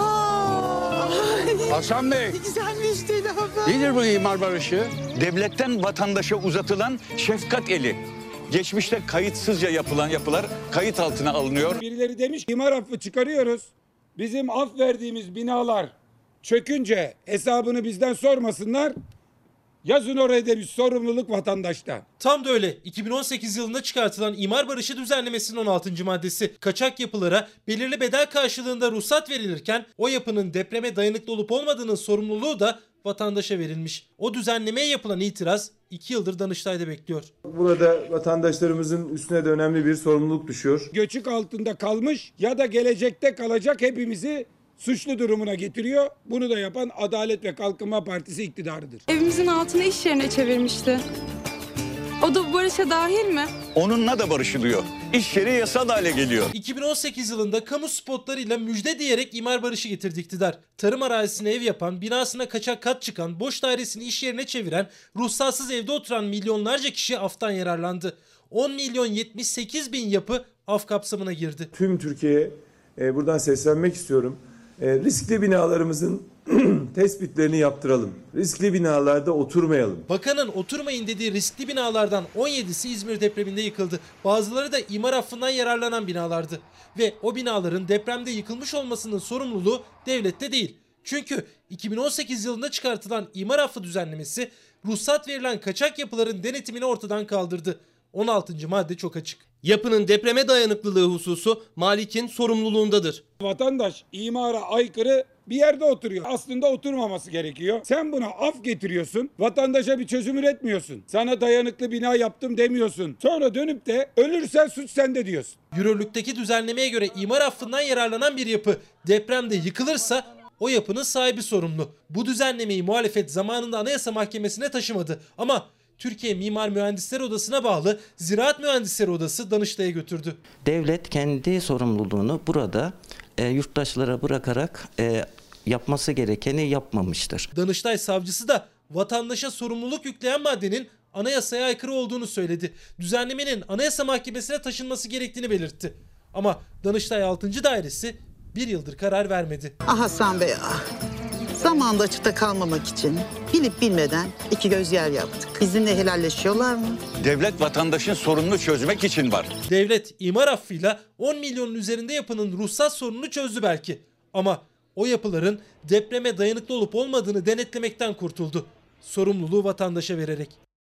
Hasan Bey. Güzelmiş Nedir bu imar barışı? Devletten vatandaşa uzatılan şefkat eli. Geçmişte kayıtsızca yapılan yapılar kayıt altına alınıyor. Birileri demiş ki imar affı çıkarıyoruz. Bizim af verdiğimiz binalar çökünce hesabını bizden sormasınlar. Yazın oraya demiş sorumluluk vatandaşta. Tam da öyle. 2018 yılında çıkartılan imar barışı düzenlemesinin 16. maddesi. Kaçak yapılara belirli bedel karşılığında ruhsat verilirken o yapının depreme dayanıklı olup olmadığının sorumluluğu da vatandaşa verilmiş. O düzenlemeye yapılan itiraz 2 yıldır Danıştay'da bekliyor. Burada vatandaşlarımızın üstüne de önemli bir sorumluluk düşüyor. Göçük altında kalmış ya da gelecekte kalacak hepimizi suçlu durumuna getiriyor. Bunu da yapan Adalet ve Kalkınma Partisi iktidarıdır. Evimizin altını iş yerine çevirmişti. O da bu barışa dahil mi? Onunla da barışılıyor. İş yeri yasal hale geliyor. 2018 yılında kamu spotlarıyla müjde diyerek imar barışı getirdi iktidar. Tarım arazisine ev yapan, binasına kaçak kat çıkan, boş dairesini iş yerine çeviren, ruhsatsız evde oturan milyonlarca kişi aftan yararlandı. 10 milyon 78 bin yapı af kapsamına girdi. Tüm Türkiye'ye buradan seslenmek istiyorum. Riskli binalarımızın tespitlerini yaptıralım. Riskli binalarda oturmayalım. Bakanın oturmayın dediği riskli binalardan 17'si İzmir depreminde yıkıldı. Bazıları da imar affından yararlanan binalardı. Ve o binaların depremde yıkılmış olmasının sorumluluğu devlette değil. Çünkü 2018 yılında çıkartılan imar affı düzenlemesi ruhsat verilen kaçak yapıların denetimini ortadan kaldırdı. 16. madde çok açık. Yapının depreme dayanıklılığı hususu malikin sorumluluğundadır. Vatandaş imara aykırı bir yerde oturuyor. Aslında oturmaması gerekiyor. Sen buna af getiriyorsun. Vatandaşa bir çözüm üretmiyorsun. Sana dayanıklı bina yaptım demiyorsun. Sonra dönüp de ölürsen suç sende diyorsun. Yürürlükteki düzenlemeye göre imar affından yararlanan bir yapı depremde yıkılırsa o yapının sahibi sorumlu. Bu düzenlemeyi muhalefet zamanında Anayasa Mahkemesi'ne taşımadı. Ama Türkiye Mimar Mühendisleri Odası'na bağlı Ziraat Mühendisleri Odası Danıştay'a götürdü. Devlet kendi sorumluluğunu burada yurttaşlara bırakarak yapması gerekeni yapmamıştır. Danıştay savcısı da vatandaşa sorumluluk yükleyen maddenin anayasaya aykırı olduğunu söyledi. Düzenlemenin Anayasa Mahkemesi'ne taşınması gerektiğini belirtti. Ama Danıştay 6. Dairesi bir yıldır karar vermedi. Hasan Bey zamanında açıkta kalmamak için bilip bilmeden iki göz yer yaptık. Bizimle helalleşiyorlar mı? Devlet vatandaşın sorununu çözmek için var. Devlet imar affıyla 10 milyonun üzerinde yapının ruhsat sorununu çözdü belki. Ama o yapıların depreme dayanıklı olup olmadığını denetlemekten kurtuldu. Sorumluluğu vatandaşa vererek.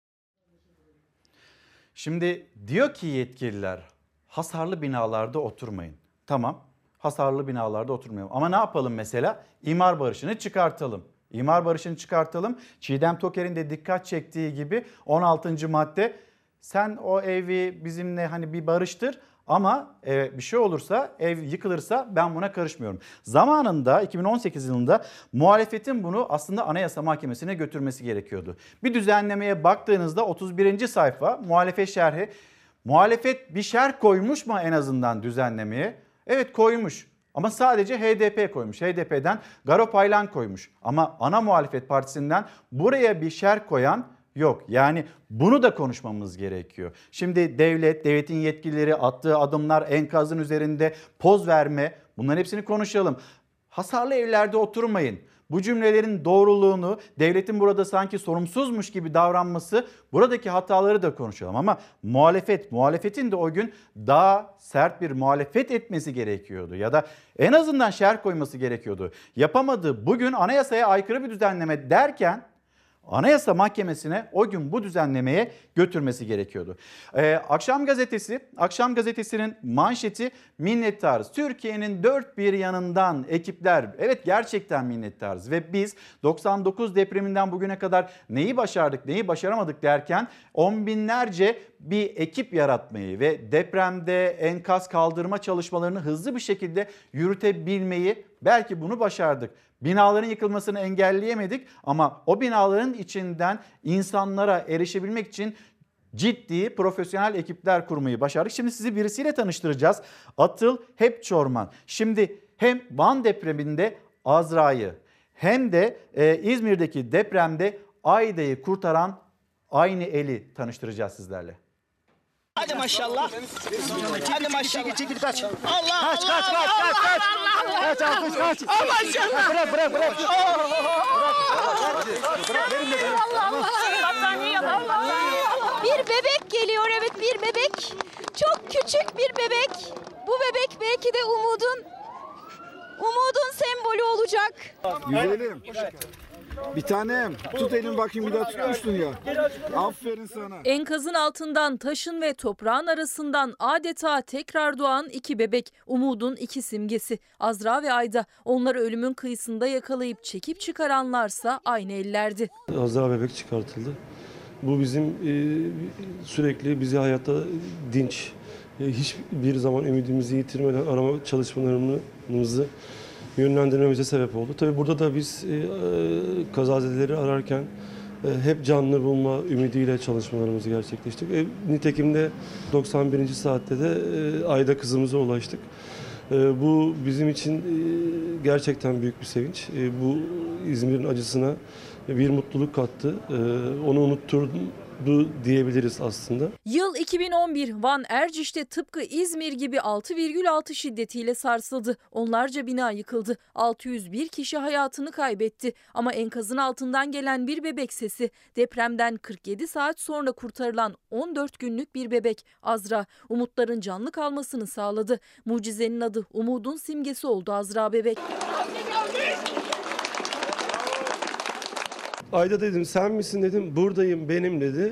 Şimdi diyor ki yetkililer hasarlı binalarda oturmayın. Tamam, hasarlı binalarda oturmayalım. Ama ne yapalım mesela? İmar barışını çıkartalım. İmar barışını çıkartalım. Çiğdem Toker'in de dikkat çektiği gibi 16. madde sen o evi bizimle hani bir barıştır ama bir şey olursa ev yıkılırsa ben buna karışmıyorum. Zamanında 2018 yılında muhalefetin bunu aslında Anayasa Mahkemesi'ne götürmesi gerekiyordu. Bir düzenlemeye baktığınızda 31. sayfa muhalefet şerhi. Muhalefet bir şerh koymuş mu en azından düzenlemeye? Evet koymuş. Ama sadece HDP koymuş. HDP'den Garo Paylan koymuş. Ama ana muhalefet partisinden buraya bir şerh koyan yok. Yani bunu da konuşmamız gerekiyor. Şimdi devletin yetkilileri attığı adımlar, enkazın üzerinde poz verme, bunların hepsini konuşalım. Hasarlı evlerde oturmayın. Bu cümlelerin doğruluğunu, devletin burada sanki sorumsuzmuş gibi davranması, buradaki hataları da konuşalım. Ama muhalefetin de o gün daha sert bir muhalefet etmesi gerekiyordu. Ya da en azından şerh koyması gerekiyordu. Yapamadı. Bugün anayasaya aykırı bir düzenleme derken Anayasa Mahkemesi'ne o gün bu düzenlemeye götürmesi gerekiyordu. Akşam Gazetesi'nin manşeti minnettarız. Türkiye'nin dört bir yanından ekipler, evet gerçekten minnettarız ve biz 99 depreminden bugüne kadar neyi başardık, neyi başaramadık derken on binlerce bir ekip yaratmayı ve depremde enkaz kaldırma çalışmalarını hızlı bir şekilde yürütebilmeyi, belki bunu başardık. Binaların yıkılmasını engelleyemedik ama o binaların içinden insanlara erişebilmek için ciddi profesyonel ekipler kurmayı başardık. Şimdi sizi birisiyle tanıştıracağız. Atıl Hepçorman. Şimdi hem Van depreminde Azra'yı hem de İzmir'deki depremde Ayda'yı kurtaran aynı eli tanıştıracağız sizlerle. Hadi maşallah. Hadi maşallah. Çekil kaç. Allah Kaç. Kaç alkış kaç. Maşallah. Bırak. Bir bebek geliyor, evet bir bebek. Çok küçük bir bebek. Bu bebek belki de umudun sembolü olacak. Güzelim. Bir tanem tut elin bakayım, bir daha tutmuştun ya. Aferin sana. Enkazın altından taşın ve toprağın arasından adeta tekrar doğan iki bebek. Umudun iki simgesi. Azra ve Ayda. Onları ölümün kıyısında yakalayıp çekip çıkaranlarsa aynı ellerdi. Azra bebek çıkartıldı. Bu bizim sürekli bizi hayatta dinç, hiçbir zaman ümidimizi yitirmeden arama çalışmalarımızı yönlendirmemize sebep oldu. Tabii burada da biz kazazedeleri ararken hep canlı bulma ümidiyle çalışmalarımızı gerçekleştirdik. Nitekim de 91. saatte de Ayda kızımıza ulaştık. Bu bizim için gerçekten büyük bir sevinç. Bu İzmir'in acısına bir mutluluk kattı. Onu diyebiliriz aslında. Yıl 2011, Van Erciş'te tıpkı İzmir gibi 6,6 şiddetiyle sarsıldı. Onlarca bina yıkıldı. 601 kişi hayatını kaybetti. Ama enkazın altından gelen bir bebek sesi, depremden 47 saat sonra kurtarılan 14 günlük bir bebek Azra, umutların canlı kalmasını sağladı. Mucizenin adı, umudun simgesi oldu Azra bebek. Ayda dedim sen misin dedim, buradayım benim dedi.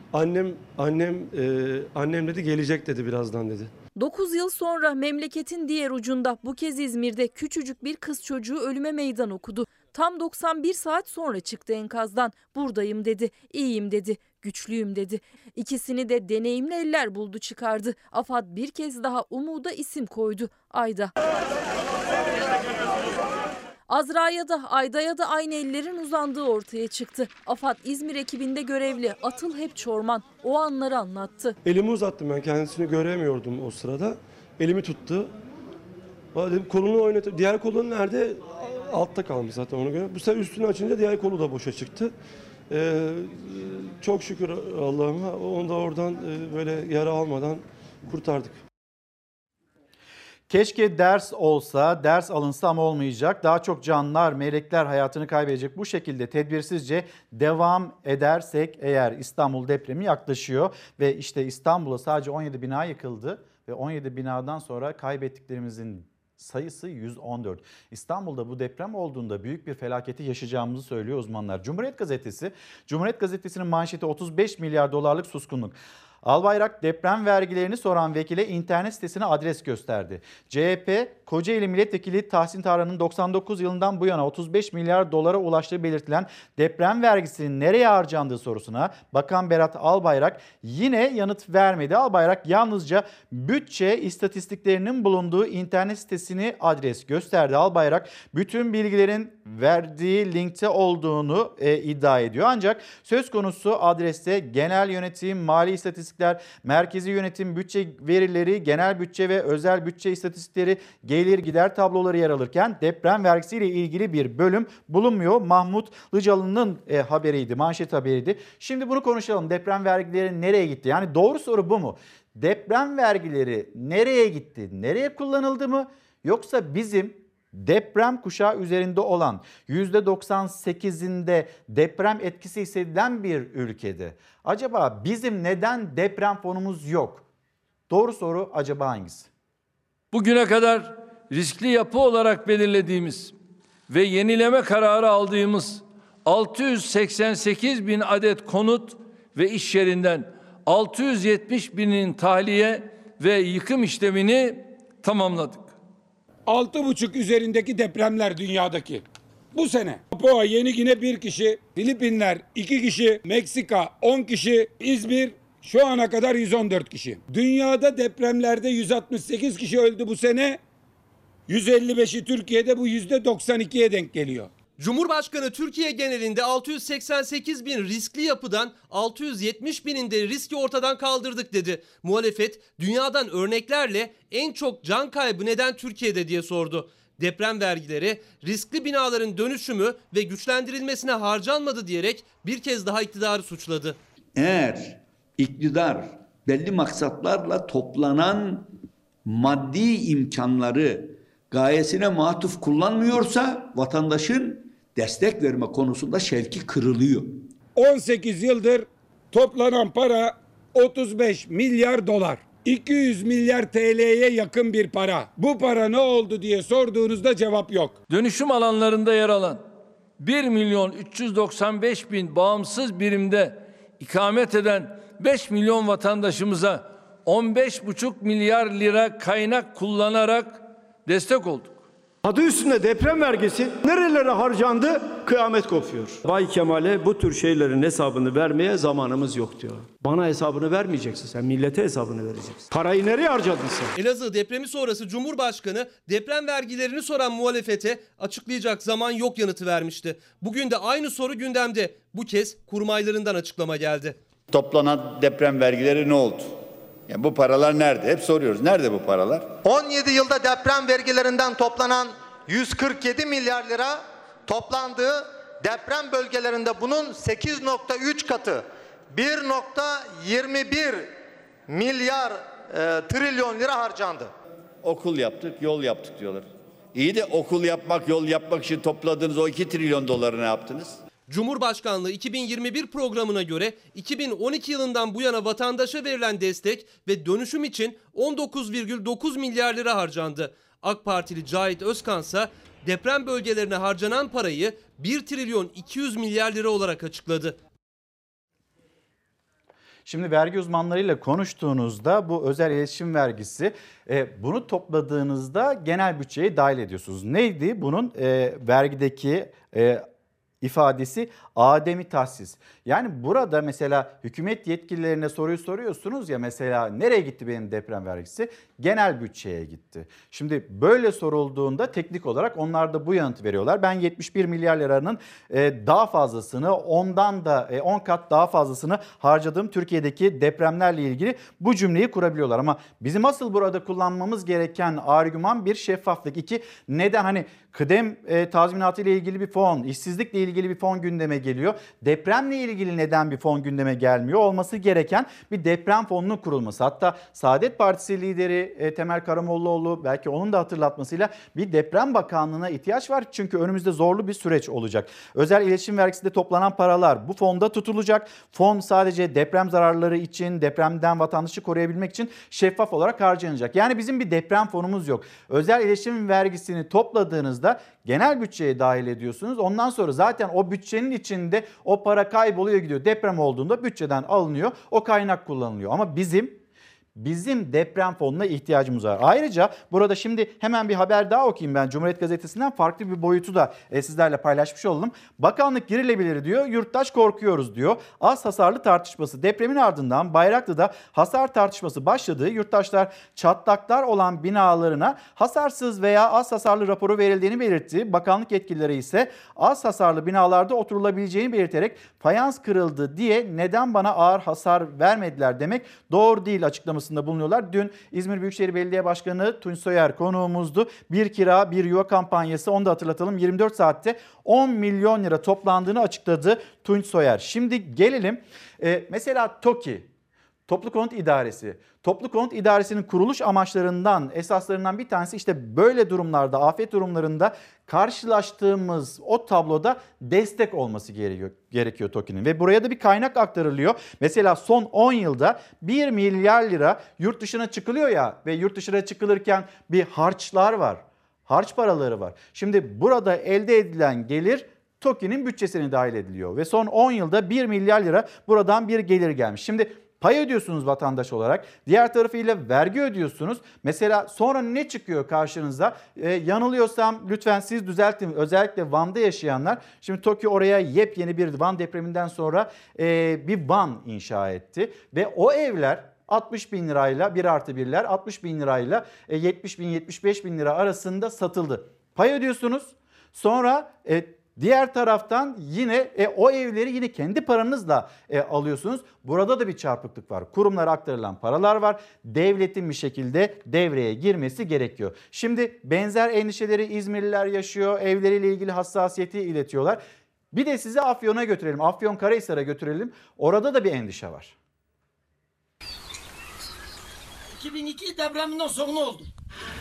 Annem dedi gelecek dedi birazdan dedi. 9 yıl sonra memleketin diğer ucunda, bu kez İzmir'de küçücük bir kız çocuğu ölüme meydan okudu. Tam 91 saat sonra çıktı enkazdan. Buradayım dedi, iyiyim dedi, güçlüyüm dedi. İkisini de deneyimli eller buldu çıkardı. AFAD bir kez daha umuda isim koydu, Ayda. Azra'ya da Ayda'ya da aynı ellerin uzandığı ortaya çıktı. AFAD İzmir ekibinde görevli Atıl Hep Çorman o anları anlattı. Elimi uzattım, ben kendisini göremiyordum o sırada. Elimi tuttu. Dedim, kolunu oynatıp, diğer kolun nerede? Altta kalmış zaten ona göre. Bu sefer üstünü açınca diğer kolu da boşa çıktı. Çok şükür Allah'ıma onu da oradan böyle yara almadan kurtardık. Keşke ders olsa, ders alınsa ama olmayacak. Daha çok canlılar, melekler hayatını kaybedecek. Bu şekilde tedbirsizce devam edersek eğer İstanbul depremi yaklaşıyor. Ve işte İstanbul'a sadece 17 bina yıkıldı. Ve 17 binadan sonra kaybettiklerimizin sayısı 114. İstanbul'da bu deprem olduğunda büyük bir felaketi yaşayacağımızı söylüyor uzmanlar. Cumhuriyet Gazetesi'nin manşeti 35 milyar dolarlık suskunluk. Albayrak deprem vergilerini soran vekile internet sitesine adres gösterdi. CHP, Kocaeli Milletvekili Tahsin Tarhan'ın 99 yılından bu yana 35 milyar dolara ulaştığı belirtilen deprem vergisinin nereye harcandığı sorusuna Bakan Berat Albayrak yine yanıt vermedi. Albayrak yalnızca bütçe istatistiklerinin bulunduğu internet sitesini adres gösterdi. Albayrak bütün bilgilerin verdiği linkte olduğunu iddia ediyor. Ancak söz konusu adreste genel yönetim, mali istatistikler, merkezi yönetim bütçe verileri, genel bütçe ve özel bütçe istatistikleri, gelir gider tabloları yer alırken deprem vergisiyle ilgili bir bölüm bulunmuyor. Mahmut Lıcalı'nın haberiydi, manşet haberiydi. Şimdi bunu konuşalım. Deprem vergileri nereye gitti? Yani doğru soru bu mu? Deprem vergileri nereye gitti? Nereye kullanıldı mı? Yoksa bizim deprem kuşağı üzerinde olan %98'inde deprem etkisi hissedilen bir ülkede acaba bizim neden deprem fonumuz yok? Doğru soru acaba hangisi? Bugüne kadar riskli yapı olarak belirlediğimiz ve yenileme kararı aldığımız 688 bin adet konut ve iş yerinden 670 binin tahliye ve yıkım işlemini tamamladık. 6,5 üzerindeki depremler dünyadaki. Bu sene Papua Yeni Gine 1 kişi, Filipinler 2 kişi, Meksika 10 kişi, İzmir şu ana kadar 114 kişi. Dünyada depremlerde 168 kişi öldü bu sene. 155'i Türkiye'de, bu %92'ye denk geliyor. Cumhurbaşkanı Türkiye genelinde 688 bin riskli yapıdan 670 bininde riski ortadan kaldırdık dedi. Muhalefet dünyadan örneklerle en çok can kaybı neden Türkiye'de diye sordu. Deprem vergileri riskli binaların dönüşümü ve güçlendirilmesine harcanmadı diyerek bir kez daha iktidarı suçladı. Eğer iktidar belli maksatlarla toplanan maddi imkanları gayesine matuf kullanmıyorsa vatandaşın destek verme konusunda şevki kırılıyor. 18 yıldır toplanan para 35 milyar dolar. 200 milyar TL'ye yakın bir para. Bu para ne oldu diye sorduğunuzda cevap yok. Dönüşüm alanlarında yer alan 1.395.000 bağımsız birimde ikamet eden 5 milyon vatandaşımıza 15,5 milyar lira kaynak kullanarak destek olduk. Adı üstünde deprem vergisi nerelere harcandı? Kıyamet kopuyor. Bay Kemal'e bu tür şeylerin hesabını vermeye zamanımız yok diyor. Bana hesabını vermeyeceksin sen, millete hesabını vereceksin. Parayı nereye harcadın sen? Elazığ depremi sonrası Cumhurbaşkanı deprem vergilerini soran muhalefete açıklayacak zaman yok yanıtı vermişti. Bugün de aynı soru gündemde. Bu kez kurmaylarından açıklama geldi. Toplanan deprem vergileri ne oldu? Yani bu paralar nerede? Hep soruyoruz. Nerede bu paralar? 17 yılda deprem vergilerinden toplanan 147 milyar lira toplandığı, deprem bölgelerinde bunun 8,3 katı 1.21 milyar trilyon lira harcandı. Okul yaptık, yol yaptık diyorlar. İyi de okul yapmak, yol yapmak için topladığınız o 2 trilyon doları ne yaptınız? Cumhurbaşkanlığı 2021 programına göre 2012 yılından bu yana vatandaşa verilen destek ve dönüşüm için 19,9 milyar lira harcandı. AK Partili Cahit Özkan ise deprem bölgelerine harcanan parayı 1 trilyon 200 milyar lira olarak açıkladı. Şimdi vergi uzmanlarıyla konuştuğunuzda bu özel iletişim vergisi bunu topladığınızda genel bütçeye dahil ediyorsunuz. Neydi bunun vergideki ifadesi? Ademi tahsis. Yani burada mesela hükümet yetkililerine soruyu soruyorsunuz ya, mesela nereye gitti benim deprem vergisi? Genel bütçeye gitti. Şimdi böyle sorulduğunda teknik olarak onlar da bu yanıtı veriyorlar. Ben 71 milyar liranın daha fazlasını, ondan da 10 kat daha fazlasını harcadığım Türkiye'deki depremlerle ilgili bu cümleyi kurabiliyorlar. Ama bizim asıl burada kullanmamız gereken argüman bir, şeffaflık. 2, neden hani kıdem tazminatı ile ilgili bir fon, işsizlikle ilgili bir fon gündeme geliyor. Depremle ilgili neden bir fon gündeme gelmiyor? Olması gereken bir deprem fonunun kurulması. Hatta Saadet Partisi lideri Temel Karamollaoğlu, belki onun da hatırlatmasıyla, bir deprem bakanlığına ihtiyaç var. Çünkü önümüzde zorlu bir süreç olacak. Özel iletişim vergisinde toplanan paralar bu fonda tutulacak. Fon sadece deprem zararları için, depremden vatandaşı koruyabilmek için şeffaf olarak harcanacak. Yani bizim bir deprem fonumuz yok. Özel iletişim vergisini topladığınızda genel bütçeye dahil ediyorsunuz. Ondan sonra zaten o bütçenin içinde o para kayboluyor, gidiyor. Deprem olduğunda bütçeden alınıyor. O kaynak kullanılıyor. Ama bizim deprem fonuna ihtiyacımız var. Ayrıca burada şimdi hemen bir haber daha okuyayım ben. Cumhuriyet Gazetesi'nden farklı bir boyutu da sizlerle paylaşmış olalım. Bakanlık girilebilir diyor, yurttaş korkuyoruz diyor. Az hasarlı tartışması. Depremin ardından Bayraklı'da hasar tartışması başladığı, yurttaşlar çatlaklar olan binalarına hasarsız veya az hasarlı raporu verildiğini belirtti. Bakanlık yetkilileri ise az hasarlı binalarda oturulabileceğini belirterek fayans kırıldı diye neden bana ağır hasar vermediler demek doğru değil açıklaması bulunuyorlar. Dün İzmir Büyükşehir Belediye Başkanı Tunç Soyer konuğumuzdu. Bir kira bir yuva kampanyası, onu da hatırlatalım, 24 saatte 10 milyon lira toplandığını açıkladı Tunç Soyer. Şimdi gelelim mesela TOKİ, Toplu Konut İdaresi. Toplu Konut İdaresi'nin kuruluş amaçlarından, esaslarından bir tanesi işte böyle durumlarda, afet durumlarında karşılaştığımız o tabloda destek olması gerekiyor TOKİ'nin. Ve buraya da bir kaynak aktarılıyor. Mesela son 10 yılda 1 milyar lira yurt dışına çıkılıyor ya, ve yurt dışına çıkılırken bir harçlar var. Harç paraları var. Şimdi burada elde edilen gelir TOKİ'nin bütçesine dahil ediliyor. Ve son 10 yılda 1 milyar lira buradan bir gelir gelmiş. Şimdi pay ödüyorsunuz vatandaş olarak. Diğer tarafıyla vergi ödüyorsunuz. Mesela sonra ne çıkıyor karşınıza? Yanılıyorsam lütfen siz düzeltin. Özellikle Van'da yaşayanlar. Şimdi TOKİ oraya yepyeni bir Van depreminden sonra bir Van inşa etti. Ve o evler 60 bin lirayla 1+1'ler 60 bin lirayla 70 bin 75 bin lira arasında satıldı. Pay ödüyorsunuz. Sonra diğer taraftan yine o evleri yine kendi paranızla alıyorsunuz. Burada da bir çarpıklık var. Kurumlara aktarılan paralar var. Devletin bir şekilde devreye girmesi gerekiyor. Şimdi benzer endişeleri İzmirliler yaşıyor. Evleriyle ilgili hassasiyeti iletiyorlar. Bir de sizi Afyon'a götürelim. Afyonkarahisar'a götürelim. Orada da bir endişe var. 2002 depreminden sonra ne oldu?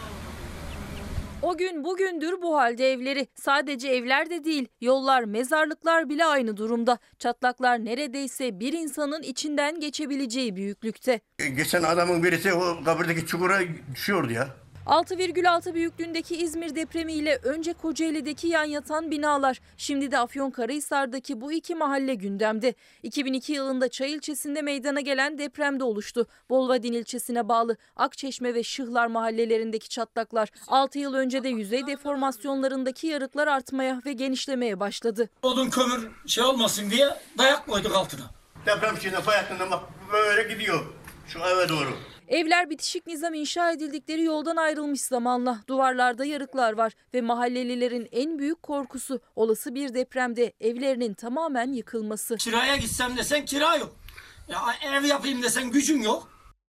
O gün bugündür bu halde evleri. Sadece evler de değil, yollar, mezarlıklar bile aynı durumda. Çatlaklar neredeyse bir insanın içinden geçebileceği büyüklükte. Geçen adamın birisi o kabirdeki çukura düşüyordu ya. 6,6 büyüklüğündeki İzmir depremiyle önce Kocaeli'deki yan yatan binalar, şimdi de Afyonkarahisar'daki bu iki mahalle gündemde. 2002 yılında Çay ilçesinde meydana gelen depremde oluştu. Bolvadin ilçesine bağlı Akçeşme ve Şıhlar mahallelerindeki çatlaklar. 6 yıl önce de yüzey deformasyonlarındaki yarıklar artmaya ve genişlemeye başladı. Odun kömür olmasın diye dayak koyduk altına. Deprem içinde fay hattından bak böyle gidiyor şu eve doğru. Evler bitişik nizam inşa edildikleri yoldan ayrılmış zamanla. Duvarlarda yarıklar var ve mahallelilerin en büyük korkusu olası bir depremde evlerinin tamamen yıkılması. Kiraya gitsem desen kira yok. Ya ev yapayım desen gücün yok.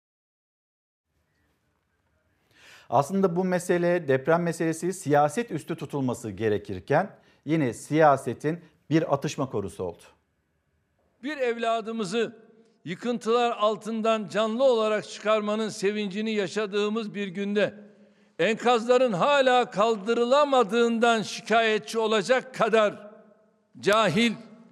Aslında bu mesele, deprem meselesi siyaset üstü tutulması gerekirken yine siyasetin bir atışma konusu oldu. Bir evladımızı yıkıntılar altından canlı olarak çıkarmanın sevincini yaşadığımız bir günde enkazların hala kaldırılamadığından şikayetçi olacak kadar cahil,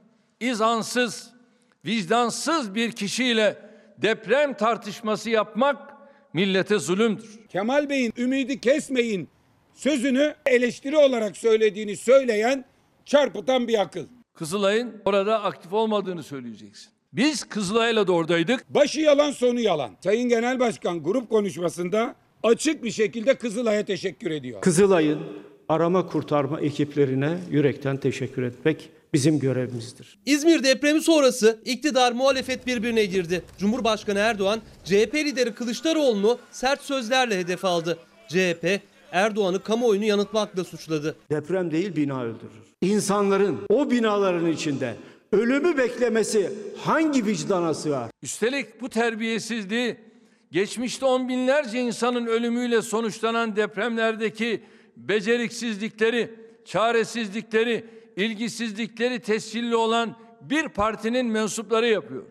izansız, vicdansız bir kişiyle deprem tartışması yapmak millete zulümdür. Kemal Bey'in ümidi kesmeyin sözünü eleştiri olarak söylediğini söyleyen çarpıtan bir akıl. Kızılay'ın orada aktif olmadığını söyleyeceksin. Biz Kızılay'la da oradaydık. Başı yalan sonu yalan. Sayın Genel Başkan grup konuşmasında açık bir şekilde Kızılay'a teşekkür ediyor. Kızılay'ın arama kurtarma ekiplerine yürekten teşekkür etmek bizim görevimizdir. İzmir depremi sonrası iktidar muhalefet birbirine girdi. Cumhurbaşkanı Erdoğan CHP lideri Kılıçdaroğlu'nu sert sözlerle hedef aldı. CHP Erdoğan'ı kamuoyunu yanıltmakla suçladı. Deprem değil, bina öldürür. İnsanların o binaların içinde ölümü beklemesi hangi vicdana sığar? Üstelik bu terbiyesizliği geçmişte on binlerce insanın ölümüyle sonuçlanan depremlerdeki beceriksizlikleri, çaresizlikleri, ilgisizlikleri tescilli olan bir partinin mensupları yapıyor.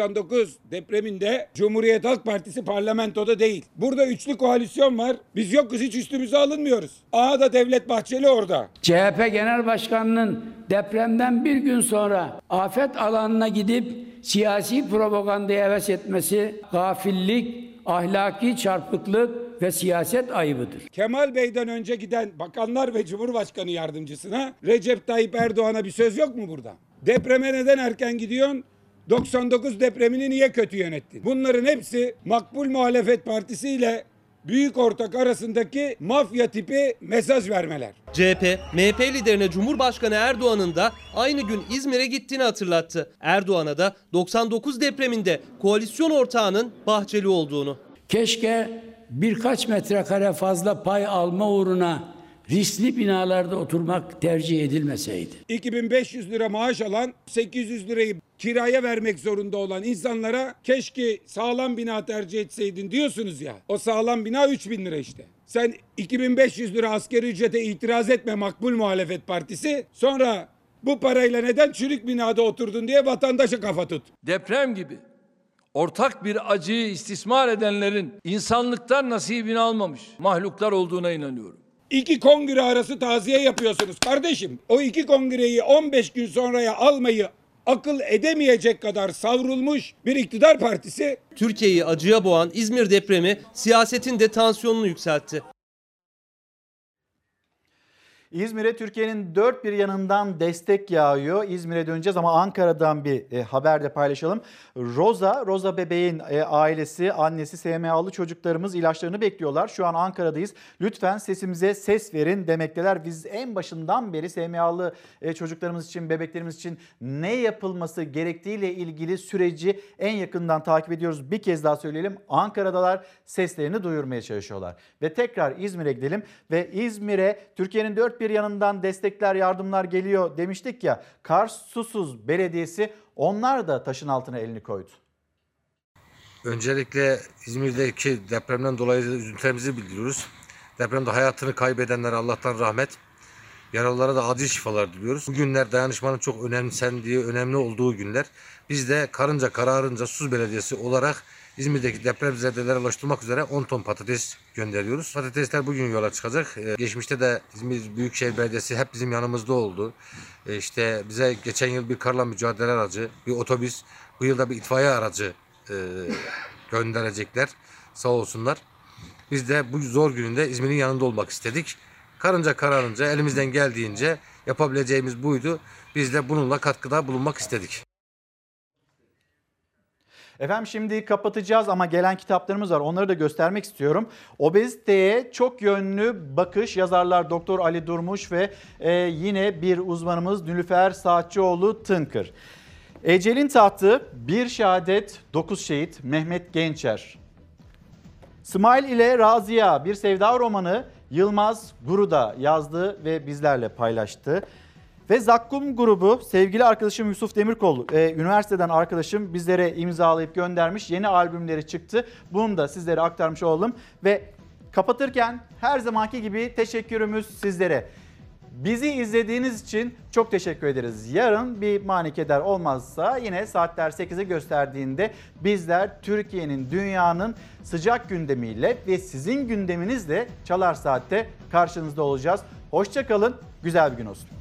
99 depreminde Cumhuriyet Halk Partisi parlamentoda değil. Burada üçlü koalisyon var. Biz yokuz, hiç üstümüze alınmıyoruz. Aha da Devlet Bahçeli orada. CHP Genel Başkanı'nın depremden bir gün sonra afet alanına gidip siyasi propagandaya heves etmesi gafillik, ahlaki çarpıklık ve siyaset ayıbıdır. Kemal Bey'den önce giden bakanlar ve Cumhurbaşkanı yardımcısına Recep Tayyip Erdoğan'a bir söz yok mu burada? Depreme neden erken gidiyorsun? 99 depremini niye kötü yönettin? Bunların hepsi Makbul Muhalefet Partisi ile büyük ortak arasındaki mafya tipi mesaj vermeler. CHP, MHP liderine Cumhurbaşkanı Erdoğan'ın da aynı gün İzmir'e gittiğini hatırlattı. Erdoğan'a da 99 depreminde koalisyon ortağının Bahçeli olduğunu. Keşke birkaç metrekare fazla pay alma uğruna riskli binalarda oturmak tercih edilmeseydi. 2500 lira maaş alan, 800 lirayı kiraya vermek zorunda olan insanlara keşke sağlam bina tercih etseydin diyorsunuz ya. O sağlam bina 3000 lira işte. Sen 2500 lira asgari ücrete itiraz etme Makbul Muhalefet Partisi. Sonra bu parayla neden çürük binada oturdun diye vatandaşa kafa tut. Deprem gibi ortak bir acıyı istismar edenlerin insanlıktan nasibini almamış mahluklar olduğuna inanıyorum. 2 kongre arası taziye yapıyorsunuz kardeşim. O 2 kongreyi 15 gün sonraya almayı akıl edemeyecek kadar savrulmuş bir iktidar partisi. Türkiye'yi acıya boğan İzmir depremi siyasetin de tansiyonunu yükseltti. İzmir'e Türkiye'nin dört bir yanından destek yağıyor. İzmir'e döneceğiz ama Ankara'dan bir haber de paylaşalım. Roza bebeğin ailesi, annesi, SMA'lı çocuklarımız ilaçlarını bekliyorlar. Şu an Ankara'dayız. Lütfen sesimize ses verin demekteler. Biz en başından beri SMA'lı çocuklarımız için, bebeklerimiz için ne yapılması gerektiğiyle ilgili süreci en yakından takip ediyoruz. Bir kez daha söyleyelim. Ankara'dalar, seslerini duyurmaya çalışıyorlar. Ve tekrar İzmir'e gidelim ve İzmir'e Türkiye'nin dört bir yanından destekler, yardımlar geliyor demiştik ya. Kars Susuz Belediyesi onlar da taşın altına elini koydu. Öncelikle İzmir'deki depremden dolayı üzüntülerimizi bildiriyoruz. Depremde hayatını kaybedenlere Allah'tan rahmet, yaralılara da acil şifalar diliyoruz. Bu günler dayanışmanın çok önemsendiği, önemli olduğu günler. Biz de karınca kararınca Susuz Belediyesi olarak İzmir'deki depremzedelere ulaştırmak üzere 10 ton patates gönderiyoruz. Patatesler bugün yola çıkacak. Geçmişte de İzmir Büyükşehir Belediyesi hep bizim yanımızda oldu. İşte bize geçen yıl bir karla mücadele aracı, bir otobüs, bu yıl da bir itfaiye aracı gönderecekler. Sağ olsunlar. Biz de bu zor gününde İzmir'in yanında olmak istedik. Karınca kararınca elimizden geldiğince yapabileceğimiz buydu. Biz de bununla katkıda bulunmak istedik. Efendim şimdi kapatacağız ama gelen kitaplarımız var. Onları da göstermek istiyorum. Obeziteye çok yönlü bakış yazarlar Doktor Ali Durmuş ve yine bir uzmanımız Nilüfer Saatçıoğlu Tınkır. Ecelin Tahtı, Bir Şehadet, 9 Şehit Mehmet Gençer. İsmail ile Razia, bir sevda romanı Yılmaz Guruda yazdı ve bizlerle paylaştı. Ve Zakkum grubu sevgili arkadaşım Yusuf Demirkol, üniversiteden arkadaşım bizlere imzalayıp göndermiş. Yeni albümleri çıktı. Bunu da sizlere aktarmış olalım. Ve kapatırken her zamanki gibi teşekkürümüz sizlere. Bizi izlediğiniz için çok teşekkür ederiz. Yarın bir manikeder olmazsa yine saatler 8'i gösterdiğinde bizler Türkiye'nin, dünyanın sıcak gündemiyle ve sizin gündeminizle Çalar Saat'te karşınızda olacağız. Hoşça kalın, güzel bir gün olsun.